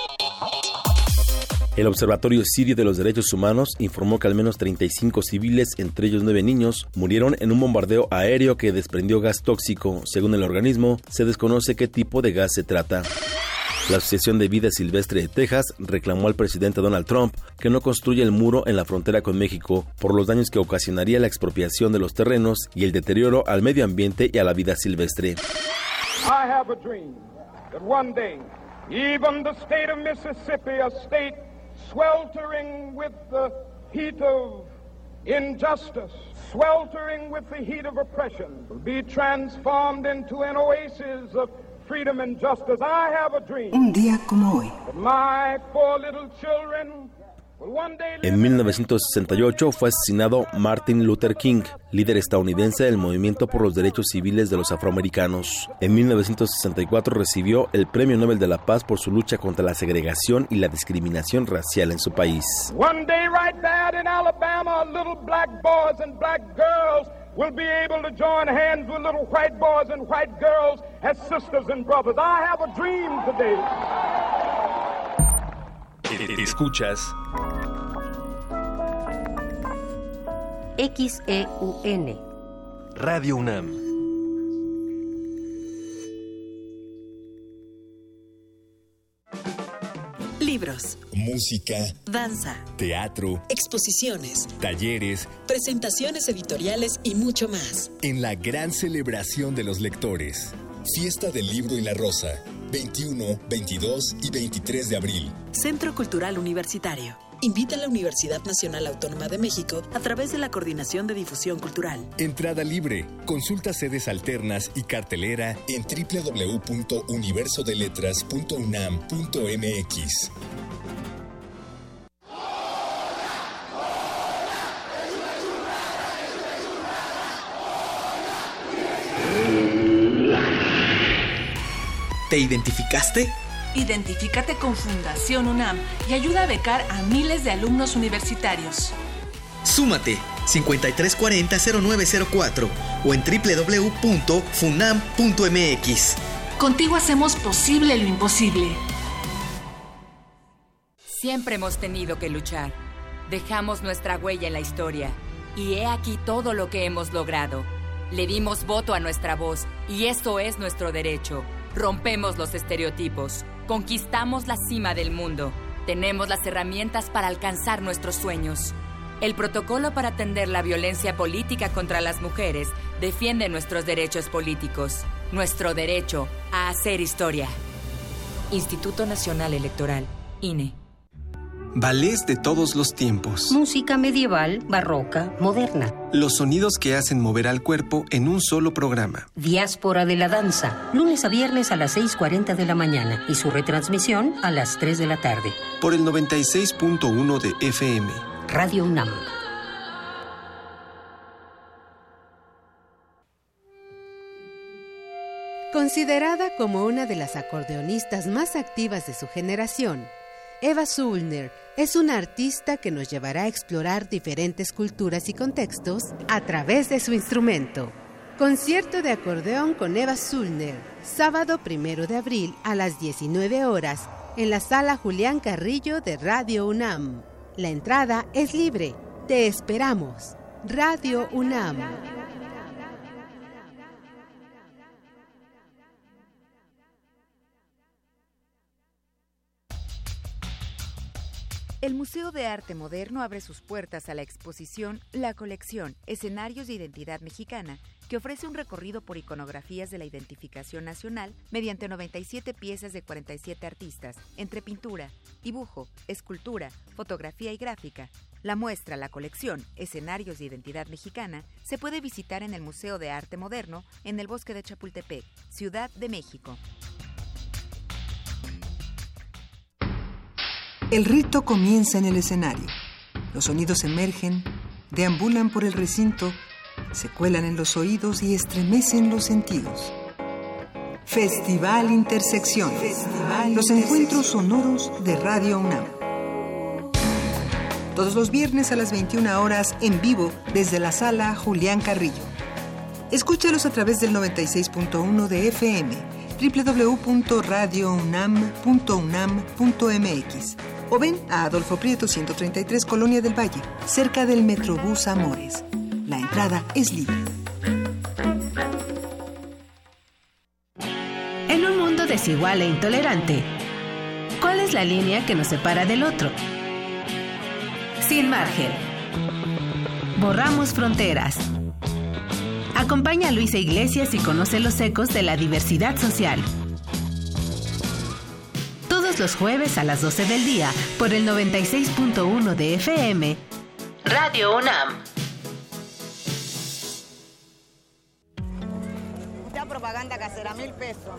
El Observatorio Sirio de los Derechos Humanos informó que al menos 35 civiles, entre ellos 9 niños, murieron en un bombardeo aéreo que desprendió gas tóxico. Según el organismo, se desconoce qué tipo de gas se trata. La Asociación de Vida Silvestre de Texas reclamó al presidente Donald Trump que no construya el muro en la frontera con México por los daños que ocasionaría la expropiación de los terrenos y el deterioro al medio ambiente y a la vida silvestre. I have a dream that one day even the state of Mississippi, a state sweltering with the heat of injustice, sweltering with the heat of oppression, will be transformed into an oasis of freedom and justice. I have a dream. Un día como hoy. That my 4 little children will one day live. En 1968 fue asesinado Martin Luther King, líder estadounidense del movimiento por los derechos civiles de los afroamericanos. En 1964 recibió el Premio Nobel de la Paz por su lucha contra la segregación y la discriminación racial en su país. One day right there in Alabama, little black boys and black girls will be able to join hands with little white boys and white girls as sisters and brothers. I have a dream today. Escuchas XEUN Radio UNAM. Libros, música, danza, teatro, exposiciones, talleres, presentaciones editoriales y mucho más. En la gran celebración de los lectores. Fiesta del Libro y la Rosa, 21, 22 y 23 de abril. Centro Cultural Universitario. Invita a la Universidad Nacional Autónoma de México a través de la Coordinación de Difusión Cultural. Entrada libre. Consulta sedes alternas y cartelera en www.universodeletras.unam.mx. ¿Te identificaste? Identifícate con Fundación UNAM y ayuda a becar a miles de alumnos universitarios. Súmate 5340-0904 o en www.funam.mx. Contigo hacemos posible lo imposible. Siempre hemos tenido que luchar. Dejamos nuestra huella en la historia. Y he aquí todo lo que hemos logrado. Le dimos voto a nuestra voz y eso es nuestro derecho. Rompemos los estereotipos. Conquistamos la cima del mundo. Tenemos las herramientas para alcanzar nuestros sueños. El protocolo para atender la violencia política contra las mujeres defiende nuestros derechos políticos. Nuestro derecho a hacer historia. Instituto Nacional Electoral, INE. Ballets de todos los tiempos. Música medieval, barroca, moderna. Los sonidos que hacen mover al cuerpo en un solo programa. Diáspora de la danza, lunes a viernes a las 6:40 de la mañana y su retransmisión a las 3 de la tarde. Por el 96.1 de FM. Radio UNAM. Considerada como una de las acordeonistas más activas de su generación, Eva Sullner es una artista que nos llevará a explorar diferentes culturas y contextos a través de su instrumento. Concierto de acordeón con Eva Sullner, sábado 1 de abril a las 19 horas en la Sala Julián Carrillo de Radio UNAM. La entrada es libre. Te esperamos. Radio UNAM. El Museo de Arte Moderno abre sus puertas a la exposición La Colección, Escenarios de Identidad Mexicana, que ofrece un recorrido por iconografías de la identificación nacional mediante 97 piezas de 47 artistas, entre pintura, dibujo, escultura, fotografía y gráfica. La muestra La Colección, Escenarios de Identidad Mexicana, se puede visitar en el Museo de Arte Moderno en el Bosque de Chapultepec, Ciudad de México. El rito comienza en el escenario. Los sonidos emergen, deambulan por el recinto, se cuelan en los oídos y estremecen los sentidos. Festival Intersección. Los encuentros sonoros de Radio UNAM. Todos los viernes a las 21 horas en vivo desde la Sala Julián Carrillo. Escúchalos a través del 96.1 de FM, www.radiounam.unam.mx o ven a Adolfo Prieto 133 Colonia del Valle, cerca del Metrobús Amores. La entrada es libre. En un mundo desigual e intolerante, ¿cuál es la línea que nos separa del otro? Sin margen. Borramos fronteras. Acompaña a Luisa Iglesias y conoce los ecos de la diversidad social. Todos los jueves a las 12 del día por el 96.1 de FM, Radio UNAM. Mucha propaganda casera, 1,000 pesos.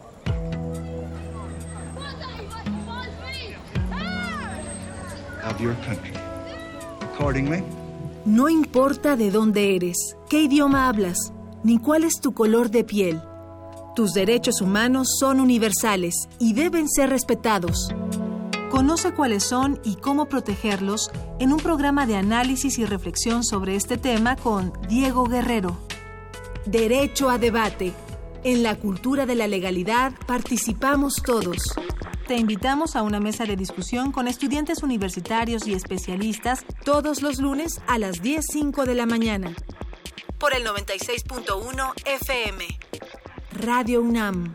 Of your country. Accordingly. No importa de dónde eres, qué idioma hablas, ni cuál es tu color de piel. Tus derechos humanos son universales y deben ser respetados. Conoce cuáles son y cómo protegerlos en un programa de análisis y reflexión sobre este tema con Diego Guerrero. Derecho a debate. En la cultura de la legalidad participamos todos. Te invitamos a una mesa de discusión con estudiantes universitarios y especialistas todos los lunes a las 10:05 de la mañana. Por el 96.1 FM. Radio UNAM.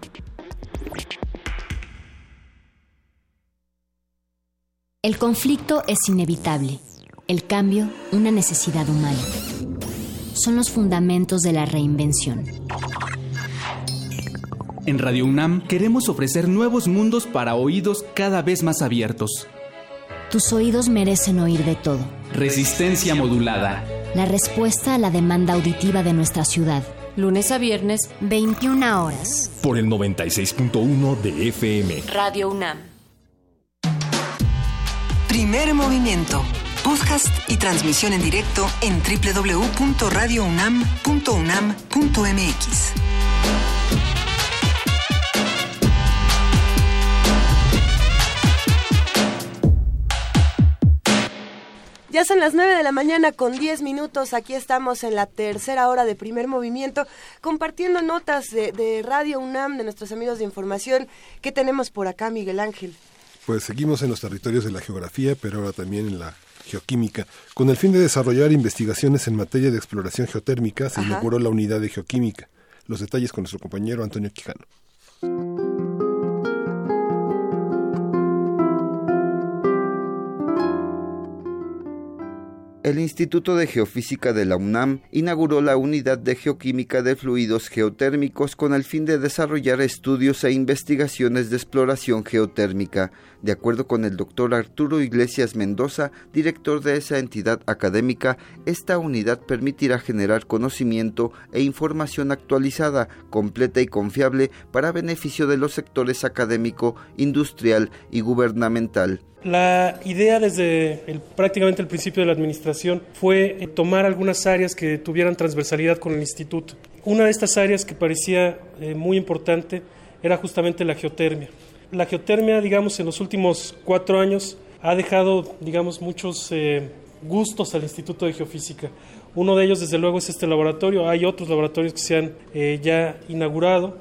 El conflicto es inevitable. El cambio, una necesidad humana. Son los fundamentos de la reinvención. En Radio UNAM queremos ofrecer nuevos mundos para oídos cada vez más abiertos. Tus oídos merecen oír de todo. Resistencia modulada. La respuesta a la demanda auditiva de nuestra ciudad. Lunes a viernes, 21 horas. Por el 96.1 de FM. Radio UNAM. Primer movimiento. Podcast y transmisión en directo en www.radiounam.unam.mx. Ya son las 9 de la mañana con 10 minutos. Aquí estamos en la tercera hora de Primer Movimiento, compartiendo notas de Radio UNAM, de nuestros amigos de información. ¿Qué tenemos por acá, Miguel Ángel? Pues seguimos en los territorios de la geografía, pero ahora también en la geoquímica. Con el fin de desarrollar investigaciones en materia de exploración geotérmica, se inauguró la unidad de geoquímica. Los detalles con nuestro compañero Antonio Quijano. El Instituto de Geofísica de la UNAM inauguró la Unidad de Geoquímica de Fluidos Geotérmicos con el fin de desarrollar estudios e investigaciones de exploración geotérmica. De acuerdo con el doctor Arturo Iglesias Mendoza, director de esa entidad académica, esta unidad permitirá generar conocimiento e información actualizada, completa y confiable para beneficio de los sectores académico, industrial y gubernamental. La idea desde prácticamente el principio de la administración fue tomar algunas áreas que tuvieran transversalidad con el instituto. Una de estas áreas que parecía muy importante era justamente la geotermia. La geotermia, digamos, en los últimos 4 años ha dejado, digamos, muchos gustos al Instituto de Geofísica. Uno de ellos, desde luego, es este laboratorio. Hay otros laboratorios que se han ya inaugurado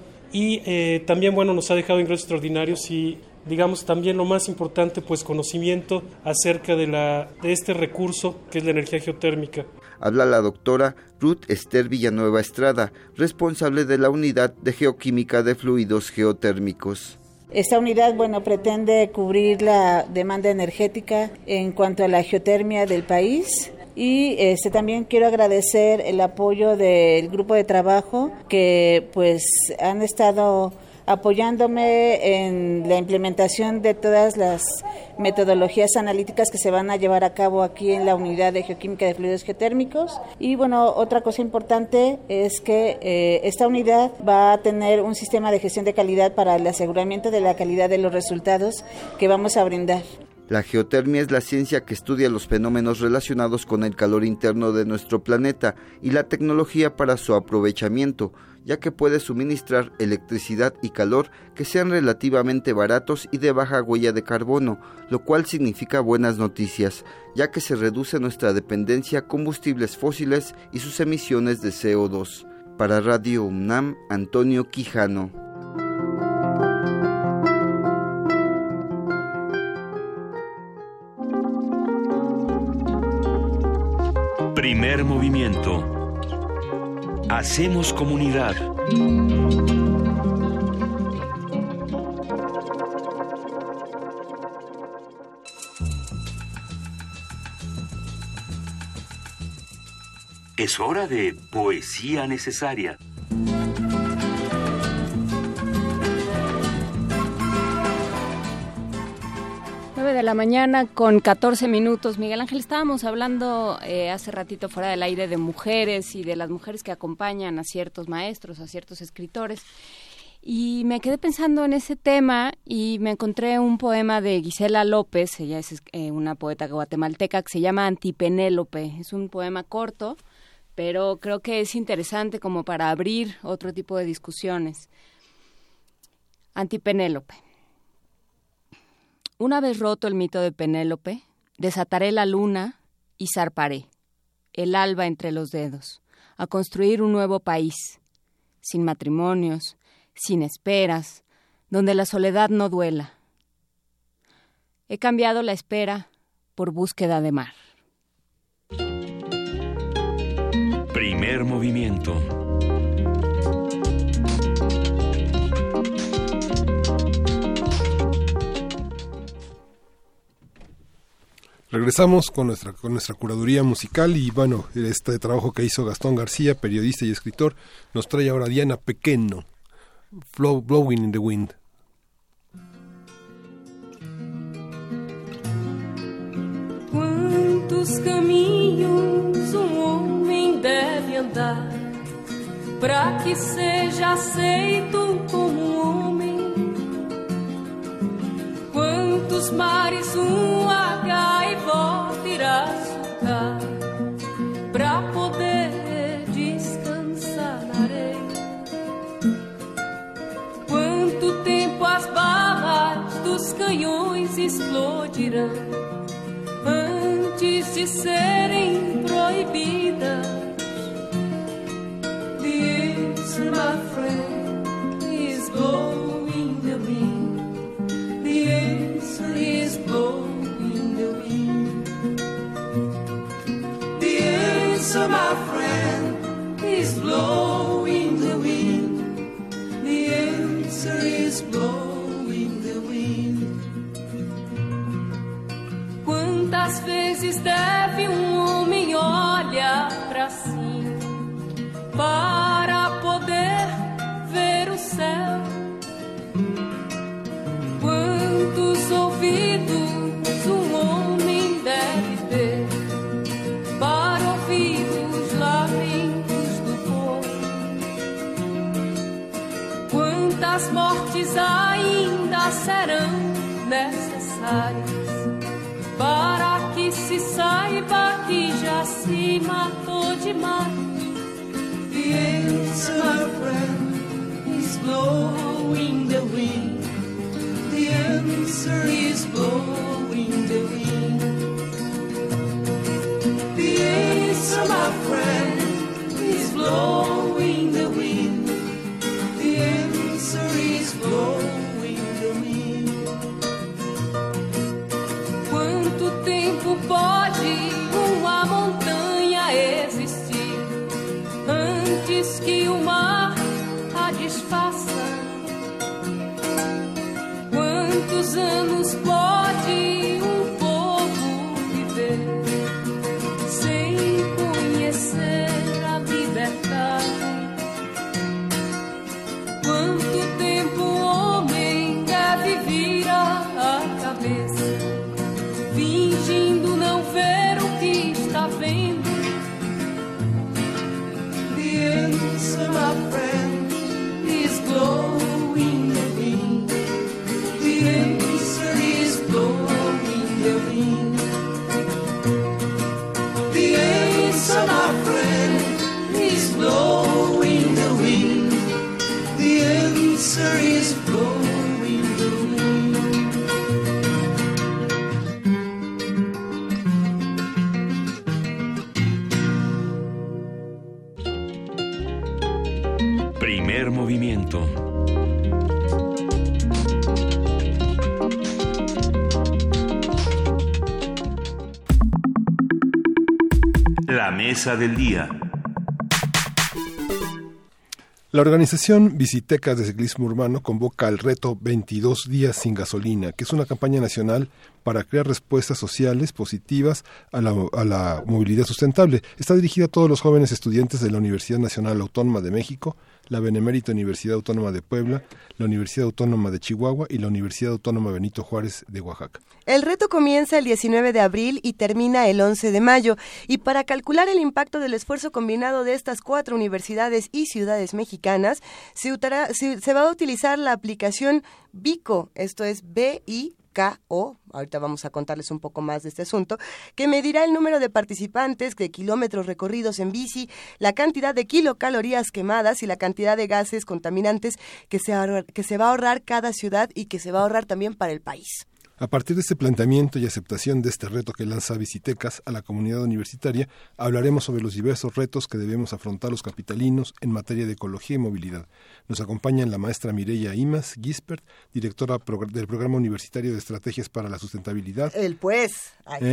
y también, bueno, nos ha dejado ingresos extraordinarios y digamos también lo más importante, pues conocimiento acerca de este recurso que es la energía geotérmica. Habla la doctora Ruth Esther Villanueva Estrada, responsable de la Unidad de Geoquímica de Fluidos Geotérmicos. Esta unidad, pretende cubrir la demanda energética en cuanto a la geotermia del país. Y también quiero agradecer el apoyo del grupo de trabajo que pues han estado apoyándome en la implementación de todas las metodologías analíticas que se van a llevar a cabo aquí en la Unidad de Geoquímica de Fluidos Geotérmicos. Y otra cosa importante es que esta unidad va a tener un sistema de gestión de calidad para el aseguramiento de la calidad de los resultados que vamos a brindar. La geotermia es la ciencia que estudia los fenómenos relacionados con el calor interno de nuestro planeta y la tecnología para su aprovechamiento, ya que puede suministrar electricidad y calor que sean relativamente baratos y de baja huella de carbono, lo cual significa buenas noticias, ya que se reduce nuestra dependencia a combustibles fósiles y sus emisiones de CO2. Para Radio UNAM, Antonio Quijano. Primer movimiento. Hacemos comunidad. Es hora de poesía necesaria. De la mañana con 14 minutos. Miguel Ángel, estábamos hablando hace ratito fuera del aire de mujeres y de las mujeres que acompañan a ciertos maestros, a ciertos escritores, y me quedé pensando en ese tema y me encontré un poema de Gisela López. Ella es una poeta guatemalteca que se llama Antipenélope. Es un poema corto, pero creo que es interesante como para abrir otro tipo de discusiones. Antipenélope. Una vez roto el mito de Penélope, desataré la luna y zarparé, el alba entre los dedos, a construir un nuevo país, sin matrimonios, sin esperas, donde la soledad no duela. He cambiado la espera por búsqueda de mar. Primer movimiento. Regresamos con nuestra curaduría musical y este trabajo que hizo Gastón García, periodista y escritor, nos trae ahora Diana Pequeno, Blowing in the Wind. Quantos caminhos homem deve andar para que seja aceito como homem? Quantos mares gaivota irá surcar pra poder descansar na areia? Quanto tempo as balas dos canhões explodirão antes de serem proibidas? This, my friend, is blowing the wind. This is blowing. as mortes ainda serão necessárias para que se saiba que já se matou demais. The answer, my friend, is blowing the wind. The answer is blowing the wind. The answer, my friend, is blowing the wind. The answer is blowing the wind. Quanto tempo pode uma montanha existir antes que o mar a desfaça? Quantos anos pode um povo viver sem conhecer a liberdade? Quanto tempo o homem deve virar a cabeça, fingindo não ver o que está vendo? The answer, my friend, is blowing the wind. The answer is blowing the wind. The answer, my friend, is blowing the wind. The answer is blowing the wind. Primer movimiento. La mesa del día. La organización Bicitecas de Ciclismo Urbano convoca al reto 22 días sin gasolina, que es una campaña nacional para crear respuestas sociales positivas a la movilidad sustentable. Está dirigida a todos los jóvenes estudiantes de la Universidad Nacional Autónoma de México, la Benemérita Universidad Autónoma de Puebla, la Universidad Autónoma de Chihuahua y la Universidad Autónoma Benito Juárez de Oaxaca. El reto comienza el 19 de abril y termina el 11 de mayo. Y para calcular el impacto del esfuerzo combinado de estas 4 universidades y ciudades mexicanas, se va a utilizar la aplicación Bico, esto es BIKO, ahorita vamos a contarles un poco más de este asunto, que medirá el número de participantes, de kilómetros recorridos en bici, la cantidad de kilocalorías quemadas y la cantidad de gases contaminantes que se va a ahorrar cada ciudad y que se va a ahorrar también para el país. A partir de este planteamiento y aceptación de este reto que lanza Bicitecas a la comunidad universitaria, hablaremos sobre los diversos retos que debemos afrontar los capitalinos en materia de ecología y movilidad. Nos acompañan la maestra Mireya Imas Gispert, directora del Programa Universitario de Estrategias para la Sustentabilidad. El pues.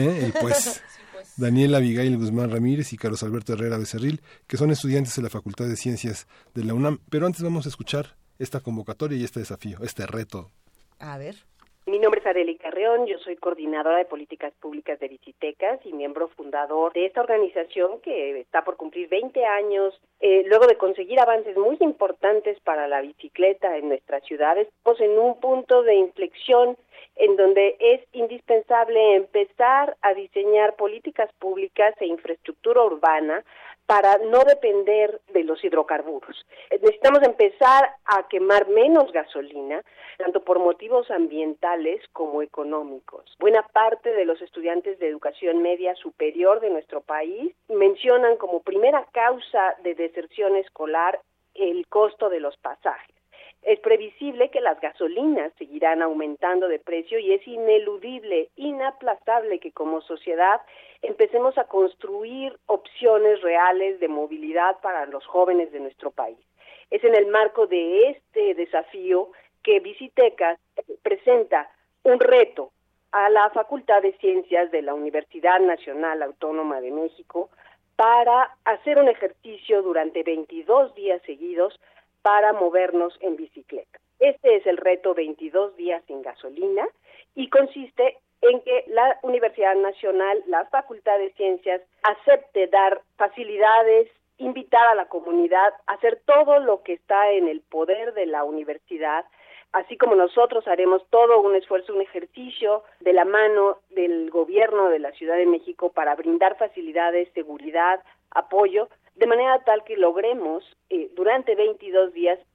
Daniela Abigail Guzmán Ramírez y Carlos Alberto Herrera Becerril, que son estudiantes de la Facultad de Ciencias de la UNAM. Pero antes vamos a escuchar esta convocatoria y este desafío, este reto. A ver. Mi nombre es Adeli Carreón, yo soy coordinadora de políticas públicas de Bicitecas y miembro fundador de esta organización que está por cumplir 20 años. Luego de conseguir avances muy importantes para la bicicleta en nuestras ciudades, estamos en un punto de inflexión en donde es indispensable empezar a diseñar políticas públicas e infraestructura urbana para no depender de los hidrocarburos. Necesitamos empezar a quemar menos gasolina, tanto por motivos ambientales como económicos. Buena parte de los estudiantes de educación media superior de nuestro país mencionan como primera causa de deserción escolar el costo de los pasajes. Es previsible que las gasolinas seguirán aumentando de precio y es ineludible, inaplazable que como sociedad empecemos a construir opciones reales de movilidad para los jóvenes de nuestro país. Es en el marco de este desafío que Bicitecas presenta un reto a la Facultad de Ciencias de la Universidad Nacional Autónoma de México para hacer un ejercicio durante 22 días seguidos para movernos en bicicleta. Este es el reto 22 días sin gasolina y consiste en que la Universidad Nacional, la Facultad de Ciencias, acepte dar facilidades, invitar a la comunidad a hacer todo lo que está en el poder de la universidad, así como nosotros haremos todo un esfuerzo, un ejercicio de la mano del gobierno de la Ciudad de México para brindar facilidades, seguridad, apoyo, de manera tal que logremos durante 22 días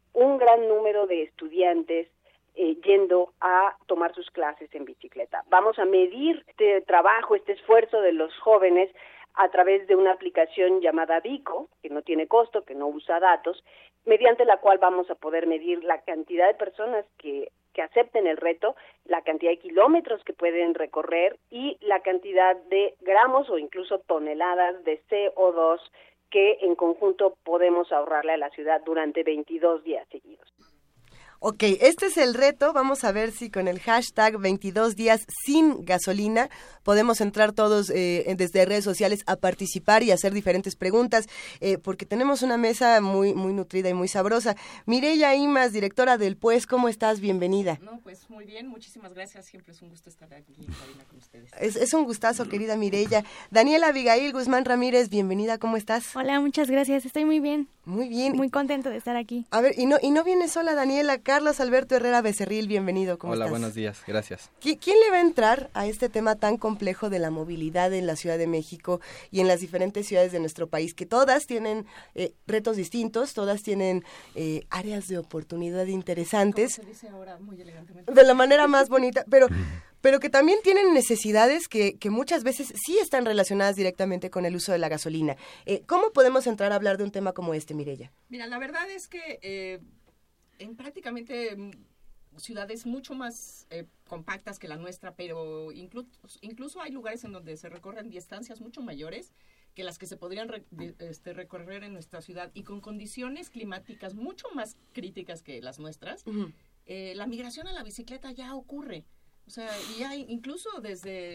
un gran número de estudiantes yendo a tomar sus clases en bicicleta. Vamos a medir este trabajo, este esfuerzo de los jóvenes a través de una aplicación llamada Vico, que no tiene costo, que no usa datos, mediante la cual vamos a poder medir la cantidad de personas que acepten el reto, la cantidad de kilómetros que pueden recorrer y la cantidad de gramos o incluso toneladas de CO2 que en conjunto podemos ahorrarle a la ciudad durante 22 días seguidos. Ok, este es el reto. Vamos a ver si con el hashtag 22 días sin gasolina podemos entrar todos desde redes sociales a participar y hacer diferentes preguntas, porque tenemos una mesa muy nutrida y muy sabrosa. Mireya Imas, directora del PUES, ¿cómo estás? Bienvenida. No, pues muy bien, muchísimas gracias. Siempre es un gusto estar aquí en cabina con ustedes. Es un gustazo, querida Mireya. Daniela Abigail Guzmán Ramírez, bienvenida, ¿cómo estás? Hola, muchas gracias, estoy muy bien. Muy bien. Muy contento de estar aquí. A ver, y no vienes sola, Daniela. Carlos Alberto Herrera Becerril, bienvenido, ¿cómo estás? Hola, buenos días, gracias. ¿Quién le va a entrar a este tema tan complejo de la movilidad en la Ciudad de México y en las diferentes ciudades de nuestro país, que todas tienen retos distintos, todas tienen áreas de oportunidad interesantes? ¿Cómo se dice ahora muy elegantemente? De la manera más bonita, pero que también tienen necesidades que muchas veces sí están relacionadas directamente con el uso de la gasolina. ¿Cómo podemos entrar a hablar de un tema como este, Mireya? Mira, la verdad es que en prácticamente ciudades mucho más compactas que la nuestra, pero incluso hay lugares en donde se recorren distancias mucho mayores que las que se podrían recorrer en nuestra ciudad y con condiciones climáticas mucho más críticas que las nuestras. Uh-huh. La migración a la bicicleta ya ocurre. O sea, y hay, incluso desde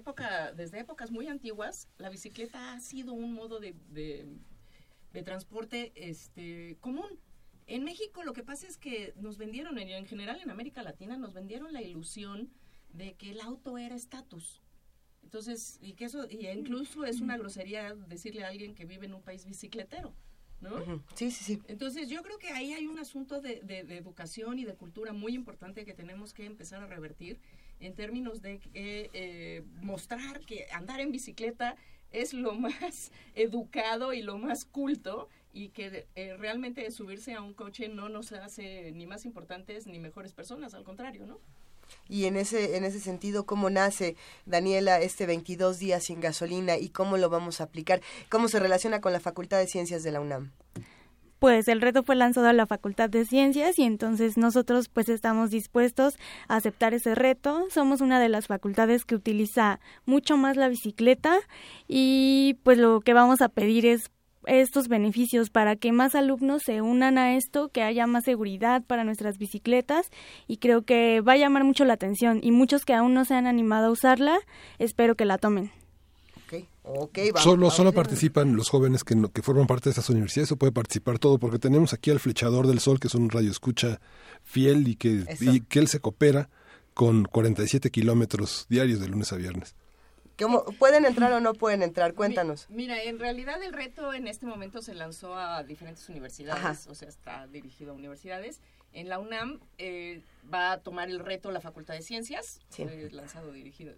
épocas muy antiguas, la bicicleta ha sido un modo de transporte común. En México lo que pasa es que nos vendieron, en general en América Latina, nos vendieron la ilusión de que el auto era estatus. Entonces, y incluso es una grosería decirle a alguien que vive en un país bicicletero, ¿no? Uh-huh. Sí. Entonces, yo creo que ahí hay un asunto de educación y de cultura muy importante que tenemos que empezar a revertir en términos de mostrar que andar en bicicleta es lo más educado y lo más culto, y que realmente subirse a un coche no nos hace ni más importantes ni mejores personas, al contrario, ¿no? Y en ese sentido, ¿cómo nace, Daniela, este 22 días sin gasolina y cómo lo vamos a aplicar? ¿Cómo se relaciona con la Facultad de Ciencias de la UNAM? Pues el reto fue lanzado a la Facultad de Ciencias y entonces nosotros pues estamos dispuestos a aceptar ese reto. Somos una de las facultades que utiliza mucho más la bicicleta y pues lo que vamos a pedir es estos beneficios para que más alumnos se unan a esto, que haya más seguridad para nuestras bicicletas y creo que va a llamar mucho la atención y muchos que aún no se han animado a usarla, espero que la tomen. Okay, vamos. Solo participan los jóvenes que forman parte de estas universidades, o puede participar todo, porque tenemos aquí al Flechador del Sol, que es un radioescucha fiel y que él se coopera con 47 kilómetros diarios de lunes a viernes. ¿Cómo, ¿pueden entrar o no pueden entrar? Cuéntanos. Mira, en realidad el reto en este momento se lanzó a diferentes universidades. Ajá. O sea, está dirigido a universidades. En la UNAM va a tomar el reto la Facultad de Ciencias, sí. Lanzado, dirigido,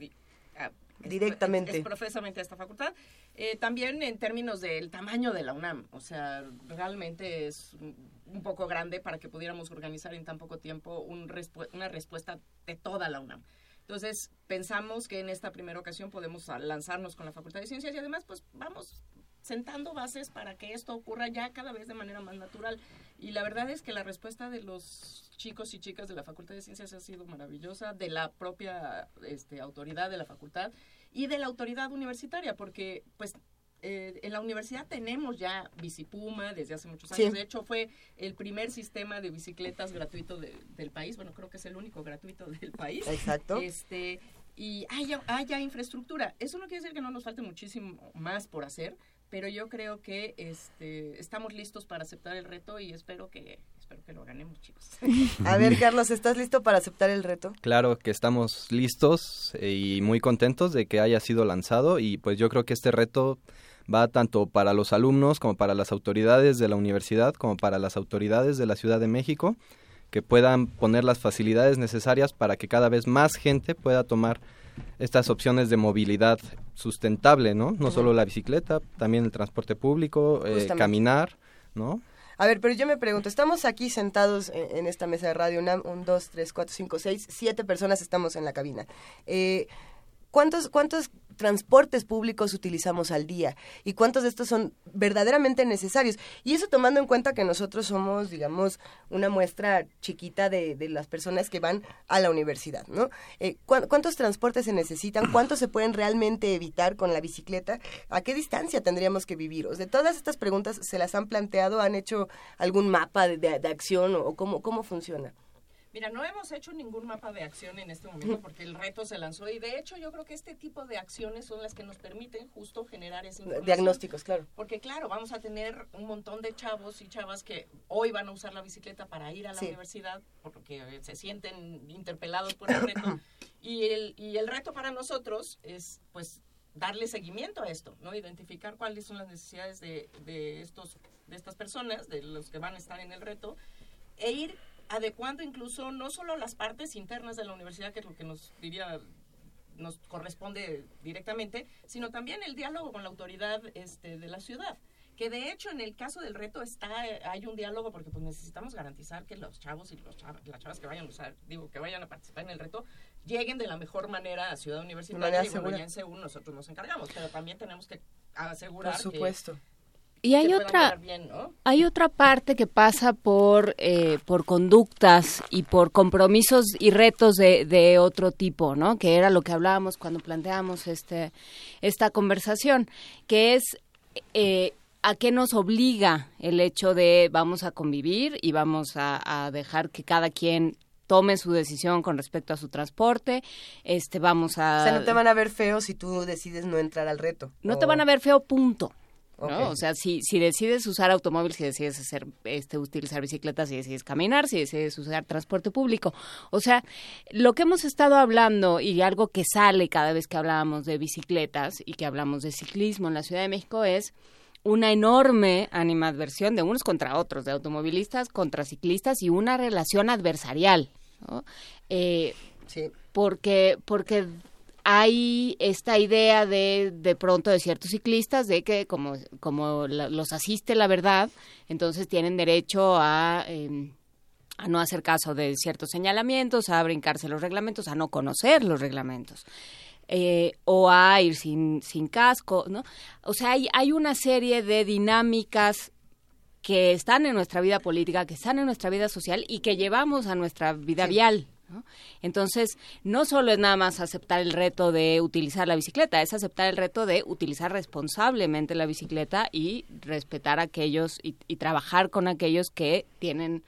directamente. Es profesamente a esta facultad. También en términos del tamaño de la UNAM, o sea, realmente es un poco grande para que pudiéramos organizar en tan poco tiempo una respuesta de toda la UNAM. Entonces, pensamos que en esta primera ocasión podemos lanzarnos con la Facultad de Ciencias y además, pues, vamos sentando bases para que esto ocurra ya cada vez de manera más natural. Y la verdad es que la respuesta de los chicos y chicas de la Facultad de Ciencias ha sido maravillosa, de la propia autoridad de la facultad y de la autoridad universitaria, porque, pues, en la universidad tenemos ya Bicipuma desde hace muchos años. Sí. De hecho, fue el primer sistema de bicicletas gratuito del país. Bueno, creo que es el único gratuito del país. Exacto. Y haya infraestructura. Eso no quiere decir que no nos falte muchísimo más por hacer, pero yo creo que estamos listos para aceptar el reto y espero que lo ganemos, chicos. A ver, Carlos, ¿estás listo para aceptar el reto? Claro que estamos listos y muy contentos de que haya sido lanzado, y pues yo creo que este reto va tanto para los alumnos como para las autoridades de la universidad, como para las autoridades de la Ciudad de México, que puedan poner las facilidades necesarias para que cada vez más gente pueda tomar estas opciones de movilidad sustentable, ¿no? No solo la bicicleta, también el transporte público, caminar, ¿no? A ver, pero yo me pregunto, estamos aquí sentados en esta mesa de Radio UNAM, 1, 2, 3, 4, 5, 6, 7 personas estamos en la cabina. ¿Cuántos transportes públicos utilizamos al día? ¿Y cuántos de estos son verdaderamente necesarios? Y eso tomando en cuenta que nosotros somos, digamos, una muestra chiquita de las personas que van a la universidad, ¿no? ¿Cuántos transportes se necesitan? ¿Cuántos se pueden realmente evitar con la bicicleta? ¿A qué distancia tendríamos que vivir? O sea, todas estas preguntas se las han planteado, ¿han hecho algún mapa de acción o cómo funciona? Mira, no hemos hecho ningún mapa de acción en este momento porque el reto se lanzó y de hecho yo creo que este tipo de acciones son las que nos permiten justo generar esa información. Diagnósticos, claro. Porque claro, vamos a tener un montón de chavos y chavas que hoy van a usar la bicicleta para ir a la universidad porque se sienten interpelados por el reto y el reto para nosotros es pues darle seguimiento a esto, ¿no? Identificar cuáles son las necesidades de estas personas, de los que van a estar en el reto e ir adecuando incluso no solo las partes internas de la universidad, que es lo que nos corresponde directamente, sino también el diálogo con la autoridad de la ciudad. Que de hecho en el caso del reto hay un diálogo porque pues necesitamos garantizar que los chavos y las chavas que vayan a usar, que vayan a participar en el reto, lleguen de la mejor manera a Ciudad Universitaria y bueno, ya en CEU nosotros nos encargamos, pero también tenemos que asegurar por supuesto. Y hay otra parte que pasa por conductas y por compromisos y retos de otro tipo, ¿no? Que era lo que hablábamos cuando planteamos esta conversación, que es a qué nos obliga el hecho de vamos a convivir y vamos a dejar que cada quien tome su decisión con respecto a su transporte, vamos a... O sea, no te van a ver feo si tú decides no entrar al reto. No te van a ver feo, punto. ¿no? Okay. O sea, si decides usar automóvil, si decides utilizar bicicletas, si decides caminar, si decides usar transporte público. O sea, lo que hemos estado hablando y algo que sale cada vez que hablamos de bicicletas y que hablamos de ciclismo en la Ciudad de México es una enorme animadversión de unos contra otros, de automovilistas contra ciclistas y una relación adversarial, ¿no? Sí. Porque hay esta idea de pronto de ciertos ciclistas de que como los asiste la verdad, entonces tienen derecho a no hacer caso de ciertos señalamientos, a brincarse los reglamentos, a no conocer los reglamentos. O a ir sin casco, ¿no? O sea, hay una serie de dinámicas que están en nuestra vida política, que están en nuestra vida social y que llevamos a nuestra vida vial, ¿no? Entonces, no solo es nada más aceptar el reto de utilizar la bicicleta, es aceptar el reto de utilizar responsablemente la bicicleta y respetar a aquellos y trabajar con aquellos que tienen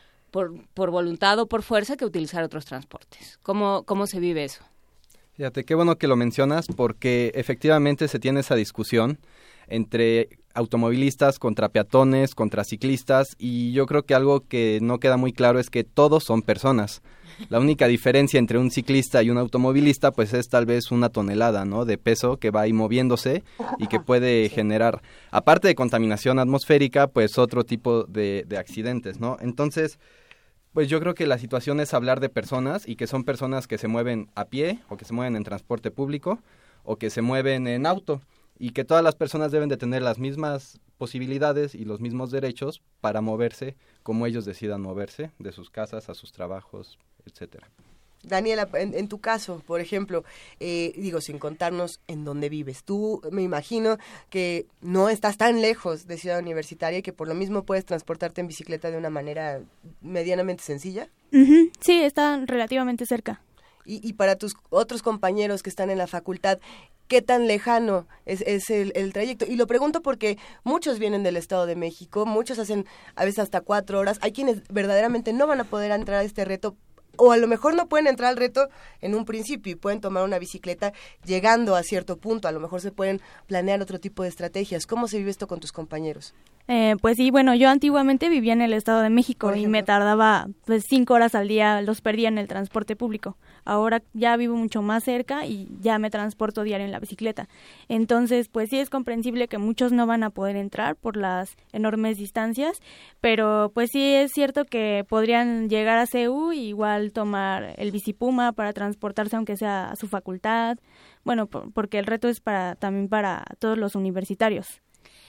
por voluntad o por fuerza que utilizar otros transportes. ¿Cómo se vive eso? Fíjate, qué bueno que lo mencionas porque efectivamente se tiene esa discusión entre automovilistas contra peatones, contra ciclistas y yo creo que algo que no queda muy claro es que todos son personas. La única diferencia entre un ciclista y un automovilista pues es tal vez una tonelada, ¿no?, de peso que va ahí moviéndose y que puede generar, aparte de contaminación atmosférica, pues otro tipo de accidentes, ¿no? Entonces, pues yo creo que la situación es hablar de personas y que son personas que se mueven a pie o que se mueven en transporte público o que se mueven en auto y que todas las personas deben de tener las mismas posibilidades y los mismos derechos para moverse como ellos decidan moverse, de sus casas a sus trabajos, etcétera. Daniela, en tu caso, por ejemplo, sin contarnos en dónde vives, tú me imagino que no estás tan lejos de Ciudad Universitaria y que por lo mismo puedes transportarte en bicicleta de una manera medianamente sencilla. Uh-huh. Sí, está relativamente cerca. Y para tus otros compañeros que están en la facultad, ¿qué tan lejano es el trayecto? Y lo pregunto porque muchos vienen del Estado de México, muchos hacen a veces hasta 4 horas, hay quienes verdaderamente no van a poder entrar a este reto, o a lo mejor no pueden entrar al reto en un principio y pueden tomar una bicicleta llegando a cierto punto, a lo mejor se pueden planear otro tipo de estrategias. ¿Cómo se vive esto con tus compañeros? Pues sí, bueno, yo antiguamente vivía en el Estado de México y me tardaba 5 horas al día, los perdía en el transporte público. Ahora ya vivo mucho más cerca y ya me transporto diario en la bicicleta. Entonces, pues sí es comprensible que muchos no van a poder entrar por las enormes distancias, pero pues sí es cierto que podrían llegar a CEU y igual tomar el Bicipuma para transportarse aunque sea a su facultad. Bueno, porque el reto es también para todos los universitarios.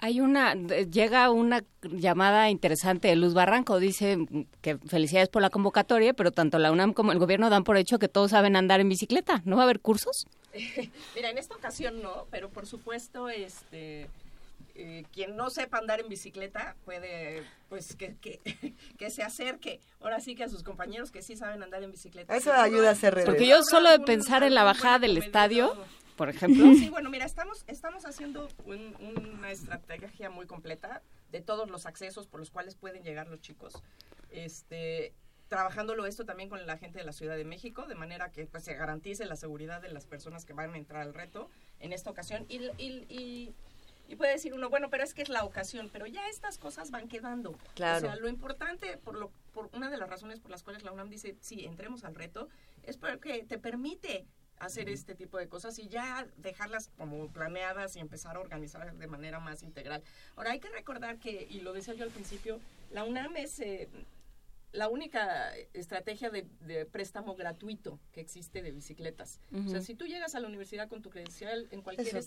Llega una llamada interesante de Luz Barranco, dice que felicidades por la convocatoria, pero tanto la UNAM como el gobierno dan por hecho que todos saben andar en bicicleta. ¿No va a haber cursos? Mira, en esta ocasión no, pero por supuesto, quien no sepa andar en bicicleta puede, pues, que se acerque, ahora sí que a sus compañeros que sí saben andar en bicicleta. Eso ayuda a hacer redes. Porque yo solo de pensar en la bajada del estadio, por ejemplo. Sí, bueno, mira, estamos haciendo una estrategia muy completa de todos los accesos por los cuales pueden llegar los chicos. Trabajándolo esto también con la gente de la Ciudad de México, de manera que pues, se garantice la seguridad de las personas que van a entrar al reto en esta ocasión. Y puede decir uno, bueno, pero es que es la ocasión, pero ya estas cosas van quedando. Claro. O sea, lo importante, por una de las razones por las cuales la UNAM dice, sí, entremos al reto, es porque te permite hacer este tipo de cosas y ya dejarlas como planeadas y empezar a organizar de manera más integral. Ahora, hay que recordar que, y lo decía yo al principio, la UNAM es la única estrategia de préstamo gratuito que existe de bicicletas. O sea, si tú llegas a la universidad con tu credencial en cualquier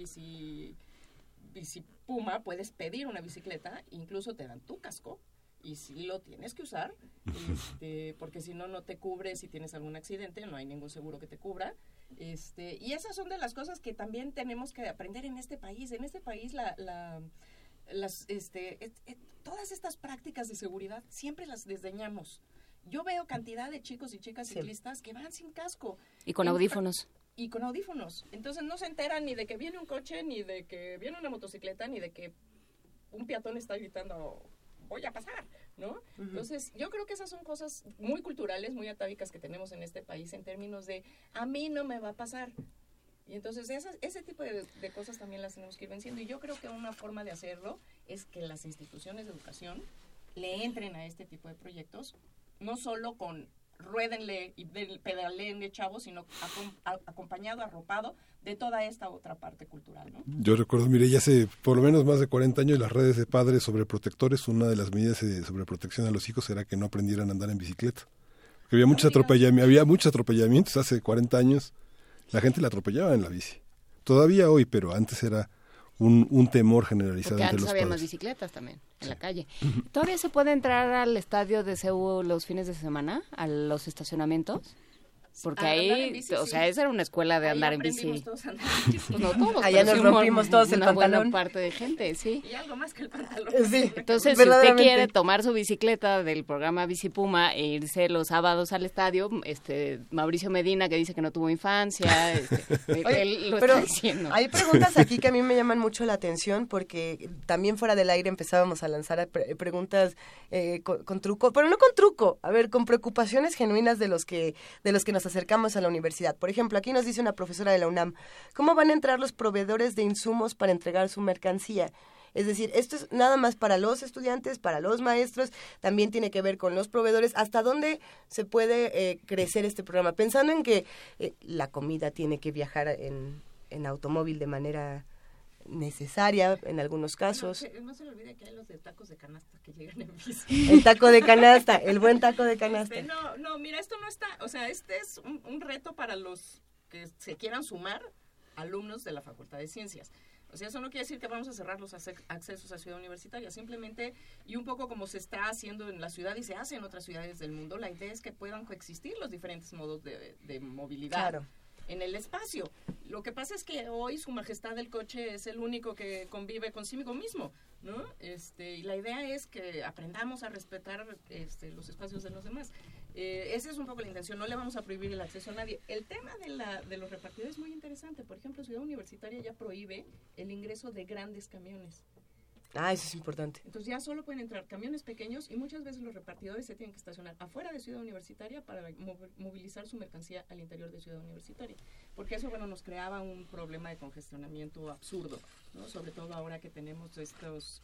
bicipuma, puedes pedir una bicicleta, incluso te dan tu casco, y si lo tienes que usar, porque si no te cubre si tienes algún accidente, no hay ningún seguro que te cubra. Y esas son de las cosas que también tenemos que aprender en este país. En este país todas estas prácticas de seguridad siempre las desdeñamos. Yo veo cantidad de chicos y chicas ciclistas que van sin casco. Y con audífonos. Y con audífonos. Entonces no se enteran ni de que viene un coche, ni de que viene una motocicleta, ni de que un peatón está gritando, voy a pasar, ¿no? Uh-huh. Entonces, yo creo que esas son cosas muy culturales, muy atávicas que tenemos en este país en términos de, a mí no me va a pasar. Y entonces ese tipo de cosas también las tenemos que ir venciendo. Y yo creo que una forma de hacerlo es que las instituciones de educación le entren a este tipo de proyectos, no solo con ruédenle y pedalenle, chavos, sino acompañado, arropado de toda esta otra parte cultural, ¿no? Yo recuerdo, mire, ya hace por lo menos más de 40 años las redes de padres sobreprotectores, una de las medidas de sobreprotección a los hijos era que no aprendieran a andar en bicicleta. Porque había muchos atropellamientos hace 40 años, la gente la atropellaba en la bici. Todavía hoy, pero antes era un temor generalizado entre los padres. Porque antes había más bicicletas también en la calle. ¿Todavía se puede entrar al estadio de CEU los fines de semana, a los estacionamientos? Porque ahí, bici, o sea, esa era una escuela de andar en bici. Todos a andar en bici. No todos, allá nos rompimos todos el pantalón. Una buena parte de gente, sí. Y algo más que el pantalón. Sí. Entonces, si usted quiere tomar su bicicleta del programa Bicipuma e irse los sábados al estadio, Mauricio Medina, que dice que no tuvo infancia, él lo está diciendo. Hay preguntas aquí que a mí me llaman mucho la atención, porque también fuera del aire empezábamos a lanzar preguntas con truco, pero no con truco, a ver, con preocupaciones genuinas de los que nos acercamos a la universidad. Por ejemplo, aquí nos dice una profesora de la UNAM, ¿cómo van a entrar los proveedores de insumos para entregar su mercancía? Es decir, esto es nada más para los estudiantes, para los maestros, también tiene que ver con los proveedores. ¿Hasta dónde se puede crecer este programa? Pensando en que la comida tiene que viajar en automóvil de manera necesaria en algunos casos. No se le olvide que hay los de tacos de canasta que llegan en bici. El taco de canasta, el buen taco de canasta. No, mira, esto no está, o sea, este es un reto para los que se quieran sumar, alumnos de la Facultad de Ciencias. O sea, eso no quiere decir que vamos a cerrar los accesos a Ciudad Universitaria, simplemente, y un poco como se está haciendo en la ciudad y se hace en otras ciudades del mundo, la idea es que puedan coexistir los diferentes modos de movilidad. Claro. En el espacio. Lo que pasa es que hoy Su Majestad el coche es el único que convive consigo mismo, ¿no? Y la idea es que aprendamos a respetar los espacios de los demás. Esa es un poco la intención, no le vamos a prohibir el acceso a nadie. El tema de los repartidores es muy interesante. Por ejemplo, Ciudad Universitaria ya prohíbe el ingreso de grandes camiones. Ah, eso es importante. Entonces ya solo pueden entrar camiones pequeños y muchas veces los repartidores se tienen que estacionar afuera de Ciudad Universitaria para movilizar su mercancía al interior de Ciudad Universitaria. Porque eso, nos creaba un problema de congestionamiento absurdo, ¿no? Sobre todo ahora que tenemos estos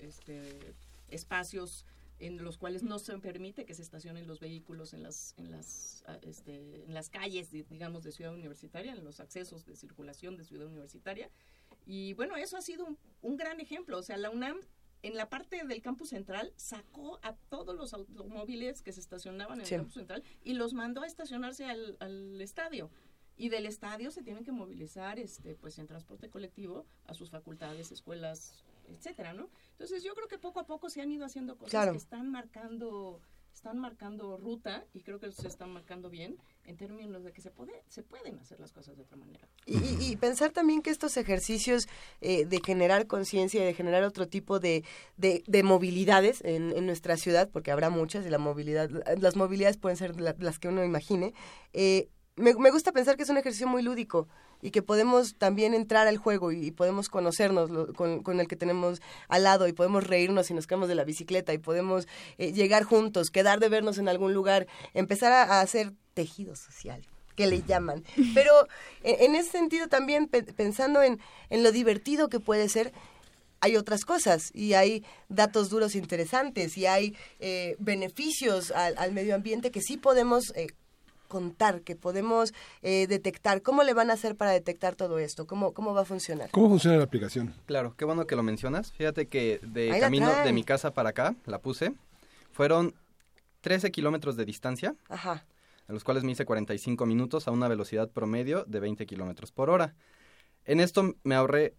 espacios en los cuales no se permite que se estacionen los vehículos en las calles, digamos, de Ciudad Universitaria, en los accesos de circulación de Ciudad Universitaria. Y bueno, eso ha sido un gran ejemplo. O sea, la UNAM, en la parte del campus central, sacó a todos los automóviles que se estacionaban en el campus central y los mandó a estacionarse al estadio. Y del estadio se tienen que movilizar, en transporte colectivo a sus facultades, escuelas, etcétera, ¿no? Entonces yo creo que poco a poco se han ido haciendo cosas Claro. que están marcando ruta, y creo que se están marcando bien en términos de que se pueden hacer las cosas de otra manera. Y pensar también que estos ejercicios de generar conciencia y de generar otro tipo de movilidades en nuestra ciudad, porque habrá muchas, y las movilidades pueden ser las que uno imagine, me gusta pensar que es un ejercicio muy lúdico y que podemos también entrar al juego y podemos conocernos con el que tenemos al lado, y podemos reírnos si nos caemos de la bicicleta, y podemos llegar juntos, quedar de vernos en algún lugar, empezar a hacer tejido social, que le llaman. Pero en ese sentido también, pensando en lo divertido que puede ser, hay otras cosas, y hay datos duros interesantes, y hay beneficios al medio ambiente que sí podemos contar, que podemos detectar. ¿Cómo le van a hacer para detectar todo esto? ¿Cómo va a funcionar? ¿Cómo funciona la aplicación? Claro, qué bueno que lo mencionas. Fíjate que de Ahí la camino traen. de mi casa para acá, la puse, fueron 13 kilómetros de distancia, Ajá. en los cuales me hice 45 minutos a una velocidad promedio de 20 kilómetros por hora. En esto me ahorré,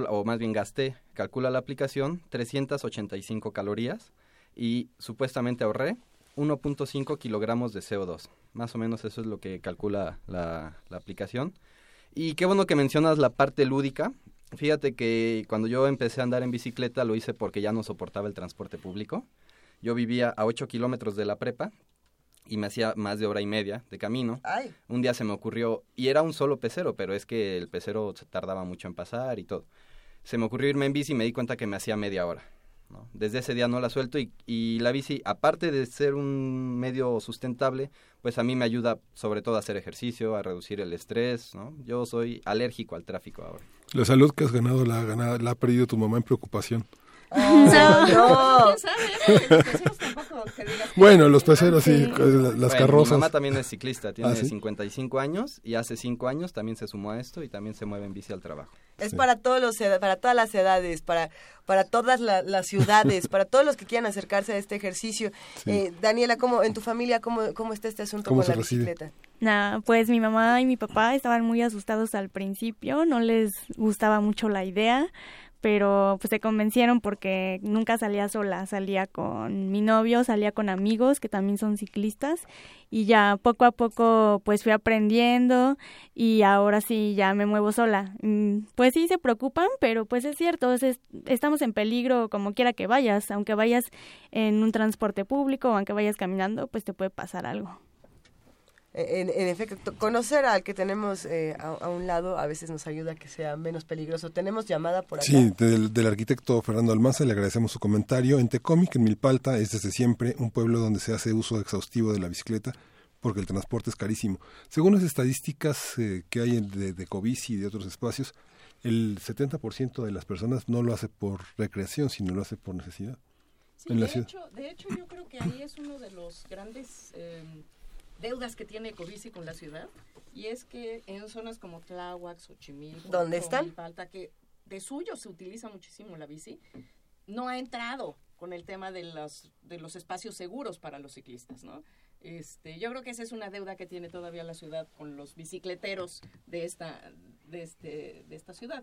calcula la aplicación, 385 calorías, y supuestamente ahorré 1.5 kilogramos de CO2. Más o menos eso es lo que calcula la aplicación. Y qué bueno que mencionas la parte lúdica. Fíjate que cuando yo empecé a andar en bicicleta lo hice porque ya no soportaba el transporte público. Yo vivía a 8 kilómetros de la prepa y me hacía más de hora y media de camino. Ay. Un día se me ocurrió, y era un solo pecero, pero es que el pecero se tardaba mucho en pasar y todo. Se me ocurrió irme en bici y me di cuenta que me hacía media hora, ¿no? Desde ese día no la suelto, y la bici, aparte de ser un medio sustentable, pues a mí me ayuda sobre todo a hacer ejercicio, a reducir el estrés, ¿no? Yo soy alérgico al tráfico ahora. La salud que has ganado la ha perdido tu mamá en preocupación. No. Bueno, los peceros sí, las Bueno, carrozas. Mi mamá también es ciclista, tiene ¿Ah, sí? 55 años, y hace 5 años también se sumó a esto y también se mueve en bici al trabajo. Es para todas las edades, para todas las ciudades, para todos los que quieran acercarse a este ejercicio. Sí. Daniela, en tu familia, cómo está este asunto ¿Cómo con se la recibe? bicicleta? Pues mi mamá y mi papá estaban muy asustados al principio, no les gustaba mucho la idea, pero pues se convencieron porque nunca salía sola, salía con mi novio, salía con amigos que también son ciclistas, y ya poco a poco pues fui aprendiendo, y ahora sí ya me muevo sola. Pues sí se preocupan, pero pues es cierto, estamos en peligro como quiera que vayas, aunque vayas en un transporte público o aunque vayas caminando, pues te puede pasar algo. En efecto, conocer al que tenemos a un lado a veces nos ayuda a que sea menos peligroso. ¿Tenemos llamada por acá? Sí, del arquitecto Fernando Almanza, le agradecemos su comentario. En Tecómic, en Milpalta, es desde siempre un pueblo donde se hace uso exhaustivo de la bicicleta porque el transporte es carísimo. Según las estadísticas que hay de Cobici y de otros espacios, el 70% de las personas no lo hace por recreación, sino lo hace por necesidad. Sí, de hecho yo creo que ahí es uno de los grandes deudas que tiene Cobici con la ciudad, y es que en zonas como Tláhuac, Xochimilco, ¿dónde están? Milpalta, que de suyo se utiliza muchísimo la bici, no ha entrado con el tema de los espacios seguros para los ciclistas, ¿no? Yo creo que esa es una deuda que tiene todavía la ciudad con los bicicleteros de esta ciudad.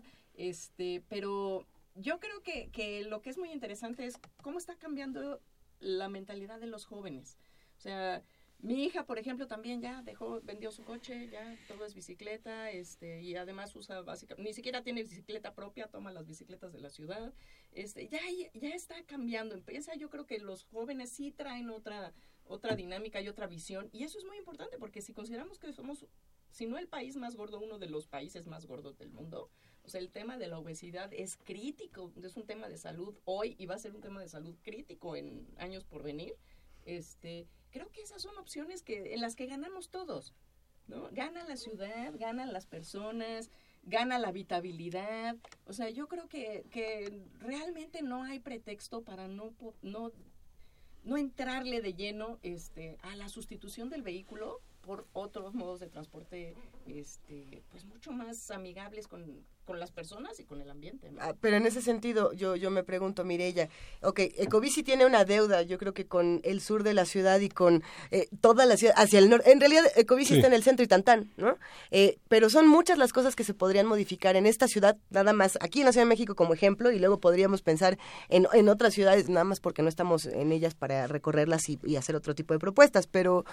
Pero yo creo que lo que es muy interesante es cómo está cambiando la mentalidad de los jóvenes. O sea, mi hija, por ejemplo, también ya vendió su coche, ya todo es bicicleta, y además usa ni siquiera tiene bicicleta propia, toma las bicicletas de la ciudad. Ya está cambiando. Yo creo que los jóvenes sí traen otra dinámica y otra visión, y eso es muy importante, porque si consideramos que somos, si no el país más gordo, uno de los países más gordos del mundo, o sea, el tema de la obesidad es crítico, es un tema de salud hoy y va a ser un tema de salud crítico en años por venir. Creo que esas son opciones en las que ganamos todos, ¿no? Gana la ciudad, ganan las personas, gana la habitabilidad. O sea, yo creo que realmente no hay pretexto para no entrarle de lleno a la sustitución del vehículo por otros modos de transporte pues mucho más amigables con las personas y con el ambiente, ¿no? Pero en ese sentido yo me pregunto, Mireya, Ecobici tiene una deuda, yo creo que con el sur de la ciudad y con toda la ciudad hacia el norte. En realidad Ecobici está en el centro y tantán, ¿no? Pero son muchas las cosas que se podrían modificar en esta ciudad, nada más aquí en la Ciudad de México como ejemplo, y luego podríamos pensar en otras ciudades, nada más porque no estamos en ellas para recorrerlas y hacer otro tipo de propuestas, pero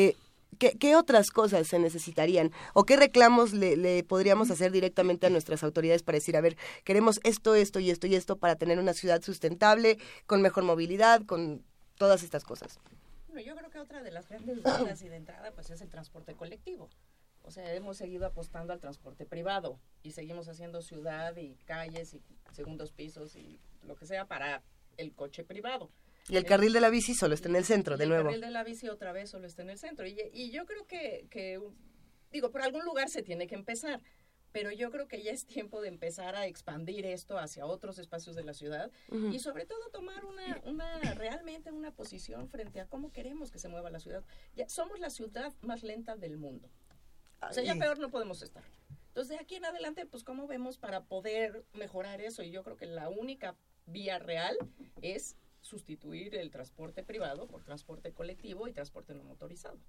¿qué otras cosas se necesitarían? ¿O qué reclamos le podríamos hacer directamente a nuestras autoridades para decir, a ver, queremos esto y esto y esto para tener una ciudad sustentable, con mejor movilidad, con todas estas cosas? Bueno, yo creo que otra de las grandes dudas y de entrada pues es el transporte colectivo. O sea, hemos seguido apostando al transporte privado y seguimos haciendo ciudad y calles y segundos pisos y lo que sea para el coche privado. Y el carril de la bici solo está en el centro, de nuevo. El carril de la bici otra vez solo está en el centro. Y yo creo que, digo, por algún lugar se tiene que empezar, pero yo creo que ya es tiempo de empezar a expandir esto hacia otros espacios de la ciudad y sobre todo tomar realmente una posición frente a cómo queremos que se mueva la ciudad. Ya somos la ciudad más lenta del mundo. O sea, ya peor no podemos estar. Entonces, de aquí en adelante, pues, ¿cómo vemos para poder mejorar eso? Y yo creo que la única vía real es sustituir el transporte privado por transporte colectivo y transporte no motorizado.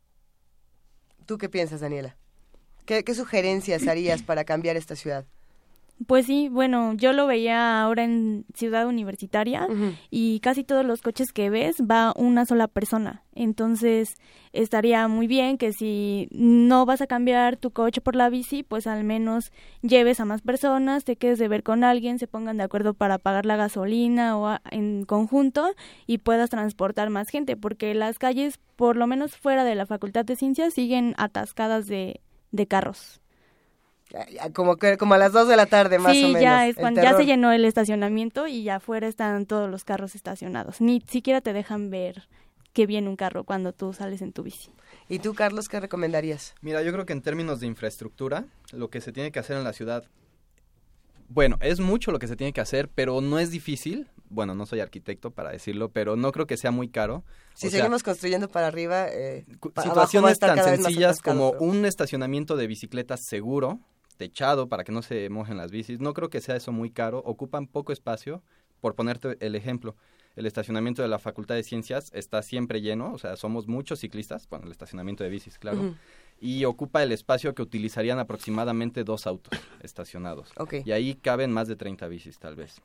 ¿Tú qué piensas, Daniela? ¿Qué sugerencias harías para cambiar esta ciudad? Pues sí, bueno, yo lo veía ahora en Ciudad Universitaria y casi todos los coches que ves va una sola persona. Entonces estaría muy bien que si no vas a cambiar tu coche por la bici, pues al menos lleves a más personas, te quedes de ver con alguien, se pongan de acuerdo para pagar la gasolina o en conjunto y puedas transportar más gente, porque las calles, por lo menos fuera de la Facultad de Ciencias, siguen atascadas de carros. Como a las 2 de la tarde, más o menos. Sí, ya se llenó el estacionamiento y ya afuera están todos los carros estacionados. Ni siquiera te dejan ver que viene un carro cuando tú sales en tu bici. ¿Y tú, Carlos, qué recomendarías? Mira, yo creo que en términos de infraestructura, lo que se tiene que hacer en la ciudad, bueno, es mucho lo que se tiene que hacer, pero no es difícil. Bueno, no soy arquitecto para decirlo, pero no creo que sea muy caro. Si seguimos construyendo para arriba, situaciones tan sencillas como un estacionamiento de bicicletas seguro, techado para que no se mojen las bicis, no creo que sea eso muy caro, ocupan poco espacio. Por ponerte el ejemplo, el estacionamiento de la Facultad de Ciencias está siempre lleno, o sea, somos muchos ciclistas, bueno, el estacionamiento de bicis, claro, y ocupa el espacio que utilizarían aproximadamente 2 autos estacionados. Y ahí caben más de 30 bicis, tal vez.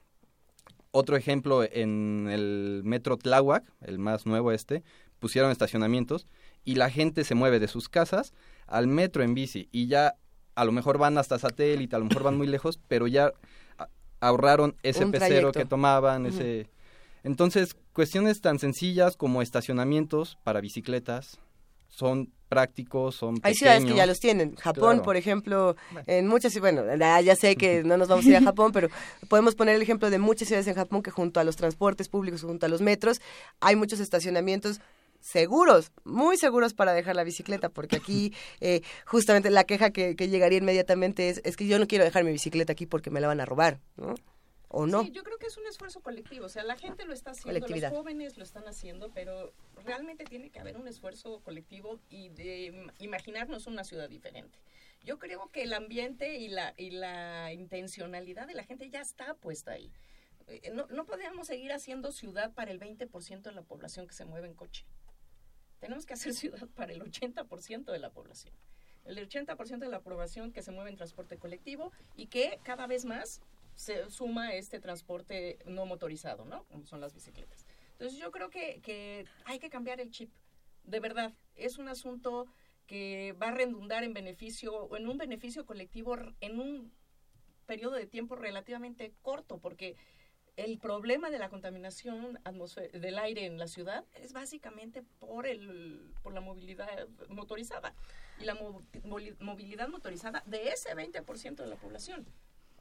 Otro ejemplo, en el metro Tláhuac, el más nuevo pusieron estacionamientos y la gente se mueve de sus casas al metro en bici y ya a lo mejor van hasta Satélite, a lo mejor van muy lejos, pero ya ahorraron ese pecero que tomaban, Entonces, cuestiones tan sencillas como estacionamientos para bicicletas son prácticos, son pequeños. Hay ciudades que ya los tienen. Japón, por ejemplo, en muchas, bueno, ya sé que no nos vamos a ir a Japón, pero podemos poner el ejemplo de muchas ciudades en Japón que junto a los transportes públicos, junto a los metros, hay muchos estacionamientos seguros, muy seguros para dejar la bicicleta, porque aquí justamente la queja que llegaría inmediatamente es que yo no quiero dejar mi bicicleta aquí porque me la van a robar, ¿no? ¿O no? Sí, yo creo que es un esfuerzo colectivo, o sea, la gente lo está haciendo, los jóvenes lo están haciendo, pero realmente tiene que haber un esfuerzo colectivo y de imaginarnos una ciudad diferente. Yo creo que el ambiente y la intencionalidad de la gente ya está puesta ahí. No podemos seguir haciendo ciudad para el 20% de la población que se mueve en coche. Tenemos que hacer ciudad para el 80% de la población. El 80% de la población que se mueve en transporte colectivo y que cada vez más se suma este transporte no motorizado, ¿no? Como son las bicicletas. Entonces yo creo que hay que cambiar el chip. De verdad, es un asunto que va a redundar en un beneficio colectivo en un periodo de tiempo relativamente corto, porque el problema de la contaminación del aire en la ciudad es básicamente por la movilidad motorizada y la movilidad motorizada de ese 20% de la población.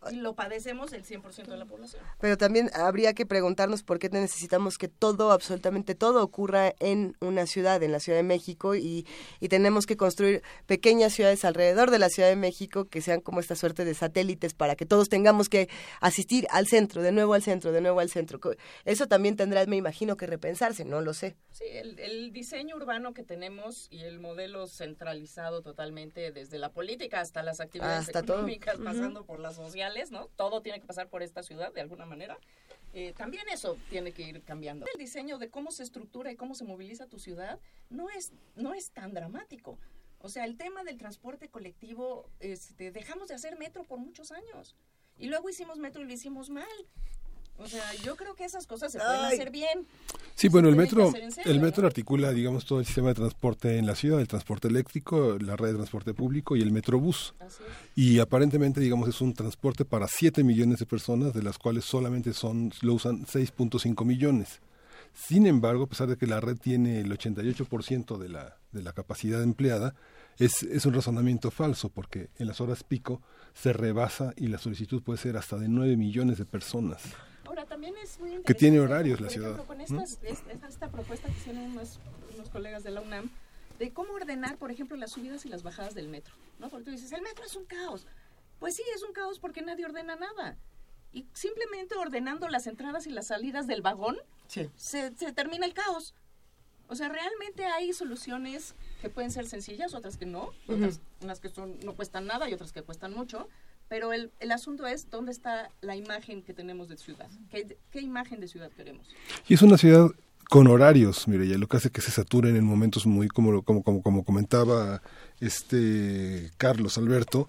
Y lo padecemos el 100% de la población. Pero también habría que preguntarnos por qué necesitamos que todo, absolutamente todo, ocurra en una ciudad, en la Ciudad de México, y tenemos que construir pequeñas ciudades alrededor de la Ciudad de México que sean como esta suerte de satélites para que todos tengamos que asistir al centro, de nuevo al centro, de nuevo al centro. Eso también tendrá, me imagino, que repensarse, no lo sé. Sí, el diseño urbano que tenemos y el modelo centralizado totalmente desde la política hasta las actividades económicas, pasando por las sociales, ¿no? Todo tiene que pasar por esta ciudad de alguna manera. También eso tiene que ir cambiando. El diseño de cómo se estructura y cómo se moviliza tu ciudad no es tan dramático. O sea, el tema del transporte colectivo, dejamos de hacer metro por muchos años. Y luego hicimos metro y lo hicimos mal. O sea, yo creo que esas cosas se pueden hacer bien. Sí, bueno, el metro articula, digamos, todo el sistema de transporte en la ciudad, el transporte eléctrico, la red de transporte público y el metrobús. Y aparentemente, digamos, es un transporte para 7 millones de personas, de las cuales solamente lo usan 6.5 millones. Sin embargo, a pesar de que la red tiene el 88% de la capacidad empleada, es un razonamiento falso, porque en las horas pico se rebasa y la solicitud puede ser hasta de 9 millones de personas. Ahora, también es muy interesante que tiene horarios la ciudad. Ejemplo, con esta propuesta que hicieron unos colegas de la UNAM, de cómo ordenar, por ejemplo, las subidas y las bajadas del metro, ¿no? Porque tú dices, el metro es un caos. Pues sí, es un caos porque nadie ordena nada. Y simplemente ordenando las entradas y las salidas del vagón, se termina el caos. O sea, realmente hay soluciones que pueden ser sencillas, otras que no, unas que no cuestan nada y otras que cuestan mucho. Pero el asunto es dónde está la imagen que tenemos de ciudad. ¿Qué imagen de ciudad queremos? Y es una ciudad con horarios, Mireya, lo que hace que se saturen en momentos muy, como comentaba Carlos Alberto,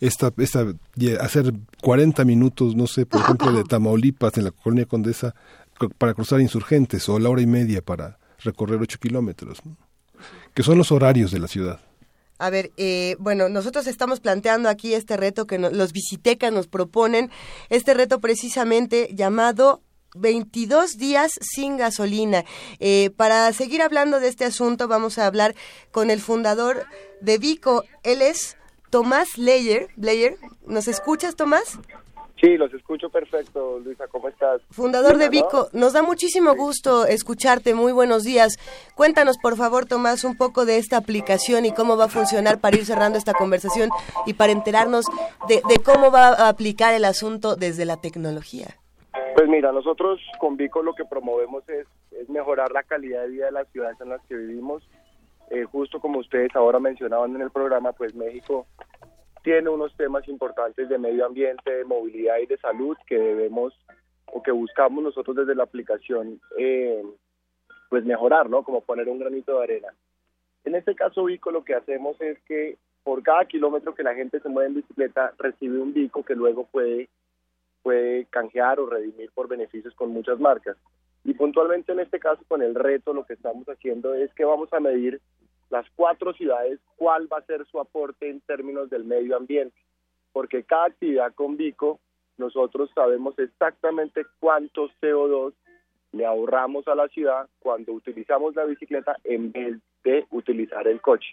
hacer 40 minutos, no sé, por ejemplo, de Tamaulipas en la Colonia Condesa para cruzar Insurgentes, o la hora y media para recorrer 8 kilómetros, ¿no? Que son los horarios de la ciudad. A ver, bueno, nosotros estamos planteando aquí este reto que los visitecas nos proponen, este reto precisamente llamado 22 días sin gasolina. Para seguir hablando de este asunto vamos a hablar con el fundador de Vico. Él es Tomás Bleyer. ¿Nos escuchas, Tomás? Sí, los escucho perfecto, Luisa, ¿cómo estás? Fundador de Vico, nos da muchísimo gusto escucharte, muy buenos días. Cuéntanos, por favor, Tomás, un poco de esta aplicación y cómo va a funcionar para ir cerrando esta conversación y para enterarnos de cómo va a aplicar el asunto desde la tecnología. Pues mira, nosotros con Vico lo que promovemos es mejorar la calidad de vida de las ciudades en las que vivimos. Justo como ustedes ahora mencionaban en el programa, pues México tiene unos temas importantes de medio ambiente, de movilidad y de salud que debemos o que buscamos nosotros desde la aplicación pues mejorar, ¿no? Como poner un granito de arena. En este caso Vico lo que hacemos es que por cada kilómetro que la gente se mueve en bicicleta recibe un Vico que luego puede canjear o redimir por beneficios con muchas marcas. Y puntualmente en este caso con el reto lo que estamos haciendo es que vamos a medir las 4 ciudades, cuál va a ser su aporte en términos del medio ambiente, porque cada actividad con Vico, nosotros sabemos exactamente cuánto CO2 le ahorramos a la ciudad cuando utilizamos la bicicleta en vez de utilizar el coche.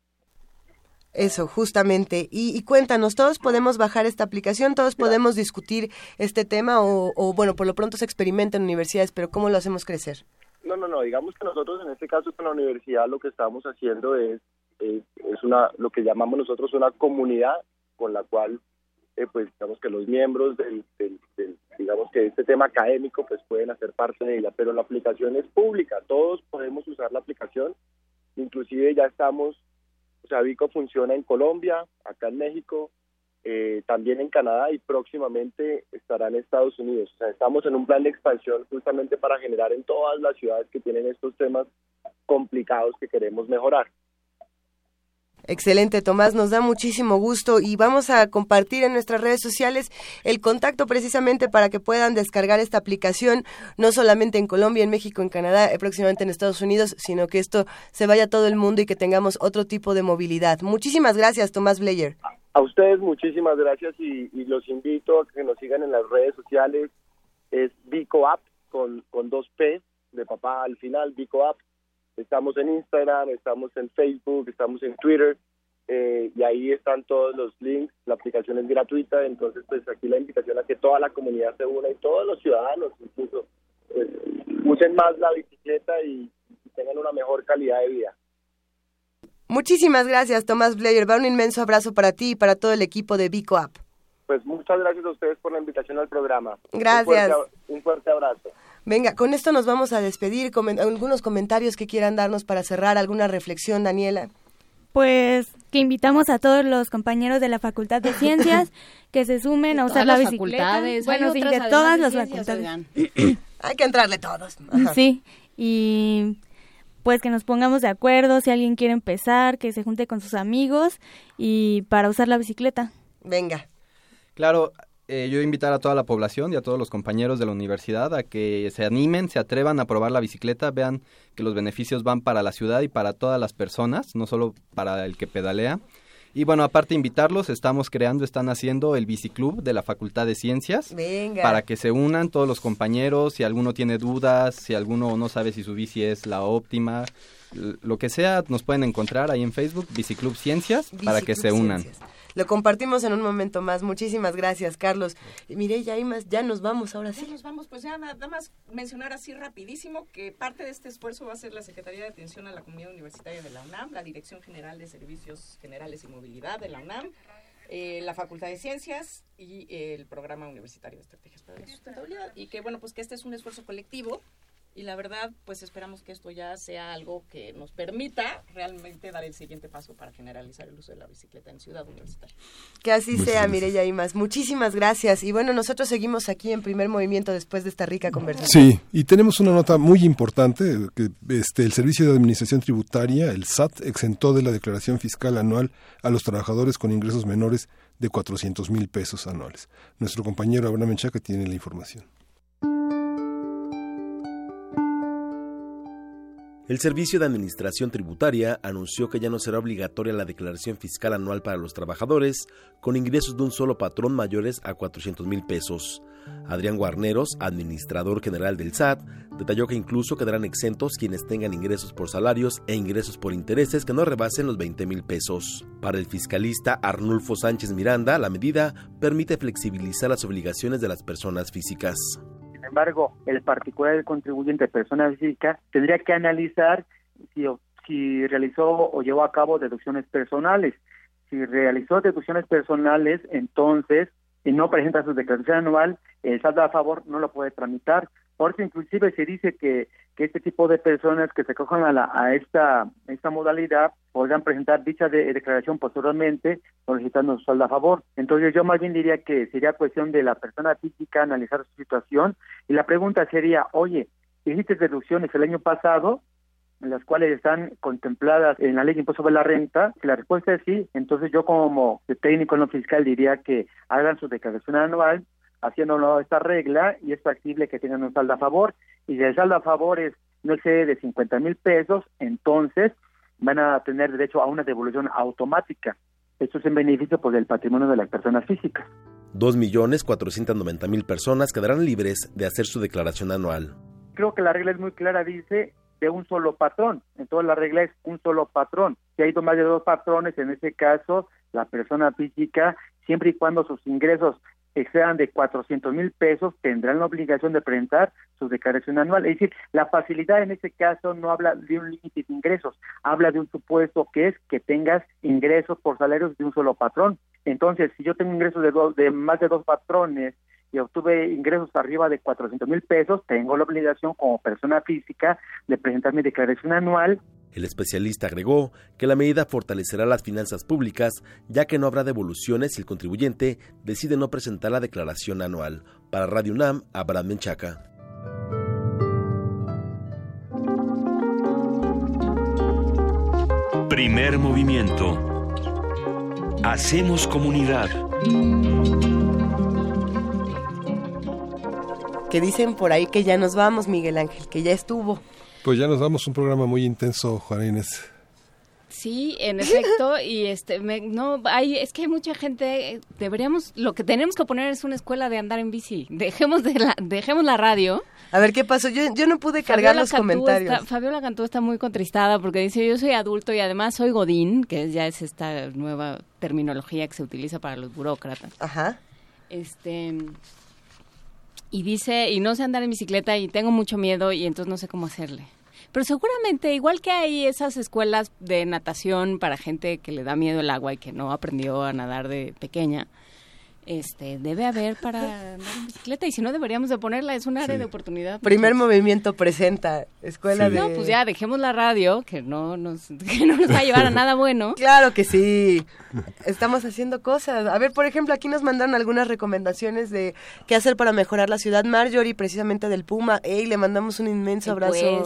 Eso, justamente. Y cuéntanos, ¿todos podemos bajar esta aplicación? ¿Todos podemos discutir este tema? O bueno, por lo pronto se experimenta en universidades, pero ¿cómo lo hacemos crecer? No, digamos que nosotros en este caso con la universidad lo que estamos haciendo es lo que llamamos nosotros una comunidad con la cual pues digamos que los miembros digamos que este tema académico pues pueden hacer parte de ella, pero la aplicación es pública, todos podemos usar la aplicación, inclusive ya estamos, o sea, Vico funciona en Colombia, acá en México, también en Canadá y próximamente estará en Estados Unidos. O sea, estamos en un plan de expansión justamente para generar en todas las ciudades que tienen estos temas complicados que queremos mejorar. Excelente, Tomás, nos da muchísimo gusto y vamos a compartir en nuestras redes sociales el contacto precisamente para que puedan descargar esta aplicación, no solamente en Colombia, en México, en Canadá, próximamente en Estados Unidos, sino que esto se vaya a todo el mundo y que tengamos otro tipo de movilidad. Muchísimas gracias, Tomás Bleyer. A ustedes muchísimas gracias y los invito a que nos sigan en las redes sociales. Es Vico App con 2 P de papá al final, Vico App. Estamos en Instagram, estamos en Facebook, estamos en Twitter y ahí están todos los links, la aplicación es gratuita, entonces pues aquí la invitación a que toda la comunidad se una y todos los ciudadanos incluso pues, usen más la bicicleta y tengan una mejor calidad de vida. Muchísimas gracias, Tomás Bleyer. Va un inmenso abrazo para ti y para todo el equipo de BICOAP. Pues muchas gracias a ustedes por la invitación al programa. Gracias. Un fuerte abrazo. Venga, con esto nos vamos a despedir. Algunos comentarios que quieran darnos para cerrar, alguna reflexión, Daniela. Pues que invitamos a todos los compañeros de la Facultad de Ciencias que se sumen a usar la bicicleta. Bueno, sí, de todas las facultades. Hay que entrarle todos. Ajá. Sí, y pues que nos pongamos de acuerdo, si alguien quiere empezar, que se junte con sus amigos y para usar la bicicleta. Venga. Claro, yo invitar a toda la población y a todos los compañeros de la universidad a que se animen, se atrevan a probar la bicicleta, vean que los beneficios van para la ciudad y para todas las personas, no solo para el que pedalea. Y bueno, aparte invitarlos, están haciendo el biciclub de la Facultad de Ciencias. Venga. Para que se unan todos los compañeros, si alguno tiene dudas, si alguno no sabe si su bici es la óptima, lo que sea, nos pueden encontrar ahí en Facebook, Biciclub Ciencias, para que se unan. Ciencias. Lo compartimos en un momento más. Muchísimas gracias, Carlos. Mireya, ya nos vamos ahora sí. Ya nos vamos, pues ya nada más mencionar así rapidísimo que parte de este esfuerzo va a ser la Secretaría de Atención a la Comunidad Universitaria de la UNAM, la Dirección General de Servicios Generales y Movilidad de la UNAM, la Facultad de Ciencias y el Programa Universitario de Estrategias para la Sustentabilidad. Y que bueno, pues que este es un esfuerzo colectivo. Y la verdad, pues esperamos que esto ya sea algo que nos permita realmente dar el siguiente paso para generalizar el uso de la bicicleta en Ciudad Universitaria. Que así sea, Mireya Imas. Muchísimas gracias. Y bueno, nosotros seguimos aquí en Primer Movimiento después de esta rica conversación. Sí, y tenemos una nota muy importante, que el Servicio de Administración Tributaria, el SAT, exentó de la declaración fiscal anual a los trabajadores con ingresos menores de 400,000 pesos anuales. Nuestro compañero Abraham Menchaca tiene la información. El Servicio de Administración Tributaria anunció que ya no será obligatoria la declaración fiscal anual para los trabajadores con ingresos de un solo patrón mayores a 400,000 pesos. Adrián Guarneros, administrador general del SAT, detalló que incluso quedarán exentos quienes tengan ingresos por salarios e ingresos por intereses que no rebasen los 20,000 pesos. Para el fiscalista Arnulfo Sánchez Miranda, la medida permite flexibilizar las obligaciones de las personas físicas. Sin embargo, el particular del contribuyente persona física tendría que analizar si realizó o llevó a cabo deducciones personales. Si realizó deducciones personales, entonces, y no presenta su declaración anual, el saldo a favor no lo puede tramitar. Por eso inclusive se dice que este tipo de personas que se acojan a esta modalidad podrán presentar dicha declaración posteriormente solicitando su saldo a favor. Entonces yo más bien diría que sería cuestión de la persona física analizar su situación y la pregunta sería, oye, ¿hiciste deducciones el año pasado? En las cuales están contempladas en la ley de impuesto sobre la renta. Si la respuesta es sí, entonces yo como técnico no fiscal diría que hagan su declaración anual haciéndolo esta regla y es factible que tengan un saldo a favor y si el saldo a favor es no excede de 50,000 pesos, entonces van a tener derecho a una devolución automática. Esto es en beneficio del patrimonio de las personas físicas. 2,490,000 personas quedarán libres de hacer su declaración anual. Creo que la regla es muy clara, dice de un solo patrón. Entonces la regla es un solo patrón. Si hay más de dos patrones, en ese caso, la persona física, siempre y cuando sus ingresos excedan de 400,000 pesos, tendrán la obligación de presentar su declaración anual. Es decir, la facilidad en este caso no habla de un límite de ingresos, habla de un supuesto que es que tengas ingresos por salarios de un solo patrón. Entonces, si yo tengo ingresos de más de dos patrones y obtuve ingresos arriba de 400,000 pesos, tengo la obligación como persona física de presentar mi declaración anual. El especialista agregó que la medida fortalecerá las finanzas públicas, ya que no habrá devoluciones si el contribuyente decide no presentar la declaración anual. Para Radio UNAM, Abraham Menchaca. Primer movimiento. Hacemos comunidad. Que dicen por ahí que ya nos vamos, Miguel Ángel, que ya estuvo. Pues ya nos vamos, un programa muy intenso, Juana Inés. Sí, en efecto, y es que hay mucha gente, lo que tenemos que poner es una escuela de andar en bici. Dejemos la radio. A ver, ¿qué pasó? Yo no pude cargar los comentarios. Fabiola Cantú está muy contristada porque dice, yo soy adulto y además soy godín, que ya es esta nueva terminología que se utiliza para los burócratas. Ajá. Y dice, y no sé andar en bicicleta y tengo mucho miedo y entonces no sé cómo hacerle. Pero seguramente, igual que hay esas escuelas de natación para gente que le da miedo el agua y que no aprendió a nadar de pequeña, debe haber para andar en bicicleta, y si no deberíamos de ponerla, es un área de oportunidad. Primer Movimiento presenta escuela de... No, pues ya, dejemos la radio, que no nos va a llevar a nada bueno. Claro que sí, estamos haciendo cosas. A ver, por ejemplo, aquí nos mandaron algunas recomendaciones de qué hacer para mejorar la ciudad. Marjorie, precisamente del Puma, le mandamos un inmenso abrazo. El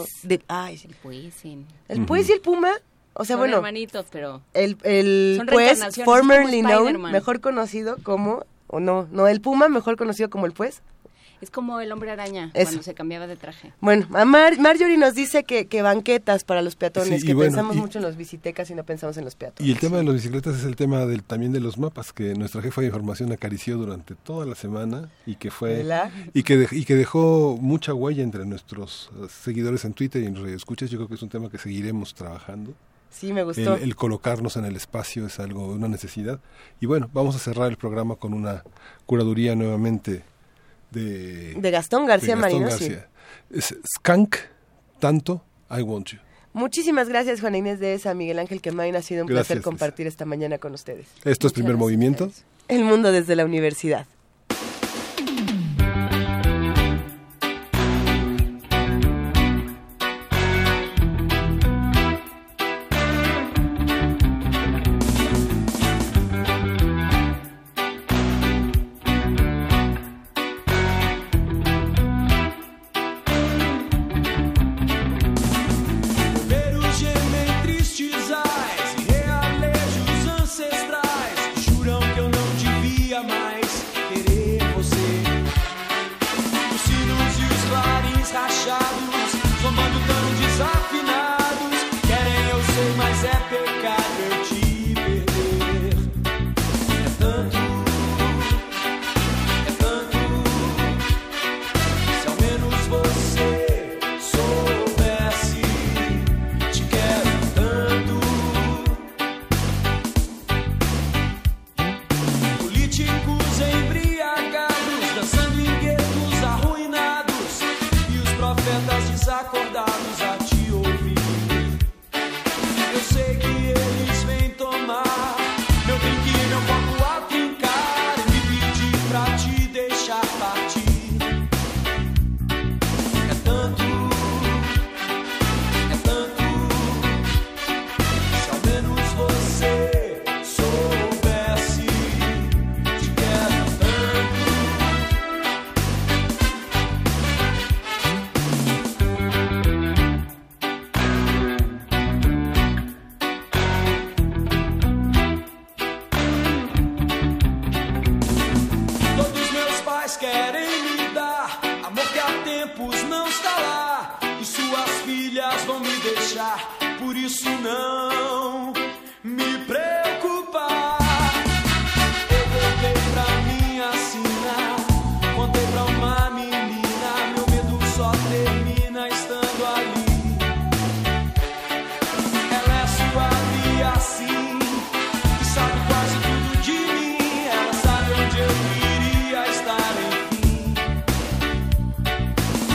Pues y el Puma... O sea, son hermanitos, pero el pues, formerly known, mejor conocido como, el Puma, mejor conocido como el pues. Es como el Hombre Araña, cuando se cambiaba de traje. Bueno, Marjorie nos dice que banquetas para los peatones, que pensamos mucho en los bicitecas y no pensamos en los peatones. Y el tema de las bicicletas es el tema también de los mapas, que nuestra jefa de información acarició durante toda la semana y que fue y que dejó mucha huella entre nuestros seguidores en Twitter y en radioescuchas. Yo creo que es un tema que seguiremos trabajando. Sí, me gustó. El colocarnos en el espacio es una necesidad. Y bueno, vamos a cerrar el programa con una curaduría nuevamente de Gastón García Marino. Es Skank, Tanto, I Want You. Muchísimas gracias, Juana Inés de Esa, Miguel Ángel Quemain. Ha sido un placer compartir esta mañana con ustedes. Esto es Primer Movimiento. El mundo desde la universidad.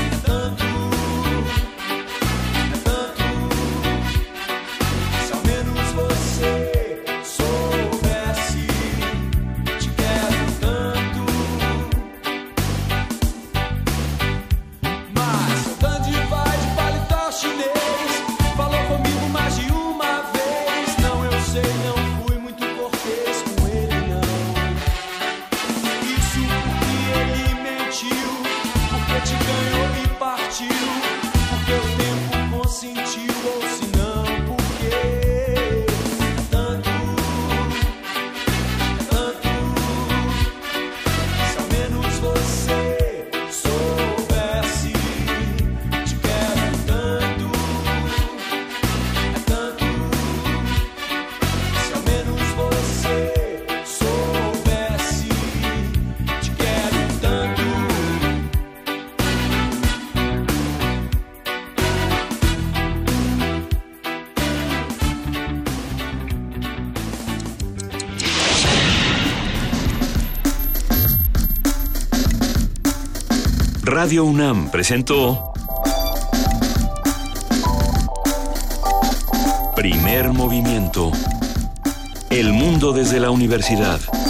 Menos Radio UNAM presentó Primer Movimiento. El mundo desde la universidad.